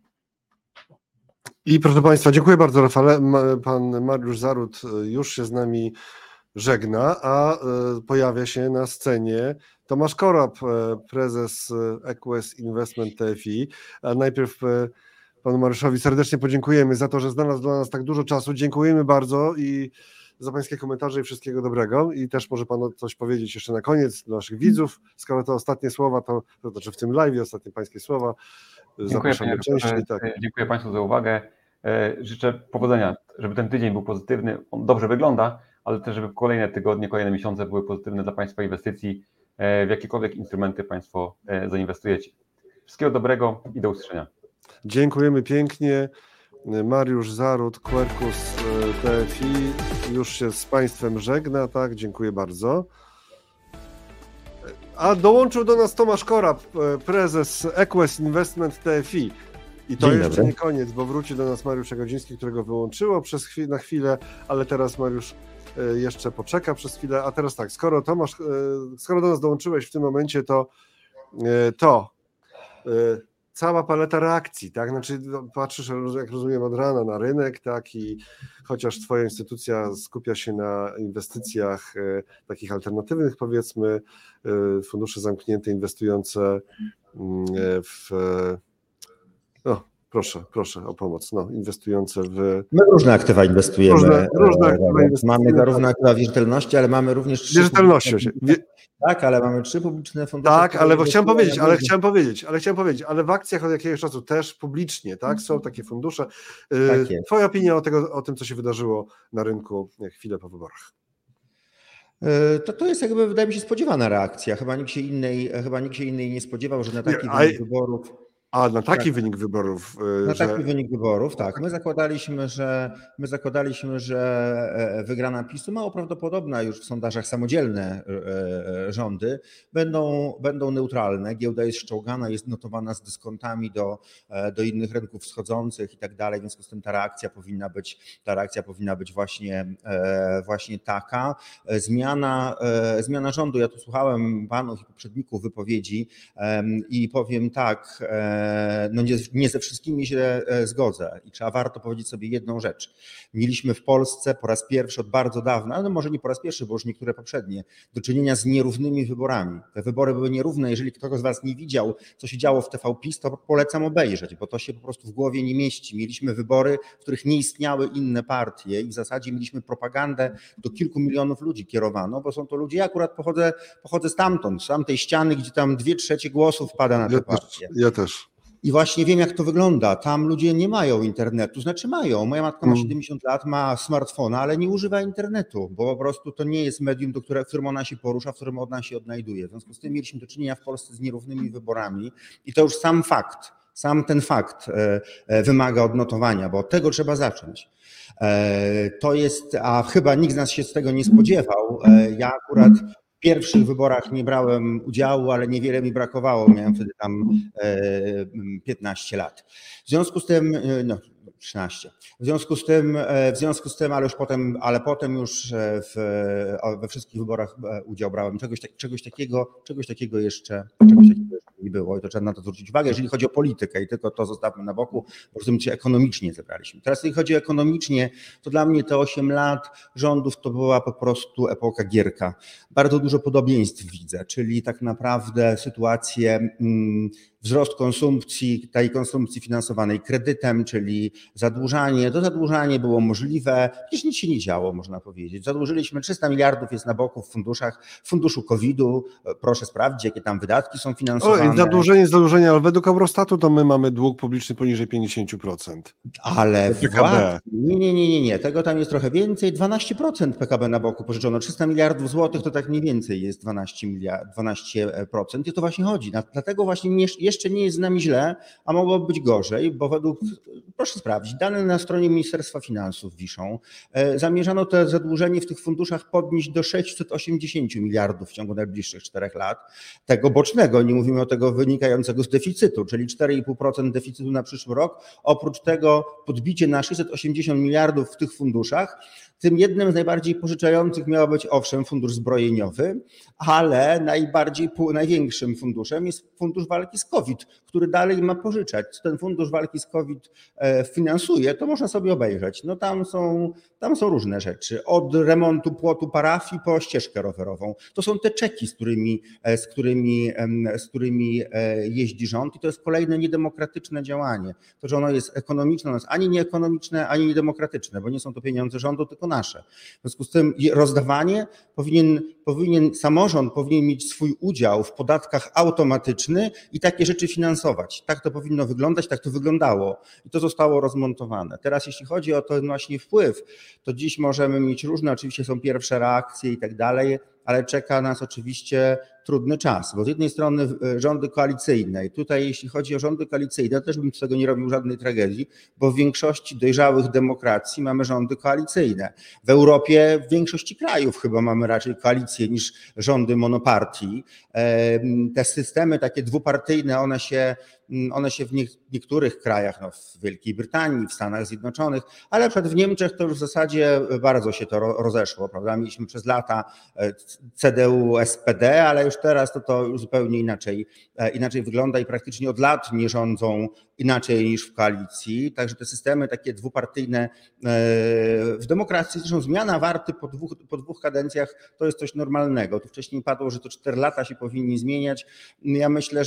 I proszę Państwa, dziękuję bardzo, Rafale. Pan Mariusz Zarudt już się z nami żegna, a pojawia się na scenie Tomasz Korab, prezes Equest Investment TFI. A najpierw panu Mariuszowi serdecznie podziękujemy za to, że znalazł dla nas tak dużo czasu. Dziękujemy bardzo i za pańskie komentarze i wszystkiego dobrego. I też może pan coś powiedzieć jeszcze na koniec dla naszych widzów. Skoro to ostatnie słowa, to znaczy w tym live ostatnie pańskie słowa. Zapraszamy częściej. Tak. Dziękuję Państwu za uwagę. Życzę powodzenia, żeby ten tydzień był pozytywny. On dobrze wygląda, ale też żeby kolejne tygodnie, kolejne miesiące były pozytywne dla Państwa inwestycji, w jakiekolwiek instrumenty Państwo zainwestujecie. Wszystkiego dobrego i do usłyszenia. Dziękujemy pięknie. Mariusz Zarudt, Quercus TFI już się z Państwem żegna, tak, dziękuję bardzo. A dołączył do nas Tomasz Korab, prezes Equest Investment TFI. I to jeszcze nie koniec, bo wróci do nas Mariusz Jagodziński, którego wyłączyło na chwilę, ale teraz Mariusz jeszcze poczeka przez chwilę. A teraz tak, skoro do nas dołączyłeś w tym momencie, to cała paleta reakcji, tak? Znaczy patrzysz, jak rozumiem, od rana na rynek, tak? I chociaż twoja instytucja skupia się na inwestycjach takich alternatywnych, powiedzmy, fundusze zamknięte inwestujące w... Proszę o pomoc. Inwestujące w... My różne aktywa inwestujemy. Różne aktywa mamy zarówno aktywa wierzytelności, ale mamy również trzy wierzytelności. Tak, ale mamy 3 publiczne fundusze. Tak, ale chciałem powiedzieć, ale w akcjach od jakiegoś czasu też publicznie, tak? Są takie fundusze. Tak jest. Twoja opinia o tym, co się wydarzyło na rynku chwilę po wyborach. To jest jakby, wydaje mi się, spodziewana reakcja. Chyba nikt się innej nie spodziewał, że na taki wynik wyborów... A na taki wynik wyborów. Taki wynik wyborów, tak. My zakładaliśmy, że wygrana PiS-u, mało prawdopodobna już w sondażach samodzielne rządy, będą neutralne. Giełda jest szczołgana, jest notowana z dyskontami do innych rynków wschodzących i tak dalej, w związku z tym ta reakcja powinna być właśnie taka. Zmiana rządu, ja tu słuchałem panów i poprzedników wypowiedzi i powiem tak, nie ze wszystkimi się zgodzę i warto powiedzieć sobie jedną rzecz. Mieliśmy w Polsce po raz pierwszy od bardzo dawna, ale może nie po raz pierwszy, bo już niektóre poprzednie, do czynienia z nierównymi wyborami. Te wybory były nierówne. Jeżeli ktoś z was nie widział, co się działo w TV PiS, to polecam obejrzeć, bo to się po prostu w głowie nie mieści. Mieliśmy wybory, w których nie istniały inne partie i w zasadzie mieliśmy propagandę do kilku milionów ludzi kierowaną, bo są to ludzie, ja akurat pochodzę stamtąd, z tamtej ściany, gdzie tam 2/3 głosów pada na tę partię. Ja też. I właśnie wiem, jak to wygląda. Tam ludzie nie mają internetu, znaczy mają. Moja matka ma 70 lat, ma smartfona, ale nie używa internetu, bo po prostu to nie jest medium, w którym ona się porusza, w którym ona się odnajduje. W związku z tym mieliśmy do czynienia w Polsce z nierównymi wyborami i to już sam ten fakt wymaga odnotowania, bo od tego trzeba zacząć. To jest, a chyba nikt z nas się z tego nie spodziewał. Ja akurat w pierwszych wyborach nie brałem udziału, ale niewiele mi brakowało. Miałem wtedy tam 15 lat. W związku z tym, 13. W związku z tym, ale potem już we wszystkich wyborach udział brałem. Czegoś takiego jeszcze nie było i to trzeba na to zwrócić uwagę. Jeżeli chodzi o politykę i tylko to zostawmy na boku, bo rozumiem, czy ekonomicznie zebraliśmy. Teraz jeżeli chodzi o ekonomicznie, to dla mnie te 8 lat rządów to była po prostu epoka Gierka. Bardzo dużo podobieństw widzę, czyli tak naprawdę sytuację wzrost konsumpcji, tej konsumpcji finansowanej kredytem, czyli zadłużanie. To zadłużanie było możliwe, przecież nic się nie działo, można powiedzieć. Zadłużyliśmy 300 miliardów jest na boku w funduszach, w funduszu COVID-u. Proszę sprawdzić, jakie tam wydatki są finansowane. Zadłużenie, ale według Eurostatu to my mamy dług publiczny poniżej 50%. Ale nie. Tego tam jest trochę więcej. 12% PKB na boku pożyczono. 300 miliardów złotych to tak mniej więcej jest 12%. I to właśnie chodzi. Dlatego właśnie jeszcze nie jest z nami źle, a mogło być gorzej, bo proszę sprawdzić, dane na stronie Ministerstwa Finansów wiszą, zamierzano to zadłużenie w tych funduszach podnieść do 680 miliardów w ciągu najbliższych 4 lat. Tego bocznego, nie mówimy o tego wynikającego z deficytu, czyli 4,5% deficytu na przyszły rok. Oprócz tego podbicie na 680 miliardów w tych funduszach. Tym jednym z najbardziej pożyczających miał być owszem fundusz zbrojeniowy, ale największym funduszem jest fundusz walki z COVID, który dalej ma pożyczać. Co ten fundusz walki z COVID finansuje, to można sobie obejrzeć. No tam są różne rzeczy, od remontu płotu parafii po ścieżkę rowerową. To są te czeki, z którymi jeździ rząd i to jest kolejne niedemokratyczne działanie. To, że ono jest ekonomiczne, ono jest ani nieekonomiczne, ani niedemokratyczne, bo nie są to pieniądze rządu, tylko nasze. W związku z tym rozdawanie samorząd powinien mieć swój udział w podatkach automatyczny i takie rzeczy finansować. Tak to powinno wyglądać, tak to wyglądało i to zostało rozmontowane. Teraz jeśli chodzi o ten właśnie wpływ, to dziś możemy mieć różne, oczywiście są pierwsze reakcje i tak dalej, ale czeka nas oczywiście trudny czas, bo z jednej strony rządy koalicyjne i tutaj jeśli chodzi o rządy koalicyjne, też bym z tego nie robił żadnej tragedii, bo w większości dojrzałych demokracji mamy rządy koalicyjne. W Europie w większości krajów chyba mamy raczej koalicje niż rządy monopartii. Te systemy takie dwupartyjne, one się w niektórych krajach, w Wielkiej Brytanii, w Stanach Zjednoczonych, ale na przykład w Niemczech to już w zasadzie bardzo się to rozeszło, prawda? Mieliśmy przez lata CDU, SPD, ale już teraz to już zupełnie inaczej wygląda i praktycznie od lat nie rządzą inaczej niż w koalicji. Także te systemy takie dwupartyjne w demokracji, zresztą zmiana warty po dwóch kadencjach to jest coś normalnego. Tu wcześniej padło, że to 4 lata się powinni zmieniać. Ja myślę,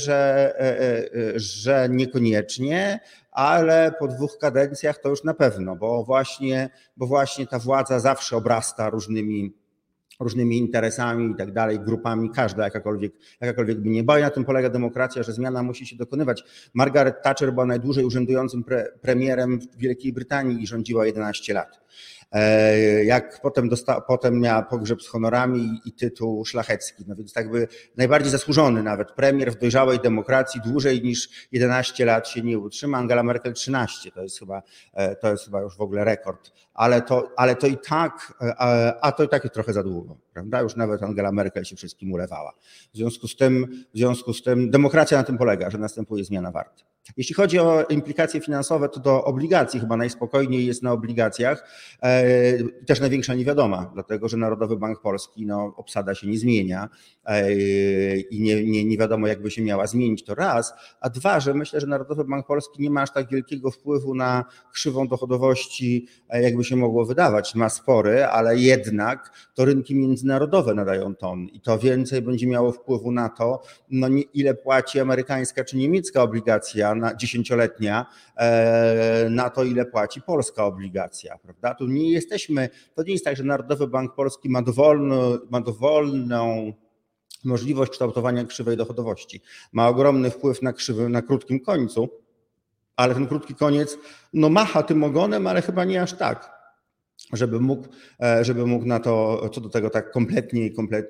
że niekoniecznie, ale po 2 kadencjach to już na pewno, bo właśnie ta władza zawsze obrasta różnymi interesami i tak dalej, grupami, każda jakakolwiek by nie była. I na tym polega demokracja, że zmiana musi się dokonywać. Margaret Thatcher była najdłużej urzędującym premierem w Wielkiej Brytanii i rządziła 11 lat. Jak potem miała pogrzeb z honorami i tytuł szlachecki. No więc tak by najbardziej zasłużony nawet premier w dojrzałej demokracji dłużej niż 11 lat się nie utrzyma. Angela Merkel 13, to jest chyba już w ogóle rekord. Ale to i tak jest trochę za długo, prawda? Już nawet Angela Merkel się wszystkim ulewała. W związku z tym demokracja na tym polega, że następuje zmiana warty. Jeśli chodzi o implikacje finansowe, to do obligacji chyba najspokojniej jest na obligacjach. Też największa niewiadoma, dlatego że Narodowy Bank Polski, obsada się nie zmienia i nie wiadomo jakby się miała zmienić, to raz, a dwa, że myślę, że Narodowy Bank Polski nie ma aż tak wielkiego wpływu na krzywą dochodowości, jakby się mogło wydawać. Ma spory, ale jednak to rynki międzynarodowe nadają ton i to więcej będzie miało wpływu na to, ile płaci amerykańska czy niemiecka obligacja na 10-letnia, na to ile płaci polska obligacja, prawda? To nie jest tak, że Narodowy Bank Polski ma dowolną możliwość kształtowania krzywej dochodowości. Ma ogromny wpływ na krótkim końcu, ale ten krótki koniec macha tym ogonem, ale chyba nie aż tak, żeby mógł na to, co do tego tak kompletnie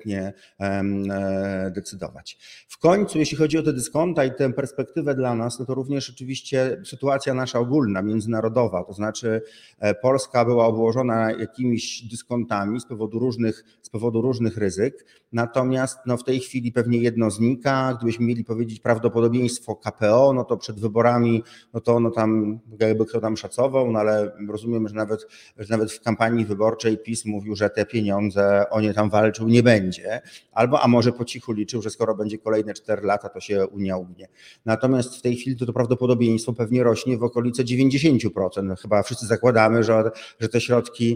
decydować. W końcu, jeśli chodzi o te dyskonta i tę perspektywę dla nas, to również oczywiście sytuacja nasza ogólna, międzynarodowa, to znaczy Polska była obłożona jakimiś dyskontami z powodu różnych ryzyk, natomiast w tej chwili pewnie jedno znika, gdybyśmy mieli powiedzieć prawdopodobieństwo KPO, to przed wyborami, to ono tam, jakby kto tam szacował, ale rozumiem, że nawet w kampanii kampanii wyborczej PiS mówił, że te pieniądze o nie tam walczył nie będzie, a może po cichu liczył, że skoro będzie kolejne 4 lata, to się Unia ugnie. Natomiast w tej chwili to prawdopodobieństwo pewnie rośnie w okolice 90%. Chyba wszyscy zakładamy, że te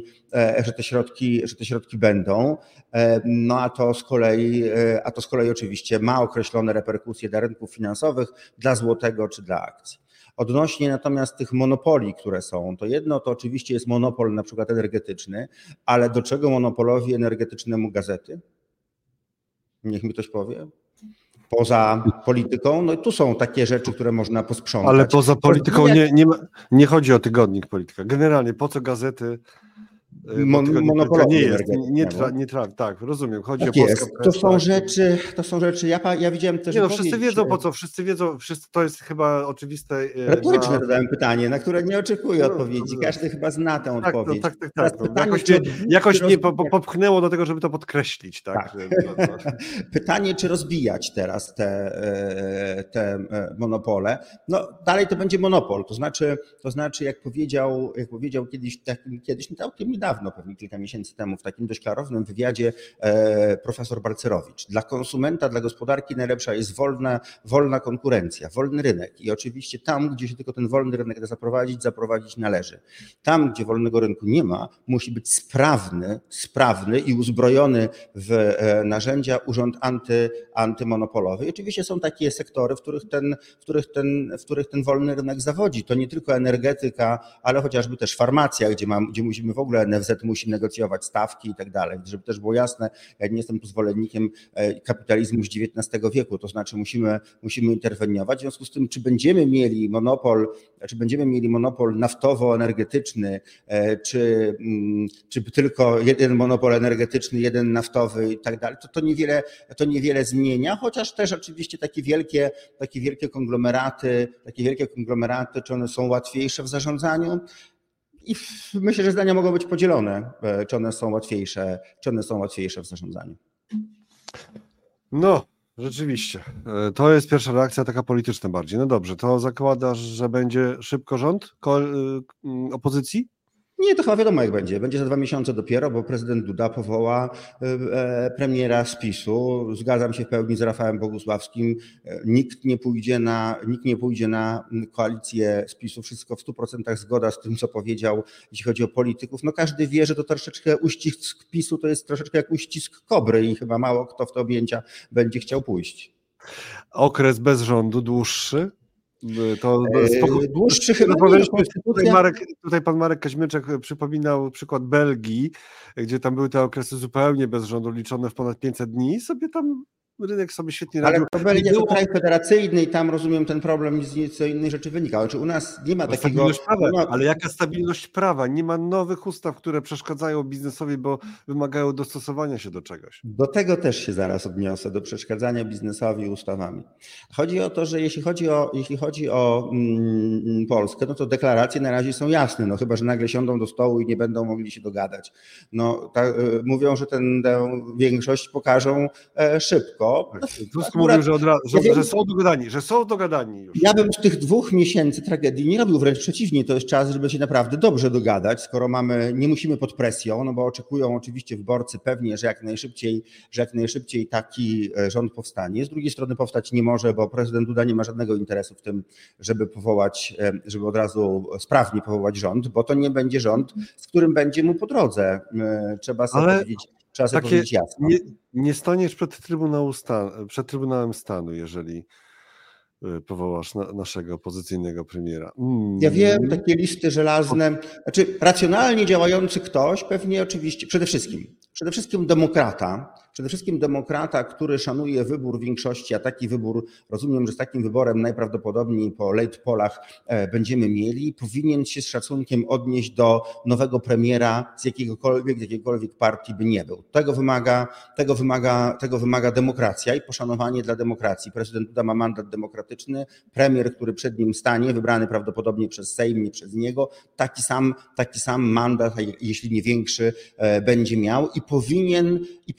środki będą, no a to z kolei oczywiście ma określone reperkusje dla rynków finansowych, dla złotego czy dla akcji. Odnośnie natomiast tych monopoli, które są, to jedno to oczywiście jest monopol na przykład energetyczny, ale do czego monopolowi energetycznemu gazety? Niech mi ktoś powie. Poza polityką, no i tu są takie rzeczy, które można posprzątać. Ale poza polityką nie chodzi o tygodnik Polityka. Generalnie po co gazety? Monopolowi nie jest, tak, rozumiem. Chodzi tak o Polską jest. To są rzeczy, ja widziałem też. Wszyscy wiedzą po co, to jest chyba oczywiste. Retoryczne zadałem pytanie, na które nie oczekuję odpowiedzi. Każdy chyba zna tę odpowiedź. Tak. Jakoś mnie popchnęło do tego, żeby to podkreślić. Tak. Pytanie, czy rozbijać teraz te monopole. No dalej to będzie monopol, to znaczy jak powiedział kiedyś całkiem niedawno, pewnie kilka miesięcy temu, w takim dość klarownym wywiadzie profesor Balcerowicz. Dla konsumenta, dla gospodarki najlepsza jest wolna konkurencja, wolny rynek. I oczywiście tam, gdzie się tylko ten wolny rynek da zaprowadzić należy. Tam, gdzie wolnego rynku nie ma, musi być sprawny i uzbrojony w narzędzia urząd antymonopolowy. I oczywiście są takie sektory, w których ten wolny rynek zawodzi. To nie tylko energetyka, ale chociażby też farmacja, gdzie musimy w ogóle NFZ musi negocjować stawki i tak dalej. Żeby też było jasne, ja nie jestem zwolennikiem kapitalizmu z XIX wieku, to znaczy musimy interweniować. W związku z tym, czy będziemy mieli monopol naftowo-energetyczny, czy tylko jeden monopol energetyczny, jeden naftowy i tak dalej, to niewiele zmienia, chociaż też oczywiście takie wielkie konglomeraty, czy one są łatwiejsze w zarządzaniu? I myślę, że zdania mogą być podzielone, czy one są łatwiejsze w zarządzaniu. No, rzeczywiście. To jest pierwsza reakcja taka polityczna bardziej. No dobrze, to zakładasz, że będzie szybko rząd opozycji? Nie, to chyba wiadomo jak będzie. Będzie za 2 miesiące dopiero, bo prezydent Duda powoła premiera z PiS-u. Zgadzam się w pełni z Rafałem Bogusławskim. Nikt nie pójdzie na koalicję z PiS-u. Wszystko w 100% zgoda z tym, co powiedział, jeśli chodzi o polityków. No każdy wie, że to troszeczkę uścisk PiS-u to jest troszeczkę jak uścisk kobry i chyba mało kto w te objęcia będzie chciał pójść. Okres bez rządu dłuższy? Dłuższy chyba Tutaj pan Marek Kaźmierczak przypominał przykład Belgii, gdzie tam były te okresy zupełnie bez rządu, liczone w ponad 500 dni i sobie tam rynek sobie świetnie radził. Ale to Belgia to kraj federacyjny i tam rozumiem ten problem z nieco innej rzeczy wynika. Znaczy u nas nie ma takiego... Ale jaka stabilność prawa? Nie ma nowych ustaw, które przeszkadzają biznesowi, bo wymagają dostosowania się do czegoś. Do tego też się zaraz odniosę, do przeszkadzania biznesowi ustawami. Chodzi o to, że jeśli chodzi o Polskę, no to deklaracje na razie są jasne, no chyba że nagle siądą do stołu i nie będą mogli się dogadać. Mówią, że tę większość pokażą szybko. Tusk mówił, że są dogadani już. Ja bym z tych 2 miesięcy tragedii nie robił, wręcz przeciwnie, to jest czas, żeby się naprawdę dobrze dogadać, skoro nie musimy pod presją, no bo oczekują oczywiście wyborcy pewnie, że jak najszybciej taki rząd powstanie. Z drugiej strony powstać nie może, bo prezydent Duda nie ma żadnego interesu w tym, żeby od razu sprawnie powołać rząd, bo to nie będzie rząd, z którym będzie mu po drodze. Trzeba sobie powiedzieć jasno. Nie staniesz przed Trybunałem Stanu, jeżeli powołasz naszego opozycyjnego premiera. Ja wiem, takie listy żelazne, racjonalnie działający ktoś, pewnie oczywiście, przede wszystkim demokrata, który szanuje wybór większości, a taki wybór, rozumiem, że z takim wyborem najprawdopodobniej po late pollach będziemy mieli, powinien się z szacunkiem odnieść do nowego premiera z jakiejkolwiek partii by nie był. Tego wymaga demokracja i poszanowanie dla demokracji. Prezydent Duda ma mandat demokratyczny, premier, który przed nim stanie, wybrany prawdopodobnie przez Sejm, nie przez niego, taki sam mandat, jeśli nie większy, będzie miał i powinien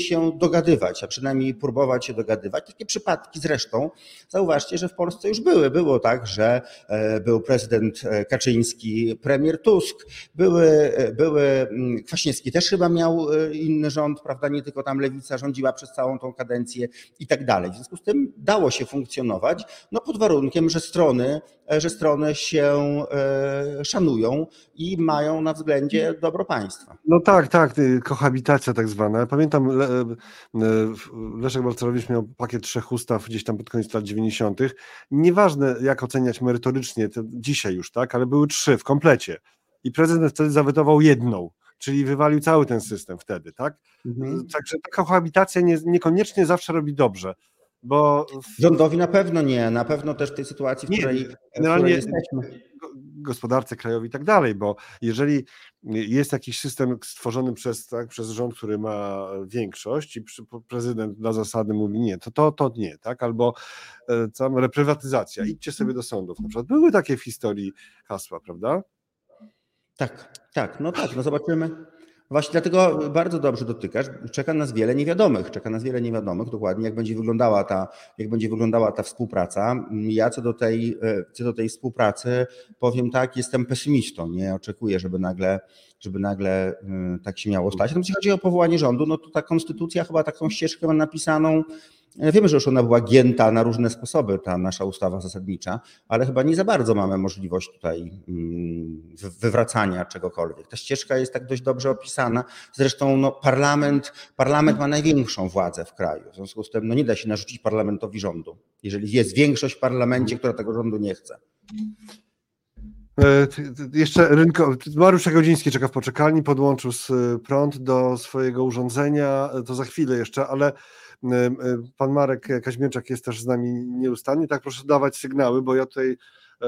się dogadywać, a przynajmniej próbować się dogadywać. Takie przypadki zresztą, zauważcie, że w Polsce już były. Było tak, że był prezydent Kaczyński, premier Tusk, były Kwaśniewski też chyba miał inny rząd, prawda, nie tylko tam Lewica rządziła przez całą tą kadencję i tak dalej. W związku z tym dało się funkcjonować, no pod warunkiem, że strony się szanują i mają na względzie dobro państwa. No tak, kohabitacja tak zwana. Ja pamiętam, Leszek Balcerowicz miał pakiet 3 ustaw gdzieś tam pod koniec lat 90. Nieważne jak oceniać merytorycznie, to dzisiaj już, tak, ale były 3 w komplecie. I prezydent wtedy zawetował jedną, czyli wywalił cały ten system wtedy, tak? Także ta kohabitacja niekoniecznie zawsze robi dobrze, bo... Rządowi na pewno nie, na pewno też w tej sytuacji, w której jesteśmy. Gospodarce krajowej i tak dalej, bo jeżeli jest jakiś system stworzony przez rząd, który ma większość i prezydent dla zasady mówi nie, to nie, tak? Albo tam reprywatyzacja, idźcie sobie do sądów. Na przykład były takie w historii hasła, prawda? Tak, no zobaczymy. Właśnie dlatego bardzo dobrze dotykasz. Czeka nas wiele niewiadomych, dokładnie jak będzie wyglądała ta współpraca. Ja co do tej współpracy powiem tak, jestem pesymistą, nie oczekuję, żeby nagle tak się miało stać. Natomiast jeśli chodzi o powołanie rządu, no to ta konstytucja chyba taką ścieżkę ma napisaną. Wiemy, że już ona była gięta na różne sposoby, ta nasza ustawa zasadnicza, ale chyba nie za bardzo mamy możliwość tutaj wywracania czegokolwiek. Ta ścieżka jest tak dość dobrze opisana. Zresztą no, parlament ma największą władzę w kraju. W związku z tym no, nie da się narzucić parlamentowi rządu, jeżeli jest większość w parlamencie, która tego rządu nie chce. Jeszcze Mariusz Jagodziński czeka w poczekalni, podłączył prąd do swojego urządzenia, to za chwilę jeszcze, ale pan Marek Kaźmierczak jest też z nami nieustannie, tak proszę dawać sygnały, bo ja tutaj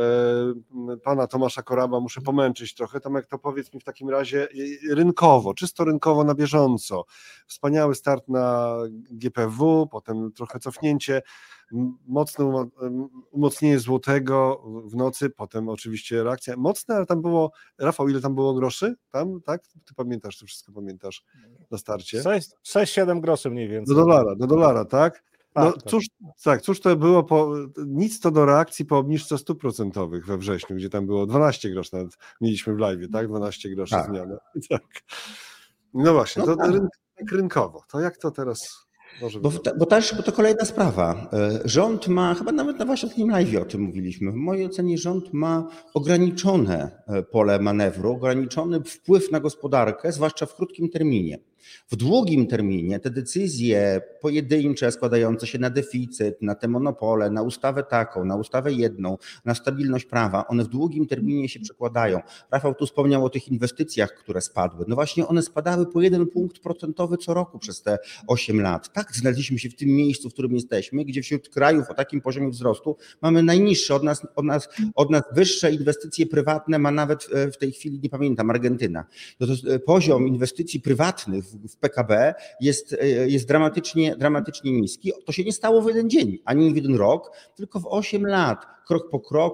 pana Tomasza Koraba muszę pomęczyć trochę. Tomek, to powiedz mi w takim razie rynkowo, czysto rynkowo na bieżąco. Wspaniały start na GPW, potem trochę cofnięcie, mocne umocnienie złotego w nocy, potem oczywiście reakcja mocna, ale tam było, Rafał, ile tam było groszy? Tam, tak? Ty pamiętasz, ty wszystko pamiętasz na starcie? 6-7 groszy mniej więcej. Do dolara, tak? No cóż to było, nic to do reakcji po obniżce 100% we wrześniu, gdzie tam było 12 groszy, nawet mieliśmy w live, tak? 12 groszy zmiana. Tak. No właśnie, to tak rynkowo, to jak to teraz może być? Bo to kolejna sprawa. Rząd ma, chyba nawet na właśnie takim live o tym mówiliśmy, w mojej ocenie rząd ma ograniczone pole manewru, ograniczony wpływ na gospodarkę, zwłaszcza w krótkim terminie. W długim terminie te decyzje pojedyncze składające się na deficyt, na te monopole, na ustawę taką, na ustawę jedną, na stabilność prawa, one w długim terminie się przekładają. Rafał tu wspomniał o tych inwestycjach, które spadły. No właśnie one spadały po 1 punkt procentowy co roku przez te 8 lat. Tak znaleźliśmy się w tym miejscu, w którym jesteśmy, gdzie wśród krajów o takim poziomie wzrostu mamy najniższe, od nas wyższe inwestycje prywatne ma nawet w tej chwili, nie pamiętam, Argentyna. No to poziom inwestycji prywatnych w PKB jest dramatycznie niski. To się nie stało w jeden dzień, ani w jeden rok, tylko w 8 lat. Krok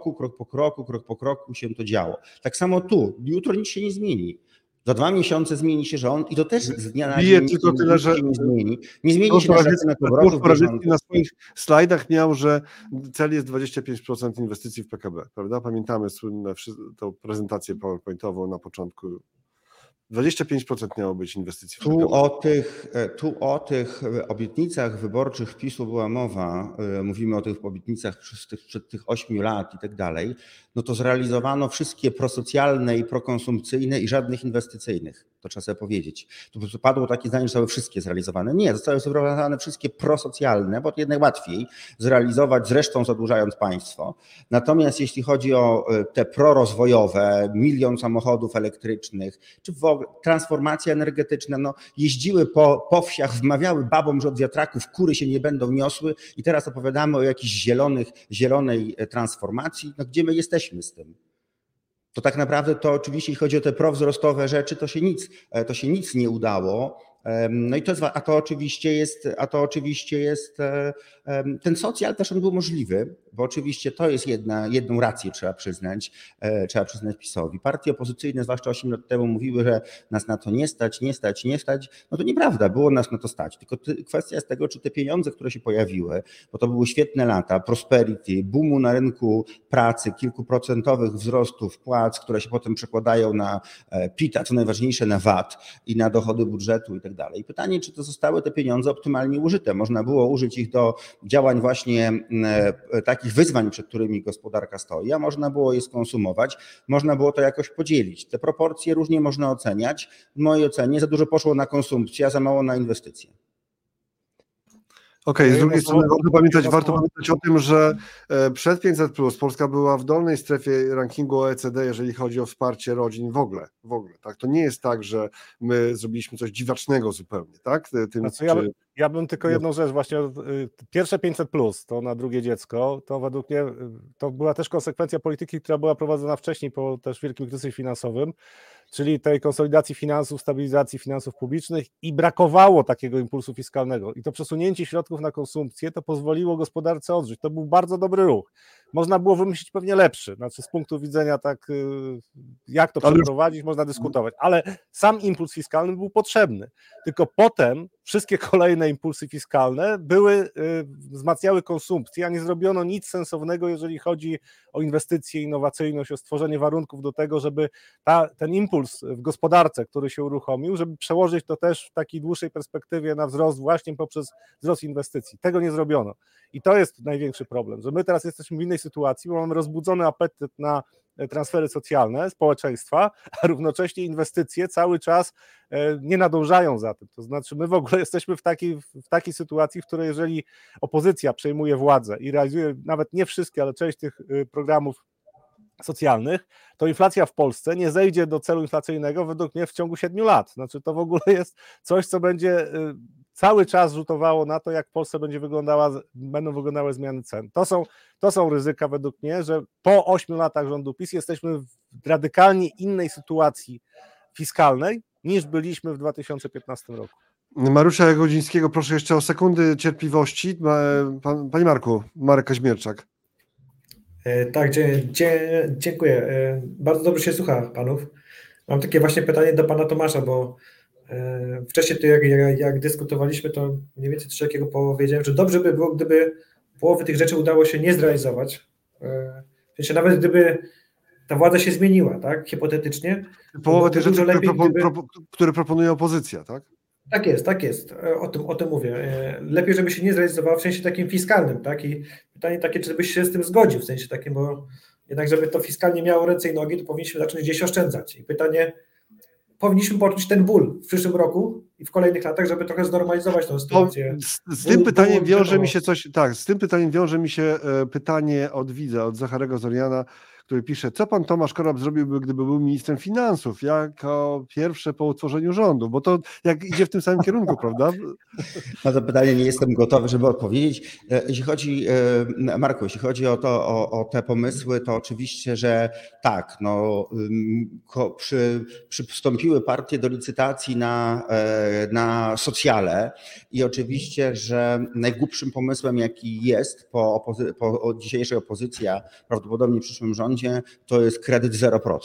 po kroku się to działo. Tak samo tu. Jutro nic się nie zmieni. Za 2 miesiące zmieni się rząd i to też z dnia na dzień tylko tyle, że nie zmieni. Nie zmieni się nasz rachunek obrotów bieżących. Na swoich slajdach miał, że cel jest 25% inwestycji w PKB, prawda? Pamiętamy słynną tą prezentację PowerPointową na początku. 25% miało być inwestycji w PKB. Tu o tych obietnicach wyborczych PiS-u była mowa, mówimy o tych obietnicach przed tych 8 lat i tak dalej, no to zrealizowano wszystkie prosocjalne i prokonsumpcyjne i żadnych inwestycyjnych. To trzeba sobie powiedzieć. Tu padło takie zdanie, że zostały wszystkie zrealizowane. Nie, zostały zrealizowane wszystkie prosocjalne, bo to jednak łatwiej zrealizować, zresztą zadłużając państwo. Natomiast jeśli chodzi o te prorozwojowe, 1 milion samochodów elektrycznych, czy w ogóle transformacja energetyczna, no jeździły po wsiach, wmawiały babom, że od wiatraków kury się nie będą niosły i teraz opowiadamy o jakiejś zielonej transformacji. No gdzie my jesteśmy z tym? To tak naprawdę to oczywiście, jeśli chodzi o te prowzrostowe rzeczy, to się nic nie udało, No i to jest, a to oczywiście jest ten socjal też on był możliwy, bo oczywiście to jest jedną rację trzeba przyznać PiS-owi. Partie opozycyjne, zwłaszcza 8 lat temu, mówiły, że nas na to nie stać. No to nieprawda, było nas na to stać. Tylko kwestia jest tego, czy te pieniądze, które się pojawiły, bo to były świetne lata, prosperity, boomu na rynku pracy, kilkuprocentowych wzrostów płac, które się potem przekładają na PIT, a co najważniejsze na VAT i na dochody budżetu i tak dalej. Pytanie, czy to zostały te pieniądze optymalnie użyte? Można było użyć ich do działań właśnie takich wyzwań, przed którymi gospodarka stoi, a można było je skonsumować, można było to jakoś podzielić. Te proporcje różnie można oceniać. W mojej ocenie za dużo poszło na konsumpcję, a za mało na inwestycje. Okej, z drugiej strony warto pamiętać o tym, że przed 500+ Polska była w dolnej strefie rankingu OECD, jeżeli chodzi o wsparcie rodzin w ogóle. Tak? To nie jest tak, że my zrobiliśmy coś dziwacznego zupełnie. Tak? Ja bym tylko jedną rzecz, właśnie pierwsze 500+, to na drugie dziecko, to według mnie to była też konsekwencja polityki, która była prowadzona wcześniej po też wielkim kryzysie finansowym, czyli tej konsolidacji finansów, stabilizacji finansów publicznych i brakowało takiego impulsu fiskalnego. I to przesunięcie środków na konsumpcję to pozwoliło gospodarce odżyć. To był bardzo dobry ruch. Można było wymyślić pewnie lepszy, znaczy z punktu widzenia tak, jak to przeprowadzić, można dyskutować, ale sam impuls fiskalny był potrzebny. Tylko potem wszystkie kolejne impulsy fiskalne wzmacniały konsumpcję, a nie zrobiono nic sensownego, jeżeli chodzi o inwestycje, innowacyjność, o stworzenie warunków do tego, żeby ten impuls w gospodarce, który się uruchomił, żeby przełożyć to też w takiej dłuższej perspektywie na wzrost właśnie poprzez wzrost inwestycji. Tego nie zrobiono. I to jest największy problem, że my teraz jesteśmy w innej sytuacji, bo mamy rozbudzony apetyt na transfery socjalne społeczeństwa, a równocześnie inwestycje cały czas nie nadążają za tym. To znaczy my w ogóle jesteśmy w takiej sytuacji, w której jeżeli opozycja przejmuje władzę i realizuje nawet nie wszystkie, ale część tych programów socjalnych, to inflacja w Polsce nie zejdzie do celu inflacyjnego według mnie w ciągu 7 lat. Znaczy to w ogóle jest coś, co będzie cały czas rzutowało na to, jak w Polsce będą wyglądały zmiany cen. To są ryzyka według mnie, że po 8 latach rządu PiS jesteśmy w radykalnie innej sytuacji fiskalnej niż byliśmy w 2015 roku. Mariusza Jagodzińskiego, proszę jeszcze o sekundy cierpliwości. Panie Marku, Marek Kaźmierczak. Tak, dziękuję. Bardzo dobrze się słucha panów. Mam takie właśnie pytanie do pana Tomasza, bo wcześniej to jak dyskutowaliśmy, to mniej więcej coś takiego powiedziałem, że dobrze by było, gdyby połowy tych rzeczy udało się nie zrealizować. W sensie nawet gdyby ta władza się zmieniła, tak, hipotetycznie. Połowę tych rzeczy, które proponuje opozycja, tak? Tak jest. O tym mówię. Lepiej, żeby się nie zrealizowała w sensie takim fiskalnym, tak? I pytanie takie, czy byś się z tym zgodził, w sensie takim, bo jednak, żeby to fiskalnie miało ręce i nogi, to powinniśmy zacząć gdzieś oszczędzać. I pytanie, powinniśmy poczuć ten ból w przyszłym roku i w kolejnych latach, żeby trochę znormalizować tę sytuację. Z tym pytaniem wiąże mi się coś, tak, z tym pytaniem wiąże mi się pytanie od widza, od Zacharego Zoriana, który pisze, co pan Tomasz Korab zrobiłby, gdyby był ministrem finansów, jako pierwsze po utworzeniu rządu, bo to jak idzie w tym samym kierunku, prawda? Na to pytanie nie jestem gotowy, żeby odpowiedzieć. Marku, jeśli chodzi o te pomysły, to oczywiście, że tak, przystąpiły partie do licytacji na socjale i oczywiście, że najgłupszym pomysłem, jaki jest po dzisiejszej opozycji, a prawdopodobnie w przyszłym rządzie, to jest kredyt 0%.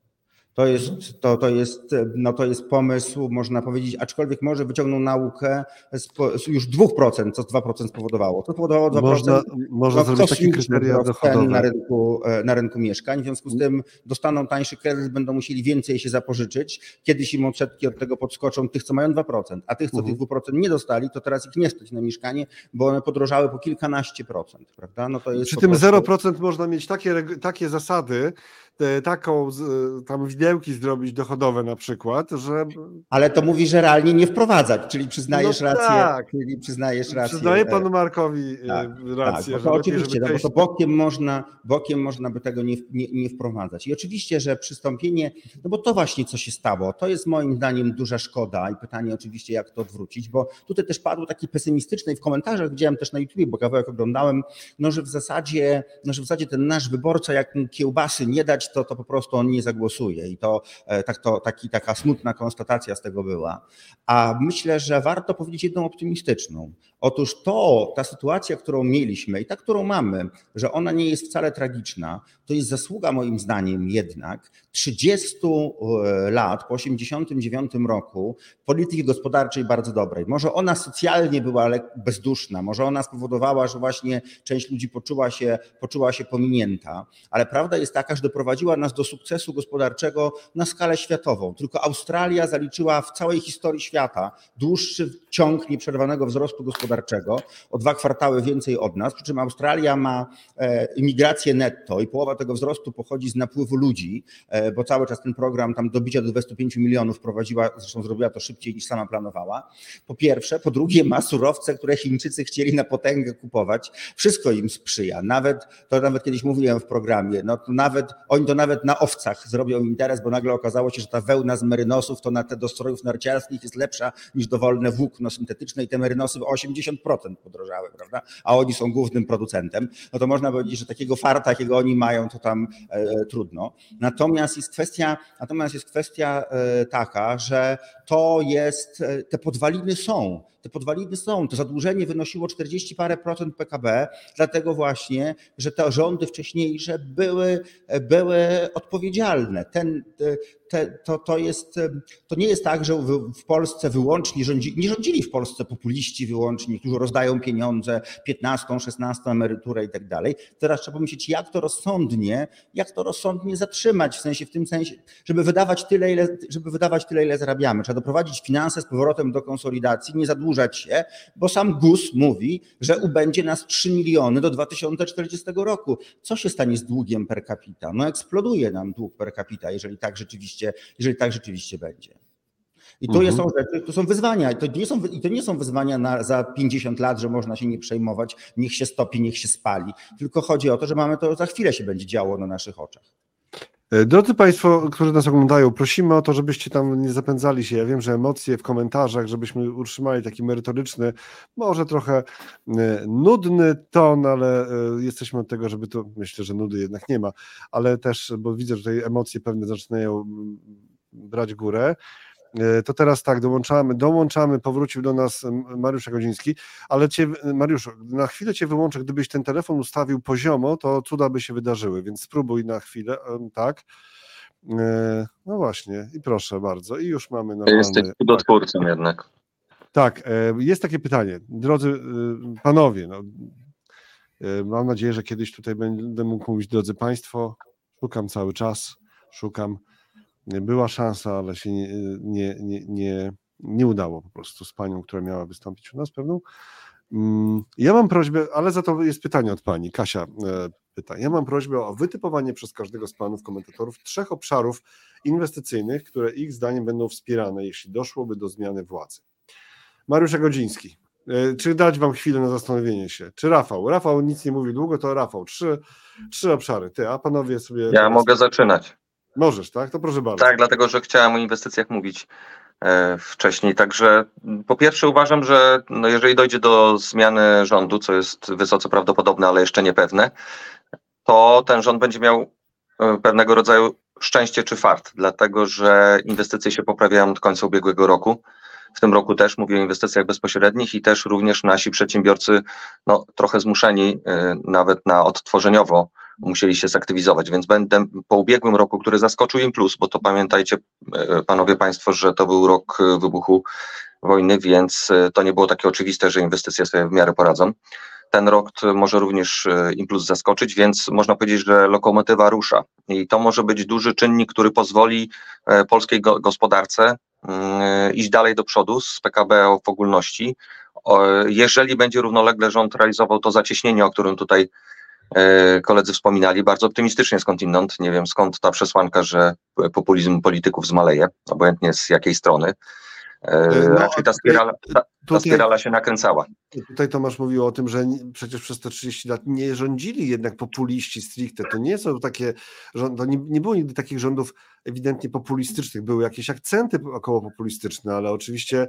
To jest pomysł, można powiedzieć, aczkolwiek może wyciągnął naukę już 2%, co 2% spowodowało. To spowodowało 2%. Można zrobić takie kryteria dochodowe na rynku mieszkań. W związku z tym dostaną tańszy kredyt, będą musieli więcej się zapożyczyć. Kiedyś im odsetki od tego podskoczą tych, co mają 2%, a tych, co tych 2% nie dostali, to teraz ich nie stać na mieszkanie, bo one podrożały po kilkanaście procent. Prawda? No to jest przy tym 0% można mieć takie zasady, taką tam widełki zrobić dochodowe na przykład, że... Ale to mówi, że realnie nie wprowadzać, czyli przyznajesz rację. Tak. Czyli przyznajesz rację. Przyznaję panu Markowi rację. Tak, bo to oczywiście, bo to bokiem można by tego nie wprowadzać. I oczywiście, że przystąpienie, no bo to właśnie co się stało, to jest moim zdaniem duża szkoda i pytanie oczywiście, jak to odwrócić, bo tutaj też padło taki pesymistyczny i w komentarzach widziałem też na YouTubie, bo kawałek oglądałem, że w zasadzie ten nasz wyborca, jak mu kiełbasy nie dać, widać, to po prostu on nie zagłosuje i taka smutna konstatacja z tego była. A myślę, że warto powiedzieć jedną optymistyczną. Otóż ta sytuacja, którą mieliśmy i ta, którą mamy, że ona nie jest wcale tragiczna, to jest zasługa moim zdaniem jednak 30 lat po 1989 roku polityki gospodarczej bardzo dobrej. Może ona socjalnie była bezduszna, może ona spowodowała, że właśnie część ludzi poczuła się pominięta, ale prawda jest taka, że doprowadziła nas do sukcesu gospodarczego na skalę światową. Tylko Australia zaliczyła w całej historii świata dłuższy ciąg nieprzerwanego wzrostu gospodarczego, o 2 kwartały więcej od nas, przy czym Australia ma imigrację netto i połowa tego wzrostu pochodzi z napływu ludzi, bo cały czas ten program tam do bicia do 25 milionów prowadziła, zresztą zrobiła to szybciej niż sama planowała. Po pierwsze, po drugie ma surowce, które Chińczycy chcieli na potęgę kupować. Wszystko im sprzyja. Nawet kiedyś mówiłem w programie, oni to nawet na owcach zrobią interes, bo nagle okazało się, że ta wełna z merynosów to do strojów narciarskich jest lepsza niż dowolne włókno syntetyczne i te merynosy o 80% podrożały, prawda? A oni są głównym producentem. No to można powiedzieć, że takiego farta, jakiego oni mają, to tam trudno. Natomiast jest kwestia taka, że te podwaliny są. To zadłużenie wynosiło 40 parę procent PKB, dlatego właśnie, że te rządy wcześniejsze były odpowiedzialne. To nie jest tak, że w Polsce nie rządzili w Polsce populiści wyłącznie, którzy rozdają pieniądze, 15, 16 emeryturę i tak dalej. Teraz trzeba pomyśleć, jak to rozsądnie zatrzymać, w tym sensie, żeby wydawać tyle, ile zarabiamy. Trzeba doprowadzić finanse z powrotem do konsolidacji, nie zadłużać się, bo sam GUS mówi, że ubędzie nas 3 miliony do 2040 roku. Co się stanie z długiem per capita? No eksploduje nam dług per capita, jeżeli tak rzeczywiście będzie. I to są rzeczy, to są wyzwania. I to nie są wyzwania za 50 lat, że można się nie przejmować, niech się stopi, niech się spali. Tylko chodzi o to, że za chwilę się będzie działo na naszych oczach. Drodzy Państwo, którzy nas oglądają, prosimy o to, żebyście tam nie zapędzali się. Ja wiem, że emocje w komentarzach, żebyśmy utrzymali taki merytoryczny, może trochę nudny ton, ale jesteśmy od tego, żeby to, myślę, że nudy jednak nie ma, ale też, bo widzę, że tutaj emocje pewne zaczynają brać górę. To teraz tak, dołączamy, powrócił do nas Mariusz Jagodziński, ale Mariuszu, na chwilę Cię wyłączę, gdybyś ten telefon ustawił poziomo, to cuda by się wydarzyły, więc spróbuj na chwilę, tak. No właśnie, i proszę bardzo, i już mamy normalny... Jesteś cudotwórcą jednak. Tak, jest takie pytanie, drodzy panowie, mam nadzieję, że kiedyś tutaj będę mógł mówić, drodzy Państwo, szukam cały czas, była szansa, ale się nie udało po prostu z panią, która miała wystąpić u nas pewną. Ja mam prośbę, ale za to jest pytanie od pani. Kasia pyta. Ja mam prośbę o wytypowanie przez każdego z panów komentatorów 3 obszarów inwestycyjnych, które ich zdaniem będą wspierane, jeśli doszłoby do zmiany władzy. Mariusz Jagodziński. Czy dać wam chwilę na zastanowienie się? Czy Rafał? Rafał nic nie mówi długo, to Rafał. 3 obszary. A panowie sobie... Ja mogę zaczynać. Możesz, tak? To proszę bardzo. Tak, dlatego że chciałem o inwestycjach mówić wcześniej. Także po pierwsze uważam, że jeżeli dojdzie do zmiany rządu, co jest wysoce prawdopodobne, ale jeszcze niepewne, to ten rząd będzie miał pewnego rodzaju szczęście czy fart, dlatego że inwestycje się poprawiają od końca ubiegłego roku. W tym roku też mówię o inwestycjach bezpośrednich i też również nasi przedsiębiorcy trochę zmuszeni nawet na odtworzeniowo musieli się zaktywizować, więc będę po ubiegłym roku, który zaskoczył im plus, bo to pamiętajcie panowie państwo, że to był rok wybuchu wojny, więc to nie było takie oczywiste, że inwestycje sobie w miarę poradzą. Ten rok może również impuls zaskoczyć, więc można powiedzieć, że lokomotywa rusza i to może być duży czynnik, który pozwoli polskiej gospodarce iść dalej do przodu z PKB w ogólności. Jeżeli będzie równolegle rząd realizował to zacieśnienie, o którym tutaj koledzy wspominali, bardzo optymistycznie skądinąd, nie wiem skąd ta przesłanka, że populizm polityków zmaleje, obojętnie z jakiej strony. Raczej ta spirala się nakręcała. Tutaj Tomasz mówił o tym, że przecież przez te 30 lat nie rządzili jednak populiści stricte. To nie są takie, nie było nigdy takich rządów ewidentnie populistycznych. Były jakieś akcenty około populistyczne, ale oczywiście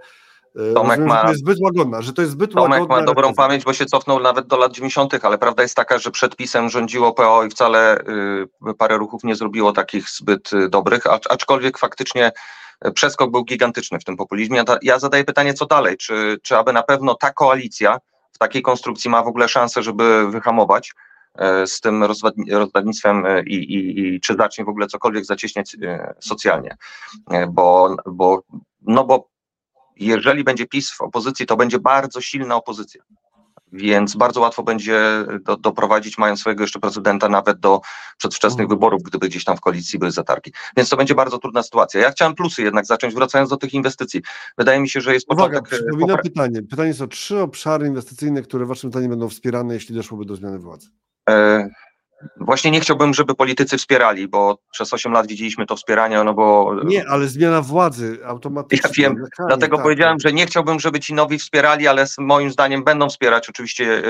Tomek rozumiem, że to jest zbyt łagodna, Tomek ma dobrą recenzja. pamięć, bo się cofnął nawet do lat 90., ale prawda jest taka, że przed PiS-em rządziło PO i wcale parę ruchów nie zrobiło takich zbyt dobrych, aczkolwiek faktycznie przeskok był gigantyczny w tym populizmie. Ja zadaję pytanie, co dalej? Czy aby na pewno ta koalicja w takiej konstrukcji ma w ogóle szansę, żeby wyhamować z tym rozdawnictwem i czy zacznie w ogóle cokolwiek zacieśniać socjalnie? Bo jeżeli będzie PiS w opozycji, to będzie bardzo silna opozycja. Więc bardzo łatwo będzie doprowadzić, mając swojego jeszcze prezydenta, nawet do przedwczesnych wyborów, gdyby gdzieś tam w koalicji były zatargi. Więc to będzie bardzo trudna sytuacja. Ja chciałem plusy jednak zacząć, wracając do tych inwestycji. Wydaje mi się, że jest początek... Uwaga, przypominam pytanie. Pytanie są 3 obszary inwestycyjne, które waszym zdaniem będą wspierane, jeśli doszłoby do zmiany władzy. Właśnie nie chciałbym, żeby politycy wspierali, bo przez 8 lat widzieliśmy to wspieranie, bo... Nie, ale zmiana władzy automatycznie. Ja wiem, dlatego powiedziałem, że nie chciałbym, żeby ci nowi wspierali, ale moim zdaniem będą wspierać oczywiście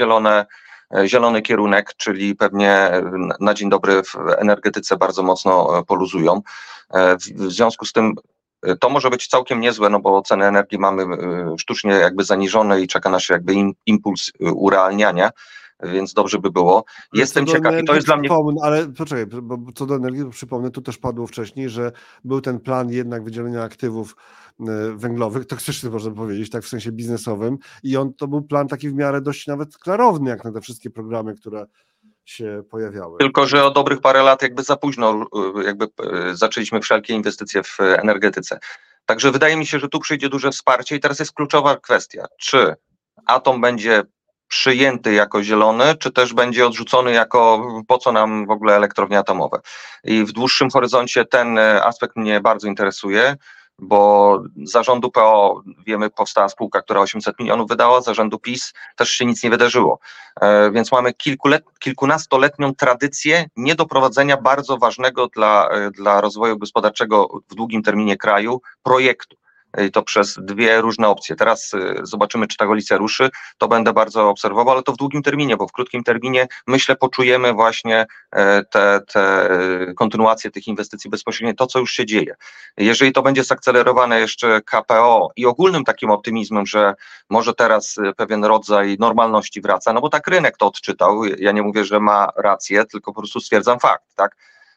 zielony kierunek, czyli pewnie na dzień dobry w energetyce bardzo mocno poluzują. W związku z tym to może być całkiem niezłe, bo ceny energii mamy sztucznie jakby zaniżone i czeka nas jakby impuls urealniania. Więc dobrze by było. Jestem ciekaw i to jest dla mnie... Ale poczekaj, bo co do energii, to przypomnę, tu też padło wcześniej, że był ten plan jednak wydzielenia aktywów węglowych, toksyczny można powiedzieć, tak w sensie biznesowym i to był plan taki w miarę dość nawet klarowny, jak na te wszystkie programy, które się pojawiały. Tylko że o dobrych parę lat jakby za późno zaczęliśmy wszelkie inwestycje w energetyce. Także wydaje mi się, że tu przyjdzie duże wsparcie i teraz jest kluczowa kwestia, czy atom będzie przyjęty jako zielony, czy też będzie odrzucony jako po co nam w ogóle elektrownie atomowe. I w dłuższym horyzoncie ten aspekt mnie bardzo interesuje, bo zarządu PO, wiemy, powstała spółka, która 800 milionów wydała, zarządu PiS też się nic nie wydarzyło. Więc mamy kilkunastoletnią tradycję niedoprowadzenia bardzo ważnego dla rozwoju gospodarczego w długim terminie kraju projektu. I to przez 2 różne opcje. Teraz zobaczymy, czy ta koalicja ruszy, to będę bardzo obserwował, ale to w długim terminie, bo w krótkim terminie myślę poczujemy właśnie te kontynuację tych inwestycji bezpośrednio, to co już się dzieje. Jeżeli to będzie zakcelerowane jeszcze KPO i ogólnym takim optymizmem, że może teraz pewien rodzaj normalności wraca, bo tak rynek to odczytał, ja nie mówię, że ma rację, tylko po prostu stwierdzam fakt, tak?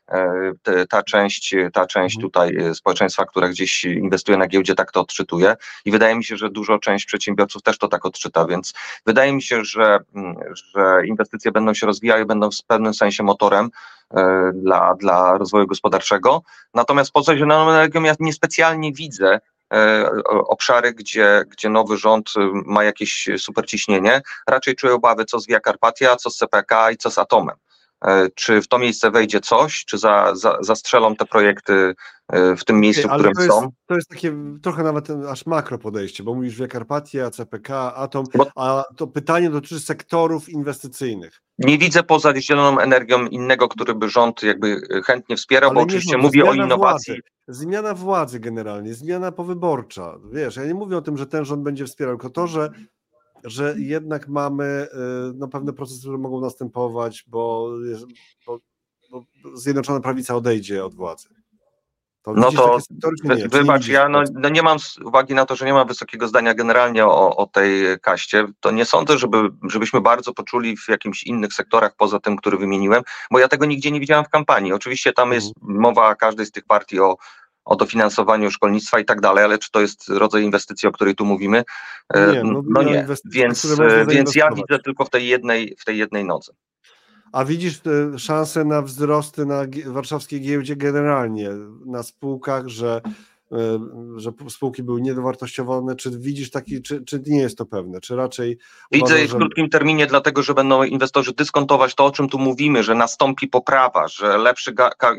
Ta część tutaj społeczeństwa, które gdzieś inwestuje na giełdzie, tak to odczytuje i wydaje mi się, że duża część przedsiębiorców też to tak odczyta, więc wydaje mi się, że inwestycje będą się rozwijały, będą w pewnym sensie motorem dla rozwoju gospodarczego, natomiast poza zieloną energią ja niespecjalnie widzę obszary, gdzie nowy rząd ma jakieś superciśnienie, raczej czuję obawy co z Via Carpatia, co z CPK i co z Atomem. Czy w to miejsce wejdzie coś, czy zastrzelą te projekty w tym miejscu, w którym są? To jest takie trochę nawet aż makro podejście, bo mówisz Via Carpatia, CPK, Atom, a to pytanie dotyczy sektorów inwestycyjnych. Nie widzę poza zieloną energią innego, który by rząd jakby chętnie wspierał, ale bo oczywiście mówi o innowacji. Zmiana władzy generalnie, zmiana powyborcza. Wiesz, ja nie mówię o tym, że ten rząd będzie wspierał, tylko to, że jednak mamy pewne procesy, które mogą następować, bo Zjednoczona Prawica odejdzie od władzy. Wybacz, ja nie mam, z uwagi na to, że nie mam wysokiego zdania generalnie o tej kaście, to nie sądzę, żebyśmy bardzo poczuli w jakimś innych sektorach poza tym, który wymieniłem, bo ja tego nigdzie nie widziałem w kampanii. Oczywiście tam jest mowa każdej z tych partii o dofinansowaniu szkolnictwa i tak dalej, ale czy to jest rodzaj inwestycji, o której tu mówimy? Nie. Więc ja widzę tylko w tej jednej nodze. A widzisz szansę na wzrosty na warszawskiej giełdzie generalnie, na spółkach, że spółki były niedowartościowane? Czy widzisz taki, czy nie jest to pewne? Czy raczej widzę w krótkim terminie, dlatego że będą inwestorzy dyskontować to, o czym tu mówimy, że nastąpi poprawa, że lepszy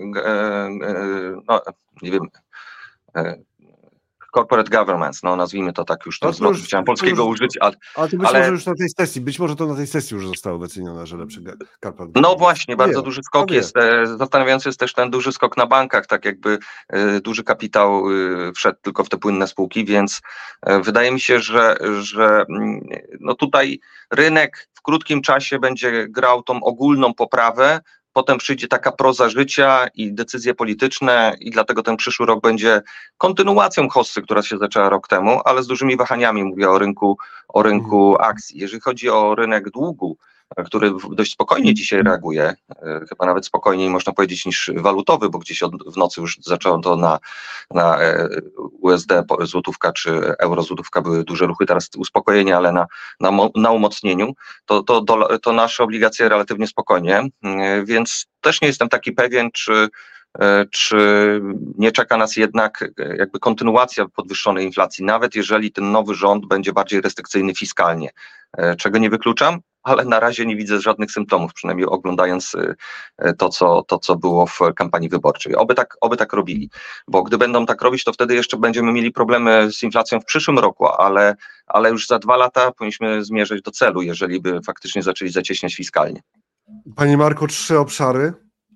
corporate governance, nazwijmy to tak już, chciałem polskiego użyć, ale to być może już na tej sesji, to na tej sesji już zostało wycenione, że lepszy corporate governance. No właśnie, bardzo duży skok jest, zastanawiający jest też ten duży skok na bankach, tak jakby duży kapitał wszedł tylko w te płynne spółki, więc wydaje mi się, że tutaj rynek w krótkim czasie będzie grał tą ogólną poprawę, potem przyjdzie taka proza życia i decyzje polityczne i dlatego ten przyszły rok będzie kontynuacją hossy, która się zaczęła rok temu, ale z dużymi wahaniami, mówię o rynku akcji. Jeżeli chodzi o rynek długu, który dość spokojnie dzisiaj reaguje, chyba nawet spokojniej można powiedzieć niż walutowy, bo gdzieś w nocy już zaczęło to na USD złotówka czy euro złotówka były duże ruchy, teraz uspokojenie, ale na umocnieniu, to nasze obligacje relatywnie spokojnie, więc też nie jestem taki pewien, czy nie czeka nas jednak jakby kontynuacja podwyższonej inflacji, nawet jeżeli ten nowy rząd będzie bardziej restrykcyjny fiskalnie, czego nie wykluczam, ale na razie nie widzę żadnych symptomów, przynajmniej oglądając to, co było w kampanii wyborczej. Oby tak robili, bo gdy będą tak robić, to wtedy jeszcze będziemy mieli problemy z inflacją w przyszłym roku, ale już za 2 lata powinniśmy zmierzać do celu, jeżeli by faktycznie zaczęli zacieśniać fiskalnie. Panie Marku, 3 obszary,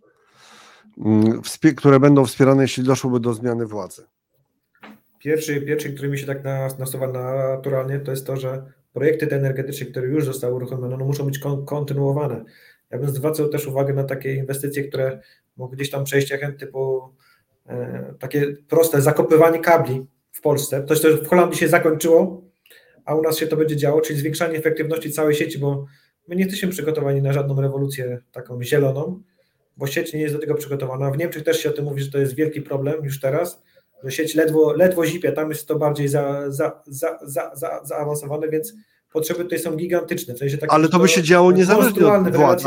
które będą wspierane, jeśli doszłoby do zmiany władzy. Pierwszy, który mi się tak nasuwa naturalnie, to jest to, że projekty te energetyczne, które już zostały uruchomione, muszą być kontynuowane. Ja bym zwracał też uwagę na takie inwestycje, które mogą gdzieś tam przejść typu takie proste zakopywanie kabli w Polsce. To też w Holandii się zakończyło, a u nas się to będzie działo, czyli zwiększanie efektywności całej sieci, bo my nie jesteśmy przygotowani na żadną rewolucję taką zieloną, bo sieć nie jest do tego przygotowana. W Niemczech też się o tym mówi, że to jest wielki problem już teraz, że sieć ledwo zipie, tam jest to bardziej zaawansowane, więc potrzeby tutaj są gigantyczne. W sensie ale to by się działo niezależnie od władz,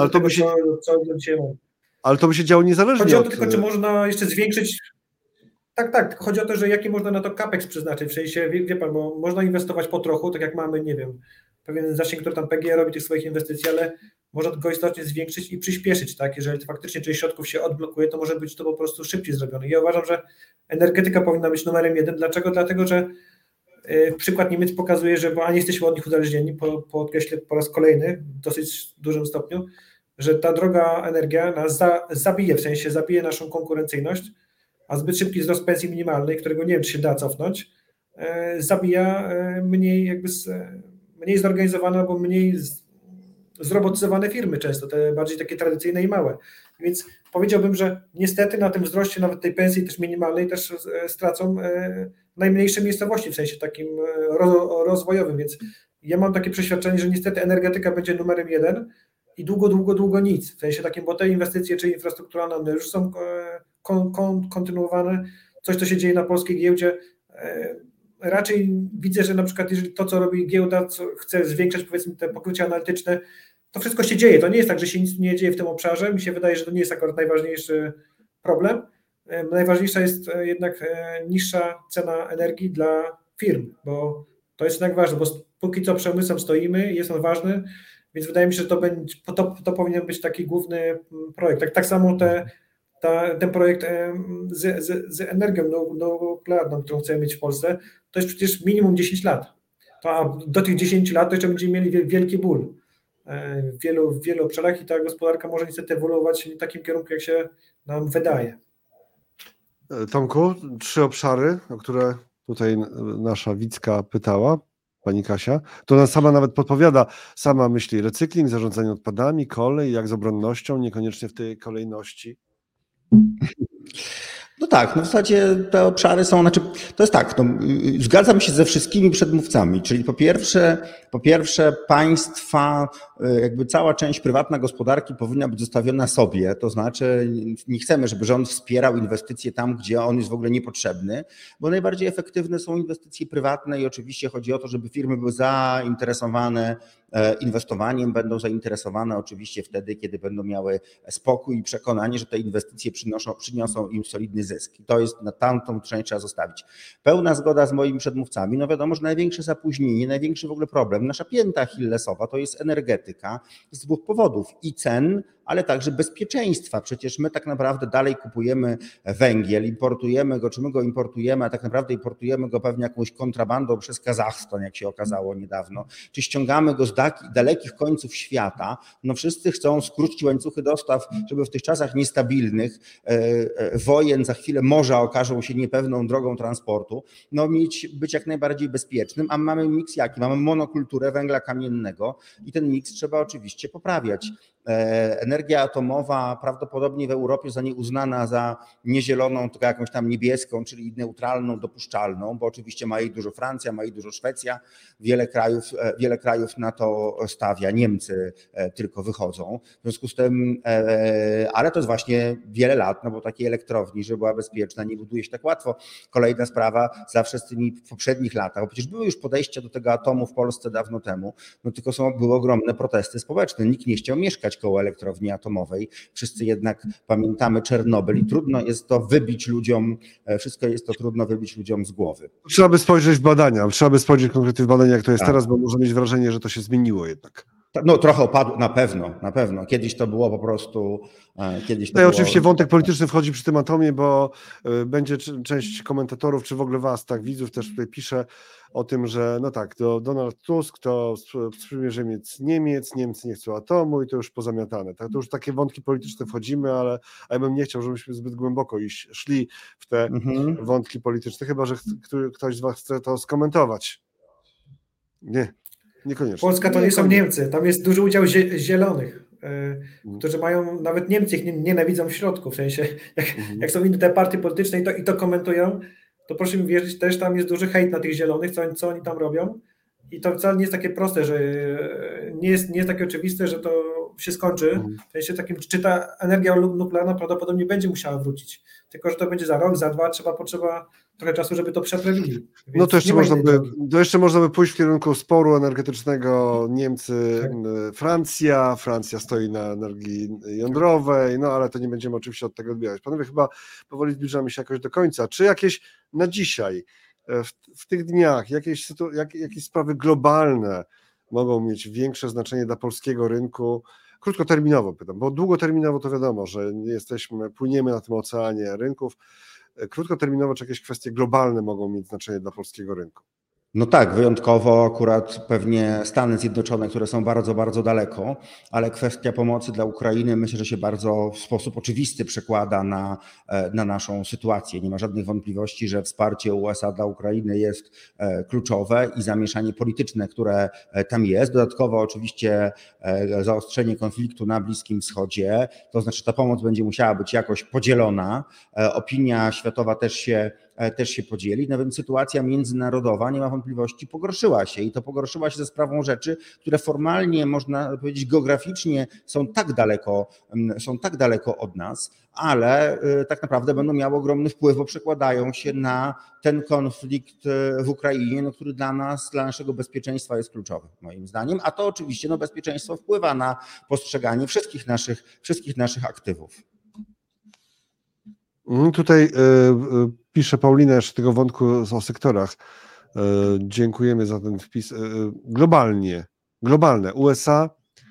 ale to by się działo niezależnie Chodzi o to tylko, czy można jeszcze zwiększyć. Tak, chodzi o to, że jaki można na to capex przeznaczyć, w sensie, wie pan, bo można inwestować po trochu, tak jak mamy, nie wiem, pewien zasięg, który tam PGE robi tych swoich inwestycji, ale można go istotnie zwiększyć i przyspieszyć, tak? Jeżeli to faktycznie część środków się odblokuje, to może być to po prostu szybciej zrobione. Ja uważam, że energetyka powinna być numerem 1. Dlaczego? Dlatego, że przykład Niemiec pokazuje, że, bo ani jesteśmy od nich uzależnieni, podkreślę po raz kolejny, w dosyć dużym stopniu, że ta droga energia nas zabije, w sensie zabije naszą konkurencyjność, a zbyt szybki wzrost pensji minimalnej, którego nie wiem, czy się da cofnąć, zabija mniej zorganizowane albo mniej zrobotyzowane firmy często, te bardziej takie tradycyjne i małe. Więc powiedziałbym, że niestety na tym wzroście nawet tej pensji też minimalnej też stracą najmniejsze miejscowości, w sensie takim rozwojowym, więc ja mam takie przeświadczenie, że niestety energetyka będzie numerem 1 i długo nic, w sensie takim, bo te inwestycje czy infrastrukturalne one już są kontynuowane, coś co się dzieje na polskiej giełdzie, raczej widzę, że na przykład jeżeli to, co robi giełda, co chce zwiększać powiedzmy te pokrycie analityczne, to wszystko się dzieje. To nie jest tak, że się nic nie dzieje w tym obszarze. Mi się wydaje, że to nie jest akurat najważniejszy problem. Najważniejsza jest jednak niższa cena energii dla firm, bo to jest jednak ważne, bo póki co przemysłem stoimy, jest on ważny, więc wydaje mi się, że to powinien być taki główny projekt. Tak samo ten projekt z energią nuklearną, którą chcemy mieć w Polsce, to jest przecież minimum 10 lat. A do tych 10 lat to jeszcze będziemy mieli wielki ból w wielu obszarach i ta gospodarka może niestety ewoluować w takim kierunku, jak się nam wydaje. Tomku, 3 obszary, o które tutaj nasza widzka pytała, pani Kasia, to ona sama nawet podpowiada, sama myśli recykling, zarządzanie odpadami, kolej, jak z obronnością, niekoniecznie w tej kolejności. No tak, no w zasadzie te obszary są, to jest tak, zgadzam się ze wszystkimi przedmówcami, czyli po pierwsze państwa, jakby cała część prywatna gospodarki powinna być zostawiona sobie, to znaczy nie chcemy, żeby rząd wspierał inwestycje tam, gdzie on jest w ogóle niepotrzebny, bo najbardziej efektywne są inwestycje prywatne i oczywiście chodzi o to, żeby firmy były zainteresowane inwestowaniem, będą zainteresowane oczywiście wtedy, kiedy będą miały spokój i przekonanie, że te inwestycje przyniosą im solidny zysk. I to jest na tamtą część trzeba zostawić. Pełna zgoda z moimi przedmówcami. No wiadomo, że największe zapóźnienie, największy w ogóle problem, nasza pięta achillesowa to jest energetyka z 2 powodów i cen, ale także bezpieczeństwa. Przecież my tak naprawdę dalej kupujemy węgiel, importujemy go, czy my go importujemy, a tak naprawdę importujemy go pewnie jakąś kontrabandą przez Kazachstan, jak się okazało niedawno, czy ściągamy go z dalekich końców świata. No wszyscy chcą skrócić łańcuchy dostaw, żeby w tych czasach niestabilnych, wojen, za chwilę morza okażą się niepewną drogą transportu, no być jak najbardziej bezpiecznym, a mamy miks jaki? Mamy monokulturę węgla kamiennego i ten miks trzeba oczywiście poprawiać. energia atomowa prawdopodobnie w Europie zostanie uznana za nie zieloną, tylko jakąś tam niebieską, czyli neutralną, dopuszczalną, bo oczywiście ma jej dużo Francja, ma jej dużo Szwecja, wiele krajów na to stawia, Niemcy tylko wychodzą. W związku z tym, ale to jest właśnie wiele lat, no bo takiej elektrowni, żeby była bezpieczna, nie buduje się tak łatwo. Kolejna sprawa, zawsze z tymi w poprzednich latach, bo przecież były już podejścia do tego atomu w Polsce dawno temu, no tylko były ogromne protesty społeczne. Nikt nie chciał mieszkać koło elektrowni atomowej. Wszyscy jednak pamiętamy Czarnobyl i trudno jest to wybić ludziom, wszystko jest to trudno wybić ludziom z głowy. Trzeba by spojrzeć w badania, konkretnie w badania, jak to jest teraz, bo można mieć wrażenie, że to się zmieniło jednak. No trochę opadło, na pewno. Kiedyś to było po prostu... Oczywiście wątek polityczny wchodzi przy tym atomie, bo będzie część komentatorów, czy w ogóle was, tak, widzów też tutaj pisze o tym, że no tak, to Donald Tusk to sprzymierzewiec Niemiec, Niemcy nie chcą atomu i to już pozamiatane. Tak? To już takie wątki polityczne wchodzimy, ale ja bym nie chciał, żebyśmy zbyt głęboko szli w te wątki polityczne, chyba że ktoś z was chce to skomentować. Nie. Niekoniecznie. Polska to nie są Niemcy, tam jest duży udział zielonych, którzy mają, nawet Niemcy ich nienawidzą w środku, w sensie jak są inne te partie polityczne i to komentują, to proszę mi wierzyć, też tam jest duży hejt na tych zielonych, co oni tam robią i to wcale nie jest takie proste, że nie jest takie oczywiste, że to się skończy, w sensie takim, czy ta energia nuklearna prawdopodobnie będzie musiała wrócić, tylko że to będzie za rok, za dwa, potrzeba trochę czasu, żeby to przeprawili. No to jeszcze można by pójść w kierunku sporu energetycznego Niemcy, tak. Francja stoi na energii jądrowej, no ale to nie będziemy oczywiście od tego odbierać. Panowie, chyba powoli zbliżamy się jakoś do końca. Czy jakieś na dzisiaj, w tych dniach, jakieś sprawy globalne mogą mieć większe znaczenie dla polskiego rynku? Krótkoterminowo pytam, bo długoterminowo to wiadomo, że płyniemy na tym oceanie rynków. Krótkoterminowo czy jakieś kwestie globalne mogą mieć znaczenie dla polskiego rynku? No tak, wyjątkowo akurat pewnie Stany Zjednoczone, które są bardzo, bardzo daleko, ale kwestia pomocy dla Ukrainy myślę, że się bardzo w sposób oczywisty przekłada na naszą sytuację. Nie ma żadnych wątpliwości, że wsparcie USA dla Ukrainy jest kluczowe i zamieszanie polityczne, które tam jest. Dodatkowo oczywiście zaostrzenie konfliktu na Bliskim Wschodzie, to znaczy, że ta pomoc będzie musiała być jakoś podzielona. Opinia światowa też się podzieli, no więc sytuacja międzynarodowa, nie ma wątpliwości, pogorszyła się i to pogorszyła się ze sprawą rzeczy, które formalnie, można powiedzieć, geograficznie są tak daleko od nas, ale tak naprawdę będą miały ogromny wpływ, bo przekładają się na ten konflikt w Ukrainie, no, który dla naszego bezpieczeństwa jest kluczowy, moim zdaniem, a to oczywiście bezpieczeństwo wpływa na postrzeganie wszystkich naszych aktywów. Tutaj pisze Paulina jeszcze tego wątku o sektorach. Dziękujemy za ten wpis. Globalne USA.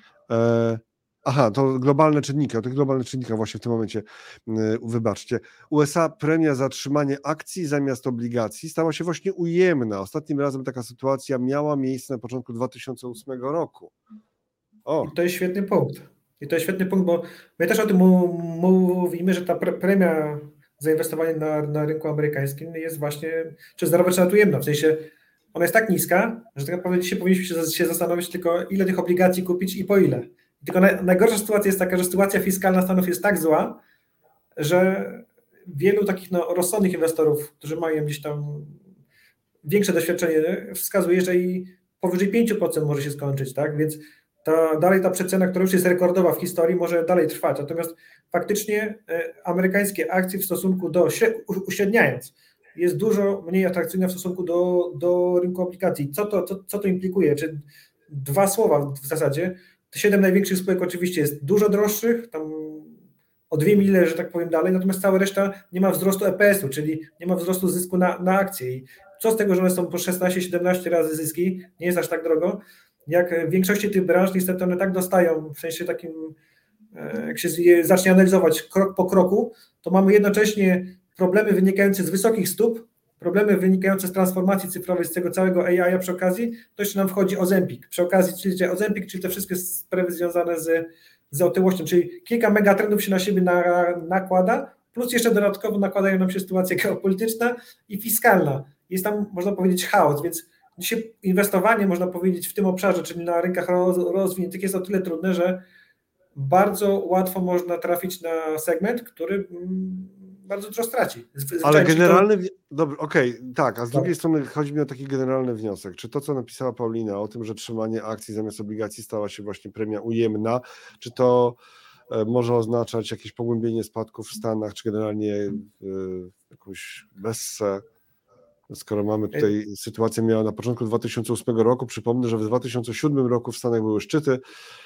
To globalne czynniki. O tych globalnych czynnikach właśnie w tym momencie wybaczcie. USA premia za trzymanie akcji zamiast obligacji stała się właśnie ujemna. Ostatnim razem taka sytuacja miała miejsce na początku 2008 roku. I to jest świetny punkt. Bo my też o tym mówimy, że ta premia za inwestowanie na rynku amerykańskim jest właśnie czy zdrowa, czy ujemna. W sensie ona jest tak niska, że tak naprawdę dzisiaj powinniśmy się zastanowić tylko, ile tych obligacji kupić i po ile. Tylko najgorsza sytuacja jest taka, że sytuacja fiskalna Stanów jest tak zła, że wielu takich rozsądnych inwestorów, którzy mają gdzieś tam większe doświadczenie, wskazuje, że i powyżej 5% może się skończyć, tak? Więc dalej ta przecena, która już jest rekordowa w historii, może dalej trwać. Natomiast faktycznie amerykańskie akcje w stosunku do, uśredniając, jest dużo mniej atrakcyjna w stosunku do rynku obligacji. Co to implikuje? Czy dwa słowa w zasadzie. 7 największych spółek oczywiście jest dużo droższych, tam o 2 mile, że tak powiem dalej, natomiast cała reszta nie ma wzrostu EPS-u, czyli nie ma wzrostu zysku na akcje. I co z tego, że one są po 16-17 razy zyski, nie jest aż tak drogo, jak w większości tych branż niestety one tak dostają, w sensie takim, jak się zacznie analizować krok po kroku, to mamy jednocześnie problemy wynikające z wysokich stóp, problemy wynikające z transformacji cyfrowej, z tego całego AI, a przy okazji to jeszcze nam wchodzi Ozempic. Przy okazji, czyli te wszystkie sprawy związane z otyłością, czyli kilka megatrendów się na siebie nakłada, plus jeszcze dodatkowo nakładają nam się sytuacja geopolityczna i fiskalna. Jest tam, można powiedzieć, chaos, więc dzisiaj inwestowanie, można powiedzieć, w tym obszarze, czyli na rynkach rozwiniętych jest o tyle trudne, że bardzo łatwo można trafić na segment, który bardzo dużo straci. Ale generalny, dobra, okej, tak, a z drugiej strony chodzi mi o taki generalny wniosek. Czy to, co napisała Paulina o tym, że trzymanie akcji zamiast obligacji stała się właśnie premia ujemna, czy to może oznaczać jakieś pogłębienie spadków w Stanach, czy generalnie jakąś bessę, skoro mamy tutaj sytuację miała na początku 2008 roku. Przypomnę, że w 2007 roku w Stanach były szczyty,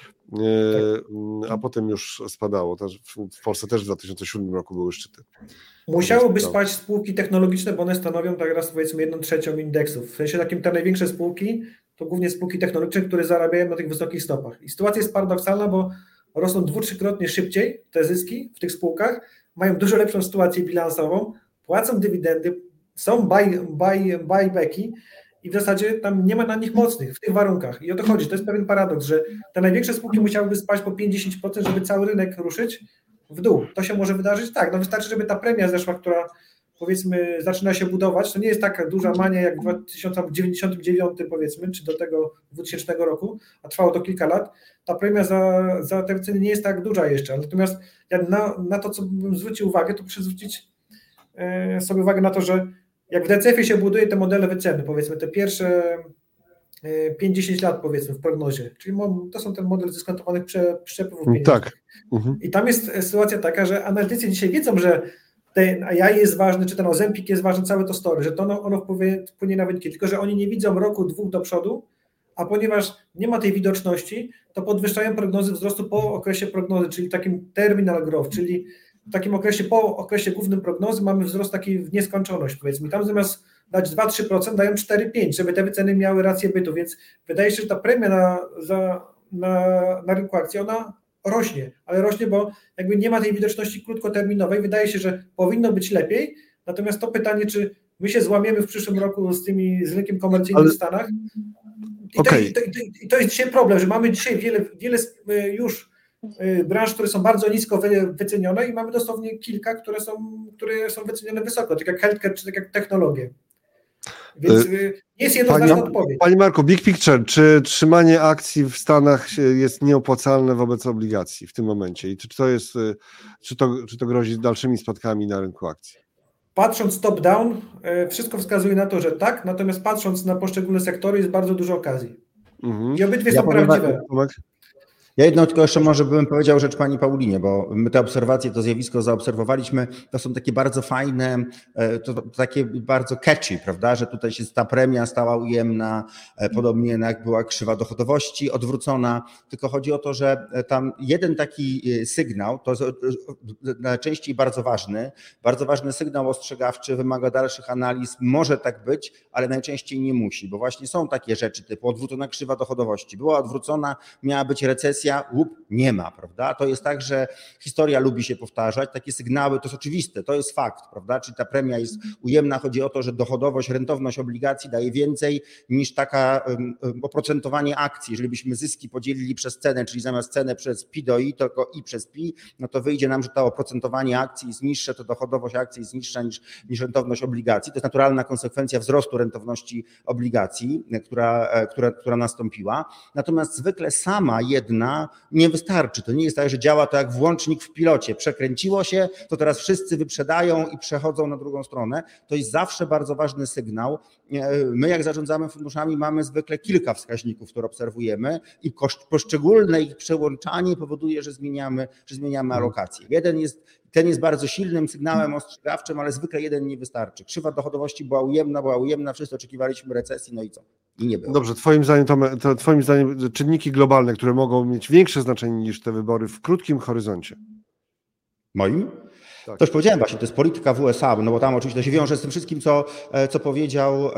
a potem już spadało. W Polsce też w 2007 roku były szczyty. Musiałyby spać spółki technologiczne, bo one stanowią teraz powiedzmy 1/3 indeksów. W sensie takim te największe spółki to głównie spółki technologiczne, które zarabiają na tych wysokich stopach. I sytuacja jest paradoksalna, bo rosną 2-3-krotnie szybciej te zyski w tych spółkach, mają dużo lepszą sytuację bilansową, płacą dywidendy, są buybacki i w zasadzie tam nie ma na nich mocnych w tych warunkach. I o to chodzi. To jest pewien paradoks, że te największe spółki musiałyby spać po 5-10%, żeby cały rynek ruszyć w dół. To się może wydarzyć? Tak, no wystarczy, żeby ta premia zeszła, która powiedzmy zaczyna się budować. To nie jest taka duża mania jak w 1999 powiedzmy, czy do tego 2000 roku, a trwało to kilka lat. Ta premia za te ceny nie jest tak duża jeszcze. Natomiast ja na to, co bym zwrócił uwagę, to proszę zwrócić sobie uwagę na to, że jak w DCF-ie się buduje te modele wyceny, powiedzmy te pierwsze 5-10 lat powiedzmy w prognozie, czyli to są ten model dyskontowanych przepływów pieniężnych. Tak. I tam jest sytuacja taka, że analitycy dzisiaj wiedzą, że ten AI jest ważny, czy ten Ozempic jest ważny, całe to story, że to ono wpłynie na wyniki, tylko że oni nie widzą roku, 2 do przodu, a ponieważ nie ma tej widoczności, to podwyższają prognozy wzrostu po okresie prognozy, czyli takim terminal growth, czyli w takim okresie, po okresie głównym prognozy mamy wzrost taki w nieskończoność, powiedzmy. Tam zamiast dać 2-3%, dają 4-5%, żeby te wyceny miały rację bytu, więc wydaje się, że ta premia na rynku akcji, ona rośnie, ale rośnie, bo jakby nie ma tej widoczności krótkoterminowej. Wydaje się, że powinno być lepiej, natomiast to pytanie, czy my się złamiemy w przyszłym roku z rynkiem komercyjnym w Stanach. I to jest dzisiaj problem, że mamy dzisiaj wiele już branż, które są bardzo nisko wycenione i mamy dosłownie kilka, które są wycenione wysoko, tak jak healthcare czy tak jak technologie. Więc jest jednoznaczna odpowiedź. Panie Marku, big picture, czy trzymanie akcji w Stanach jest nieopłacalne wobec obligacji w tym momencie i czy to grozi dalszymi spadkami na rynku akcji? Patrząc top-down, wszystko wskazuje na to, że tak, natomiast patrząc na poszczególne sektory jest bardzo dużo okazji. I obydwie są prawdziwe. Ja jedno tylko jeszcze może bym powiedział rzecz pani Paulinie, bo my te obserwacje, to zjawisko zaobserwowaliśmy, to są takie bardzo fajne, to takie bardzo catchy, prawda, że tutaj się ta premia stała ujemna, podobnie jak była krzywa dochodowości odwrócona, tylko chodzi o to, że tam jeden taki sygnał, to najczęściej bardzo ważny sygnał ostrzegawczy, wymaga dalszych analiz, może tak być, ale najczęściej nie musi, bo właśnie są takie rzeczy typu odwrócona krzywa dochodowości, była odwrócona, miała być recesja, nie ma, prawda? To jest tak, że historia lubi się powtarzać, takie sygnały to jest oczywiste, to jest fakt, prawda? Czyli ta premia jest ujemna, chodzi o to, że dochodowość, rentowność obligacji daje więcej niż taka oprocentowanie akcji. Jeżeli byśmy zyski podzielili przez cenę, czyli zamiast cenę przez P do I, tylko I przez P, no to wyjdzie nam, że to oprocentowanie akcji jest niższe, to dochodowość akcji jest niższa niż rentowność obligacji. To jest naturalna konsekwencja wzrostu rentowności obligacji, która nastąpiła. Natomiast zwykle sama jedna nie wystarczy. To nie jest tak, że działa to jak włącznik w pilocie. Przekręciło się, to teraz wszyscy wyprzedają i przechodzą na drugą stronę. To jest zawsze bardzo ważny sygnał. My jak zarządzamy funduszami mamy zwykle kilka wskaźników, które obserwujemy i poszczególne ich przełączanie powoduje, że zmieniamy alokację. Ten jest bardzo silnym sygnałem ostrzegawczym, ale zwykle jeden nie wystarczy. Krzywa dochodowości była ujemna, wszyscy oczekiwaliśmy recesji, no i co? I nie było. Dobrze, twoim zdaniem czynniki globalne, które mogą mieć większe znaczenie niż te wybory w krótkim horyzoncie? Moim? Tak. To już powiedziałem właśnie, to jest polityka w USA, no bo tam oczywiście to się wiąże z tym wszystkim, co powiedział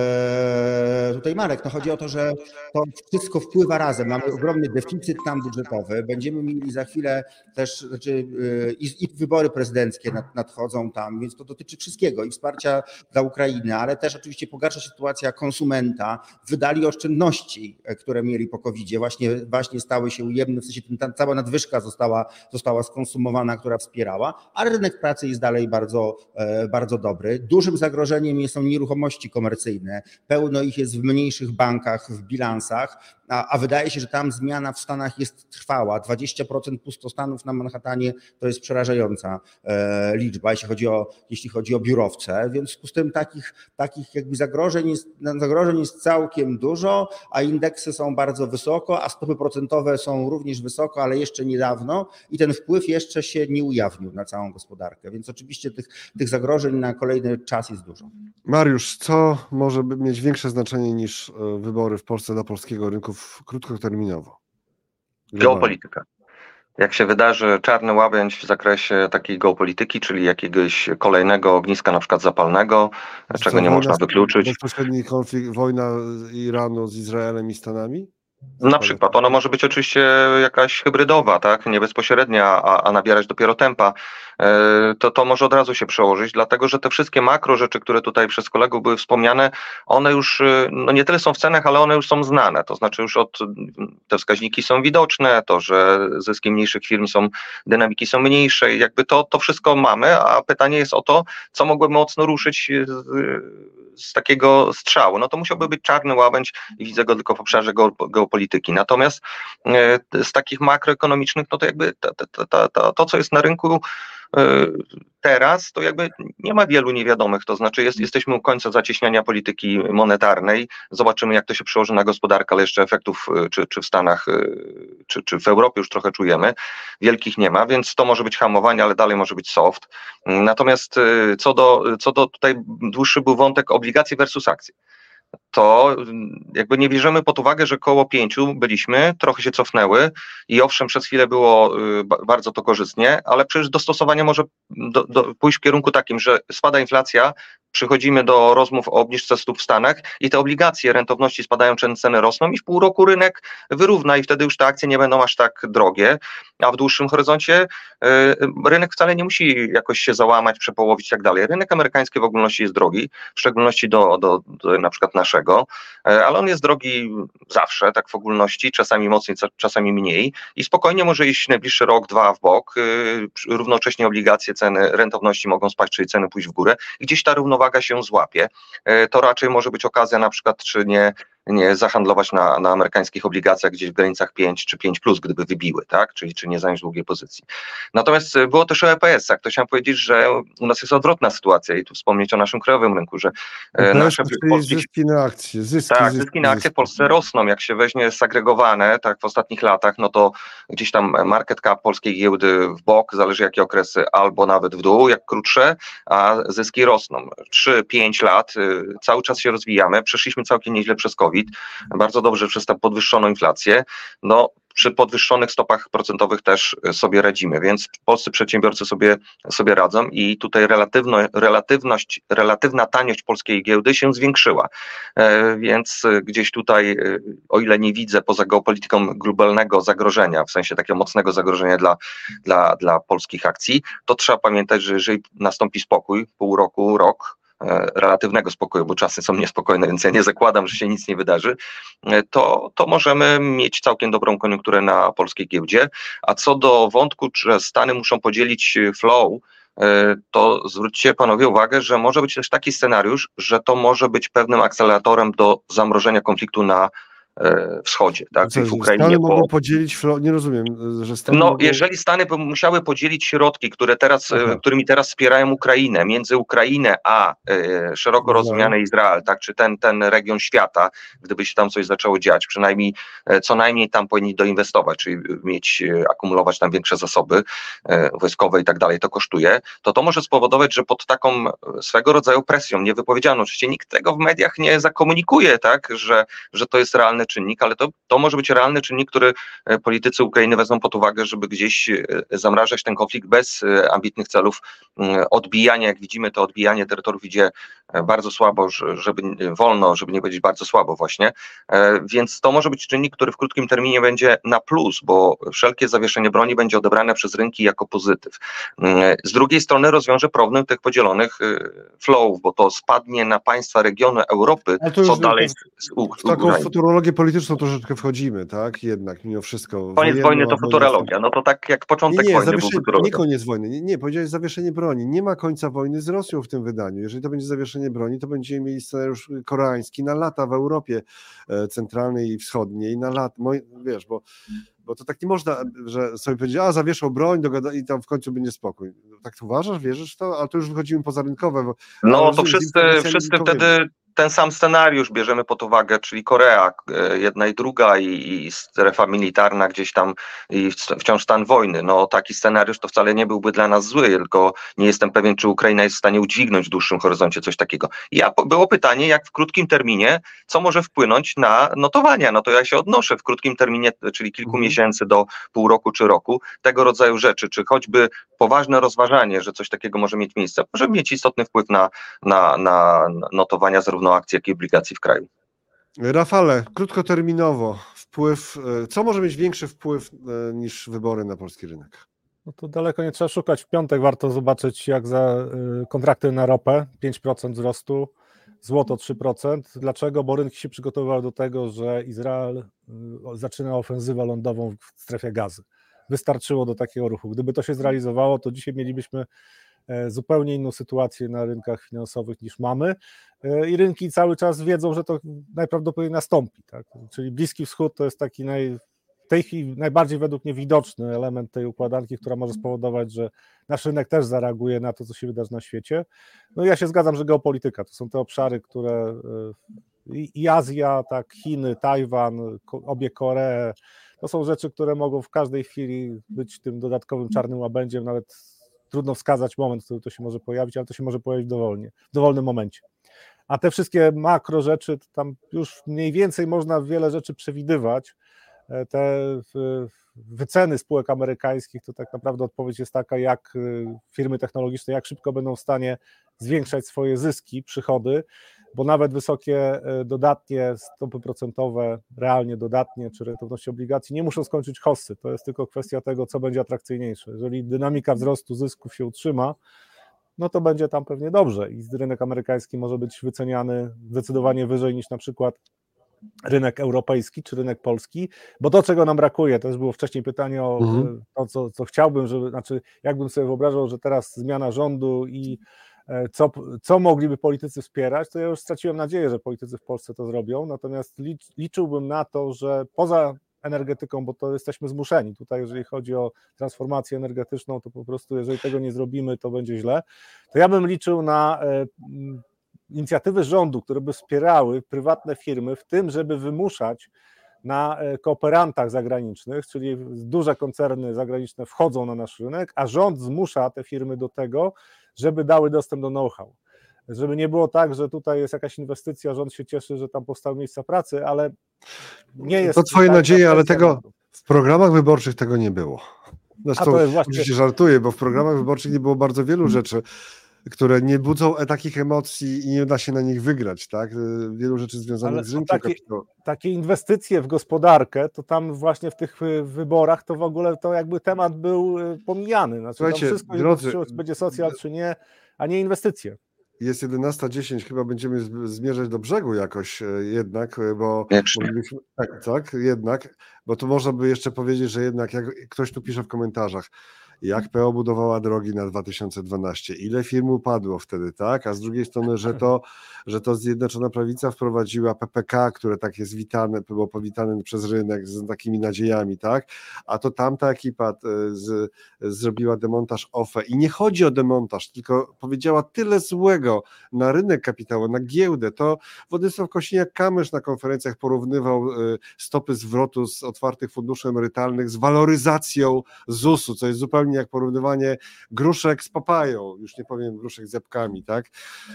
tutaj Marek. No chodzi o to, że to wszystko wpływa razem. Mamy ogromny deficyt tam budżetowy, będziemy mieli za chwilę też, i wybory prezydenckie nadchodzą tam, więc to dotyczy wszystkiego i wsparcia dla Ukrainy, ale też oczywiście pogarsza się sytuacja konsumenta. Wydali oszczędności, które mieli po COVID-zie, właśnie stały się ujemne, w sensie ta cała nadwyżka została skonsumowana, która wspierała, ale rynek rynek pracy jest dalej bardzo, bardzo dobry. Dużym zagrożeniem są nieruchomości komercyjne. Pełno ich jest w mniejszych bankach, w bilansach, a wydaje się, że tam zmiana w Stanach jest trwała. 20% pustostanów na Manhattanie to jest przerażająca liczba, jeśli chodzi o biurowce, więc w związku z tym takich jakby zagrożeń jest całkiem dużo, a indeksy są bardzo wysoko, a stopy procentowe są również wysoko, ale jeszcze niedawno i ten wpływ jeszcze się nie ujawnił na całą gospodarkę, więc oczywiście tych zagrożeń na kolejny czas jest dużo. Mariusz, co może mieć większe znaczenie niż wybory w Polsce dla polskiego rynku krótkoterminowo? Geopolityka. Jak się wydarzy czarny łabędź w zakresie takiej geopolityki, czyli jakiegoś kolejnego ogniska na przykład zapalnego, czego nie można wykluczyć. Bezpośredni konflikt, wojna Iranu z Izraelem i Stanami? Na przykład, ona może być oczywiście jakaś hybrydowa, tak, nie bezpośrednia, a nabierać dopiero tempa, to może od razu się przełożyć, dlatego że te wszystkie makro rzeczy, które tutaj przez kolegów były wspomniane, one już no nie tyle są w cenach, ale one już są znane, to znaczy już te wskaźniki są widoczne, to, że zyski mniejszych firm dynamiki są mniejsze, jakby to wszystko mamy, a pytanie jest o to, co mogłoby mocno ruszyć z takiego strzału, no to musiałby być czarny łabędź i widzę go tylko w obszarze geopolityki. Natomiast z takich makroekonomicznych, no to jakby to co jest na rynku teraz, to jakby nie ma wielu niewiadomych, to znaczy jesteśmy u końca zacieśniania polityki monetarnej, zobaczymy jak to się przełoży na gospodarkę, ale jeszcze efektów czy w Stanach, czy w Europie już trochę czujemy, wielkich nie ma, więc to może być hamowanie, ale dalej może być soft. Natomiast co do tutaj dłuższy był wątek obligacje versus akcje. To jakby nie bierzemy pod uwagę, że koło 5 byliśmy, trochę się cofnęły i owszem przez chwilę było bardzo to korzystnie, ale przecież dostosowanie może pójść w kierunku takim, że spada inflacja, przychodzimy do rozmów o obniżce stóp w Stanach i te obligacje rentowności spadają, ceny rosną i w pół roku rynek wyrówna i wtedy już te akcje nie będą aż tak drogie, a w dłuższym horyzoncie rynek wcale nie musi jakoś się załamać, przepołowić i tak dalej. Rynek amerykański w ogólności jest drogi, w szczególności do na przykład naszego, ale on jest drogi zawsze, tak w ogólności, czasami mocniej, czasami mniej i spokojnie może iść najbliższy rok, dwa w bok, równocześnie obligacje, ceny rentowności mogą spaść, czyli ceny pójść w górę i gdzieś ta równowaga się złapie, to raczej może być okazja na przykład, czy nie zahandlować na amerykańskich obligacjach gdzieś w granicach 5 czy 5+, gdyby wybiły, tak? Czyli czy nie zająć długiej pozycji. Natomiast było też o EPS-ach. To chciałem powiedzieć, że u nas jest odwrotna sytuacja i tu wspomnieć o naszym krajowym rynku, że nasze zyski na akcje. Zyski na akcje w Polsce rosną. Jak się weźmie sagregowane, tak w ostatnich latach, no to gdzieś tam market cap polskiej giełdy w bok, zależy jakie okresy, albo nawet w dół, jak krótsze, a zyski rosną. 3-5 lat, cały czas się rozwijamy, przeszliśmy całkiem nieźle przez COVID, bardzo dobrze przez tę podwyższoną inflację, no przy podwyższonych stopach procentowych też sobie radzimy, więc polscy przedsiębiorcy sobie radzą i tutaj relatywna taniość polskiej giełdy się zwiększyła, więc gdzieś tutaj, o ile nie widzę poza geopolityką globalnego zagrożenia, w sensie takiego mocnego zagrożenia dla polskich akcji, to trzeba pamiętać, że jeżeli nastąpi spokój, pół roku, rok, relatywnego spokoju, bo czasy są niespokojne, więc ja nie zakładam, że się nic nie wydarzy, to możemy mieć całkiem dobrą koniunkturę na polskiej giełdzie, a co do wątku, że Stany muszą podzielić flow, to zwróćcie panowie uwagę, że może być też taki scenariusz, że to może być pewnym akceleratorem do zamrożenia konfliktu na wschodzie, tak? Czyli w Ukrainie. Stany mogą podzielić, nie rozumiem, że Stany mogą... Jeżeli Stany musiały podzielić środki, którymi teraz wspierają Ukrainę, między Ukrainę a szeroko rozumiany Izrael, tak? Czy ten region świata, gdyby się tam coś zaczęło dziać, przynajmniej co najmniej tam powinni doinwestować, czyli akumulować tam większe zasoby wojskowe i tak dalej, to kosztuje, to może spowodować, że pod taką swego rodzaju presją, niewypowiedzianą, oczywiście nikt tego w mediach nie zakomunikuje, tak? Że to jest realny czynnik, ale to może być realny czynnik, który politycy Ukrainy wezmą pod uwagę, żeby gdzieś zamrażać ten konflikt bez ambitnych celów odbijania. Jak widzimy, to odbijanie terytoriów idzie bardzo słabo, żeby wolno, żeby nie powiedzieć bardzo słabo właśnie, więc to może być czynnik, który w krótkim terminie będzie na plus, bo wszelkie zawieszenie broni będzie odebrane przez rynki jako pozytyw. Z drugiej strony rozwiąże problem tych podzielonych flowów, bo to spadnie na państwa regionu Europy, co dalej z w taką futurologię polityczną troszeczkę wchodzimy, tak? Jednak mimo wszystko. Koniec wojny to futurologia, no to tak jak początek wojny był futurologia. Nie koniec wojny, nie, powiedziałeś zawieszenie broni. Nie ma końca wojny z Rosją w tym wydaniu. Jeżeli to będzie zawieszenie broni, to będziemy mieli scenariusz koreański na lata w Europie centralnej i wschodniej, na lata, wiesz, bo to tak nie można, że sobie powiedzieć, zawieszą broń i tam w końcu będzie spokój. Tak uważasz, wierzysz w to? Ale to już wychodzimy pozarynkowe. No to wszyscy wtedy ten sam scenariusz bierzemy pod uwagę, czyli Korea, jedna i druga i strefa militarna gdzieś tam i wciąż stan wojny. No taki scenariusz to wcale nie byłby dla nas zły, tylko nie jestem pewien, czy Ukraina jest w stanie udźwignąć w dłuższym horyzoncie coś takiego. Było pytanie, jak w krótkim terminie, co może wpłynąć na notowania. No to ja się odnoszę w krótkim terminie, czyli kilku miesięcy do pół roku czy roku, tego rodzaju rzeczy, czy choćby poważne rozważanie, że coś takiego może mieć miejsce, może mieć istotny wpływ na notowania zarówno akcji, jak i obligacji w kraju. Rafale, krótkoterminowo wpływ, co może mieć większy wpływ niż wybory na polski rynek? No to daleko nie trzeba szukać. W piątek warto zobaczyć, jak za kontrakty na ropę, 5% wzrostu, złoto 3%. Dlaczego? Bo rynki się przygotowywały do tego, że Izrael zaczyna ofensywę lądową w strefie Gazy. Wystarczyło do takiego ruchu. Gdyby to się zrealizowało, to dzisiaj mielibyśmy zupełnie inną sytuację na rynkach finansowych niż mamy i rynki cały czas wiedzą, że to najprawdopodobniej nastąpi. Tak? Czyli Bliski Wschód to jest taki w tej chwili najbardziej według mnie widoczny element tej układanki, która może spowodować, że nasz rynek też zareaguje na to, co się wydarzy na świecie. No i ja się zgadzam, że geopolityka to są te obszary, które i Azja, tak, Chiny, Tajwan, obie Koree, to są rzeczy, które mogą w każdej chwili być tym dodatkowym czarnym łabędziem, nawet trudno wskazać moment, w którym to się może pojawić, ale to się może pojawić w dowolnym momencie. A te wszystkie makro rzeczy, tam już mniej więcej można wiele rzeczy przewidywać. Te wyceny spółek amerykańskich, to tak naprawdę odpowiedź jest taka, jak firmy technologiczne, jak szybko będą w stanie zwiększać swoje zyski, przychody, bo nawet wysokie dodatnie stopy procentowe, realnie dodatnie, czy rentowności obligacji nie muszą skończyć hossy. To jest tylko kwestia tego, co będzie atrakcyjniejsze. Jeżeli dynamika wzrostu zysków się utrzyma, no to będzie tam pewnie dobrze i rynek amerykański może być wyceniany zdecydowanie wyżej niż na przykład rynek europejski czy rynek polski, bo to, czego nam brakuje, to już było wcześniej pytanie o to, co chciałbym, jakbym sobie wyobrażał, że teraz zmiana rządu i co mogliby politycy wspierać, to ja już straciłem nadzieję, że politycy w Polsce to zrobią, natomiast liczyłbym na to, że poza energetyką, bo to jesteśmy zmuszeni tutaj, jeżeli chodzi o transformację energetyczną, to po prostu jeżeli tego nie zrobimy, to będzie źle, to ja bym liczył na inicjatywy rządu, które by wspierały prywatne firmy w tym, żeby wymuszać na kooperantach zagranicznych, czyli duże koncerny zagraniczne wchodzą na nasz rynek, a rząd zmusza te firmy do tego, żeby dały dostęp do know-how. Żeby nie było tak, że tutaj jest jakaś inwestycja, rząd się cieszy, że tam powstały miejsca pracy, ale nie jest... To twoje nadzieje, ale tego w programach wyborczych tego nie było. Zresztą oczywiście żartuję, bo w programach wyborczych nie było bardzo wielu rzeczy, które nie budzą takich emocji i nie da się na nich wygrać, tak? Wielu rzeczy związanych z rynkiem kapitałowym. Takie inwestycje w gospodarkę, to tam właśnie w tych wyborach to w ogóle to jakby temat był pomijany. Znaczy, słuchajcie, wszystko drodzy, będzie socjal czy nie, a nie inwestycje. Jest 11:10, chyba będziemy zmierzać do brzegu jakoś jednak, bo moglibyśmy, jednak, bo to można by jeszcze powiedzieć, że jednak jak ktoś tu pisze w komentarzach, jak PO budowała drogi na 2012, ile firm upadło wtedy, tak? A z drugiej strony, że to Zjednoczona Prawica wprowadziła PPK, które tak jest było powitane przez rynek z takimi nadziejami, tak? A to tamta ekipa zrobiła demontaż OFE i nie chodzi o demontaż, tylko powiedziała tyle złego na rynek kapitałowy, na giełdę. To Władysław Kosiniak-Kamysz na konferencjach porównywał stopy zwrotu z otwartych funduszy emerytalnych z waloryzacją ZUS-u, co jest zupełnie jak porównywanie gruszek z papają, już nie powiem gruszek z jabłkami, tak?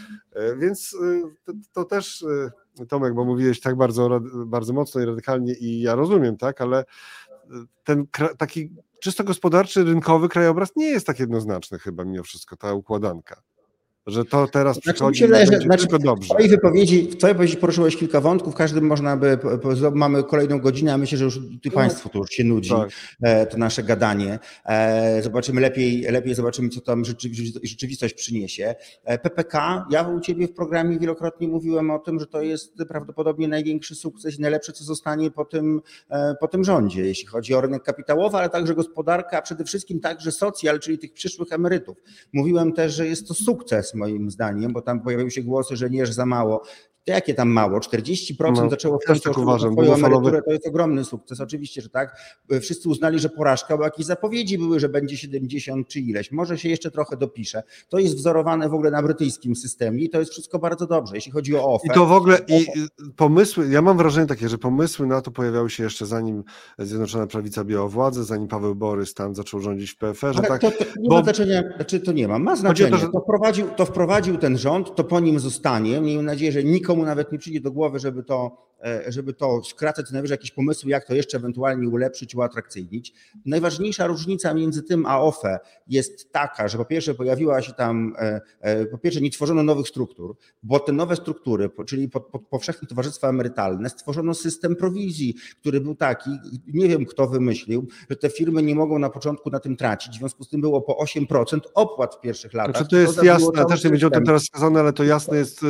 Więc to też, Tomek, bo mówiłeś tak bardzo mocno i radykalnie i ja rozumiem, tak, ale ten taki czysto gospodarczy, rynkowy krajobraz nie jest tak jednoznaczny chyba mimo wszystko, ta układanka. że to teraz Znaczy, mi przychodzi się i wydaje, że będzie tylko w dobrze. twojej wypowiedzi poruszyłeś kilka wątków, każdym można by, mamy kolejną godzinę, a myślę, że już Państwu to już się nudzi, to nasze gadanie. Zobaczymy lepiej zobaczymy, co tam rzeczywistość przyniesie. PPK, ja u Ciebie w programie wielokrotnie mówiłem o tym, że to jest prawdopodobnie największy sukces i najlepsze, co zostanie po tym rządzie, jeśli chodzi o rynek kapitałowy, ale także gospodarkę, a przede wszystkim także socjal, czyli tych przyszłych emerytów. Mówiłem też, że jest to sukces moim zdaniem, bo tam pojawiły się głosy, że nie, że za mało. To jakie tam mało? 40% zaczęło też tak uważam, swoją emeryturę, to jest ogromny sukces, oczywiście, że tak. Wszyscy uznali, że porażka, bo jakieś zapowiedzi były, że będzie 70 czy ileś. Może się jeszcze trochę dopisze. To jest wzorowane w ogóle na brytyjskim systemie i to jest wszystko bardzo dobrze, jeśli chodzi o OFE. I to w ogóle pomysły, ja mam wrażenie takie, że pomysły na to pojawiały się jeszcze zanim Zjednoczona Prawica objęła władzę, zanim Paweł Borys tam zaczął rządzić w PFR-ze. Ale tak, to nie ma znaczenia, znaczy to nie ma znaczenia. To wprowadził ten rząd, to po nim zostanie. Miejmy nadzieję, że nikomu nawet nie przyjdzie do głowy, żeby to skracać, co najwyżej jakieś pomysły, jak to jeszcze ewentualnie ulepszyć, uatrakcyjnić. Najważniejsza różnica między tym a OFE jest taka, że po pierwsze pojawiła się tam, nie tworzono nowych struktur, bo te nowe struktury, czyli powszechne towarzystwa emerytalne, stworzono system prowizji, który był taki, nie wiem kto wymyślił, że te firmy nie mogą na początku na tym tracić, w związku z tym było po 8% opłat w pierwszych latach. Znaczy to jest jasne, też nie będzie o tym teraz skazane, ale to jasne jest,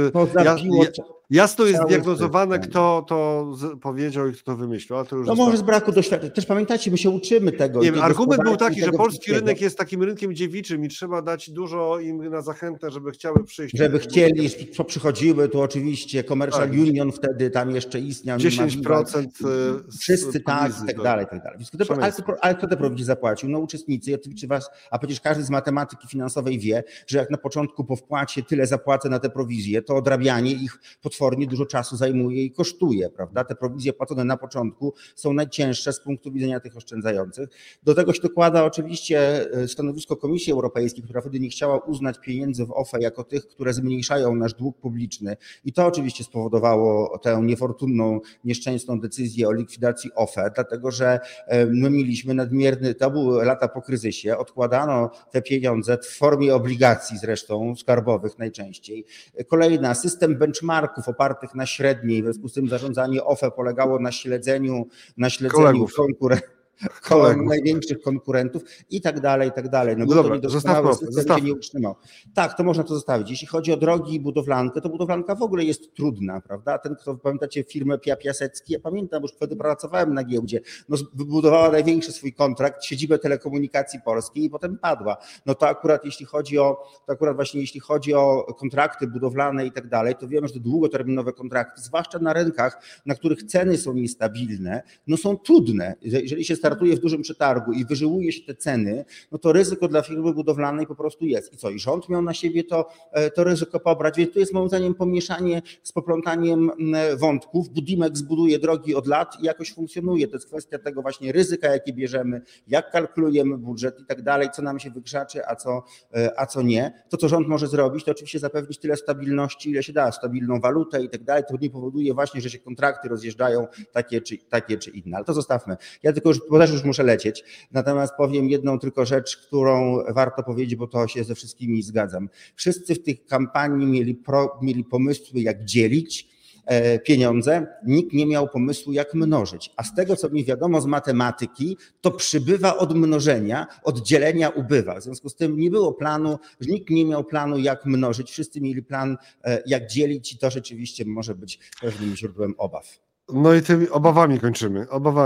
jasno jest zdiagnozowane, kto to powiedział i kto to wymyślił. Ale to już może z braku doświadczenia. Też pamiętajcie, my się uczymy tego. Nie, argument był taki, że polski rynek jest takim rynkiem dziewiczym i trzeba dać dużo im na zachętę, żeby chciały przyjść. Żeby chcieli, przychodziły, tu oczywiście Commercial Union wtedy tam jeszcze istniał. 10% wszyscy tak i tak dalej. Ale kto te prowizje zapłacił? No uczestnicy, a przecież każdy z matematyki finansowej wie, że jak na początku po wpłacie tyle zapłacę na te prowizje, to odrabianie ich potwornie dużo czasu zajmuje i kosztuje, prawda? Te prowizje płacone na początku są najcięższe z punktu widzenia tych oszczędzających. Do tego się dokłada oczywiście stanowisko Komisji Europejskiej, która wtedy nie chciała uznać pieniędzy w OFE jako tych, które zmniejszają nasz dług publiczny i to oczywiście spowodowało tę niefortunną, nieszczęsną decyzję o likwidacji OFE, dlatego że my mieliśmy nadmierny, to były lata po kryzysie, odkładano te pieniądze w formie obligacji zresztą skarbowych najczęściej. Kolejna, system benchmarków opartych na średniej, w związku z tym zarządzanie OFE polegało na śledzeniu największych konkurentów i tak dalej. No był to niedoskonały system, się nie utrzymał. Tak, to można to zostawić. Jeśli chodzi o drogi i budowlankę, to budowlanka w ogóle jest trudna, prawda? Ten, kto pamiętacie firmę Piasecki, ja pamiętam, już wtedy pracowałem na giełdzie, wybudowała największy swój kontrakt, siedzibę Telekomunikacji Polskiej i potem padła. No to akurat jeśli chodzi o kontrakty budowlane i tak dalej, to wiemy, że te długoterminowe kontrakty, zwłaszcza na rynkach, na których ceny są niestabilne, no są trudne. Jeżeli się startuje w dużym przetargu i wyżyłuje się te ceny, no to ryzyko dla firmy budowlanej po prostu jest. I co? I rząd miał na siebie to ryzyko pobrać, więc tu jest moim zdaniem pomieszanie z poplątaniem wątków. Budimex buduje drogi od lat i jakoś funkcjonuje. To jest kwestia tego właśnie ryzyka, jakie bierzemy, jak kalkulujemy budżet i tak dalej, co nam się wykrzaczy, a co nie. To, co rząd może zrobić, to oczywiście zapewnić tyle stabilności, ile się da, stabilną walutę i tak dalej. To nie powoduje właśnie, że się kontrakty rozjeżdżają takie czy inne. Ale to zostawmy. Ja tylko już muszę lecieć. Natomiast powiem jedną tylko rzecz, którą warto powiedzieć, bo to się ze wszystkimi zgadzam. Wszyscy w tych kampanii mieli pomysły, jak dzielić pieniądze, nikt nie miał pomysłu, jak mnożyć. A z tego, co mi wiadomo z matematyki, to przybywa od mnożenia, od dzielenia ubywa. W związku z tym nie było planu, że nikt nie miał planu, jak mnożyć. Wszyscy mieli plan, jak dzielić i to rzeczywiście może być pewnym źródłem obaw. No i tymi obawami kończymy.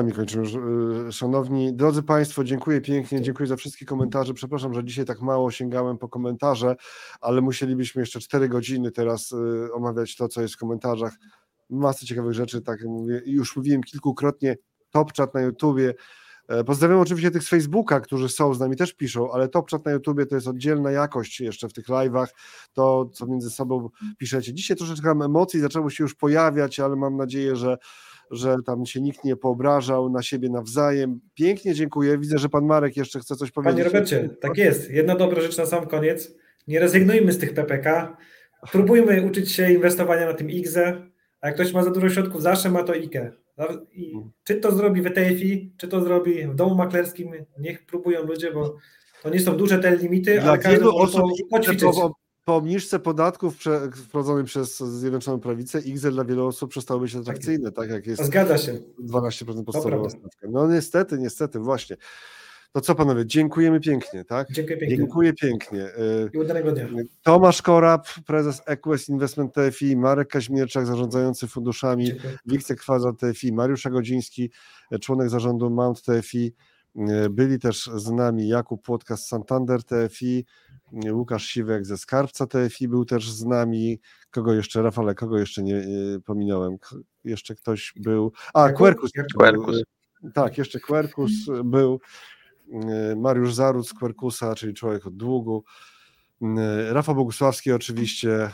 Szanowni drodzy Państwo, dziękuję pięknie, dziękuję za wszystkie komentarze. Przepraszam, że dzisiaj tak mało sięgałem po komentarze, ale musielibyśmy jeszcze 4 godziny teraz omawiać to, co jest w komentarzach. Masy ciekawych rzeczy, tak jak mówię, już mówiłem kilkukrotnie, Top Chat na YouTubie. Pozdrawiam oczywiście tych z Facebooka, którzy są z nami, też piszą, ale Top Chat na YouTubie to jest oddzielna jakość jeszcze w tych live'ach, to co między sobą piszecie. Dzisiaj troszeczkę emocji zaczęło się już pojawiać, ale mam nadzieję, że tam się nikt nie poobrażał na siebie nawzajem. Pięknie dziękuję. Widzę, że pan Marek jeszcze chce coś powiedzieć. Panie Robercie, tak jest. Jedna dobra rzecz na sam koniec. Nie rezygnujmy z tych PPK. Próbujmy uczyć się inwestowania na tym IGZE, a jak ktoś ma za dużo środków, zawsze ma to IKE. I czy to zrobi w ETF-i, czy to zrobi w domu maklerskim, niech próbują ludzie, bo to nie są duże te limity, ale każdy może to poćwiczyć. po obniżce podatków wprowadzonej przez Zjednoczoną Prawicę XL dla wielu osób przestało być atrakcyjne, tak jak jest Zgadza się. 12% podstawowa stawka. No niestety, właśnie. To co panowie, dziękujemy pięknie, tak? Dziękuję pięknie. I udanego dnia. Tomasz Korab, prezes Equest Investment TFI, Marek Kaźmierczak, zarządzający funduszami, Wiktor Kwadrat TFI, Mariusz Godziński, członek zarządu Mount TFI. Byli też z nami Jakub Płotka z Santander TFI, Łukasz Siwek ze Skarbca TFI był też z nami. Kogo jeszcze, Rafale, kogo jeszcze nie pominąłem? Jeszcze ktoś był. Quercus. Tak, jeszcze Quercus był. Mariusz Zaruc z Quercusa, czyli człowiek od długu. Rafał Bogusławski oczywiście.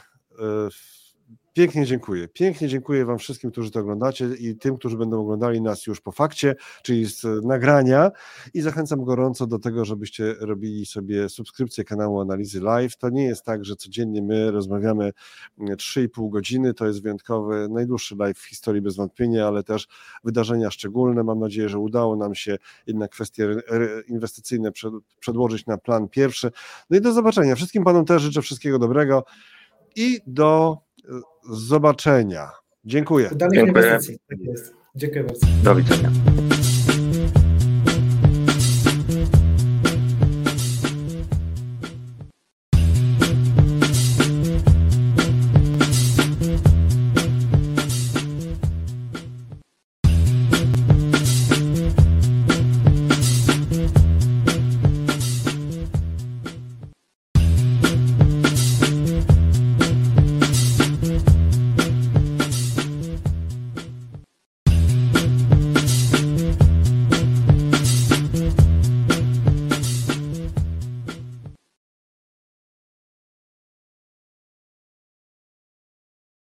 Pięknie dziękuję wam wszystkim, którzy to oglądacie i tym, którzy będą oglądali nas już po fakcie, czyli z nagrania i zachęcam gorąco do tego, żebyście robili sobie subskrypcję kanału Analizy Live. To nie jest tak, że codziennie my rozmawiamy 3,5 godziny, to jest wyjątkowy, najdłuższy live w historii bez wątpienia, ale też wydarzenia szczególne. Mam nadzieję, że udało nam się jednak kwestie inwestycyjne przedłożyć na plan pierwszy. No i do zobaczenia. Wszystkim panom też życzę wszystkiego dobrego i do zobaczenia. Dziękuję. Udanych inwestycji. Tak jest. Dziękuję bardzo. Do widzenia.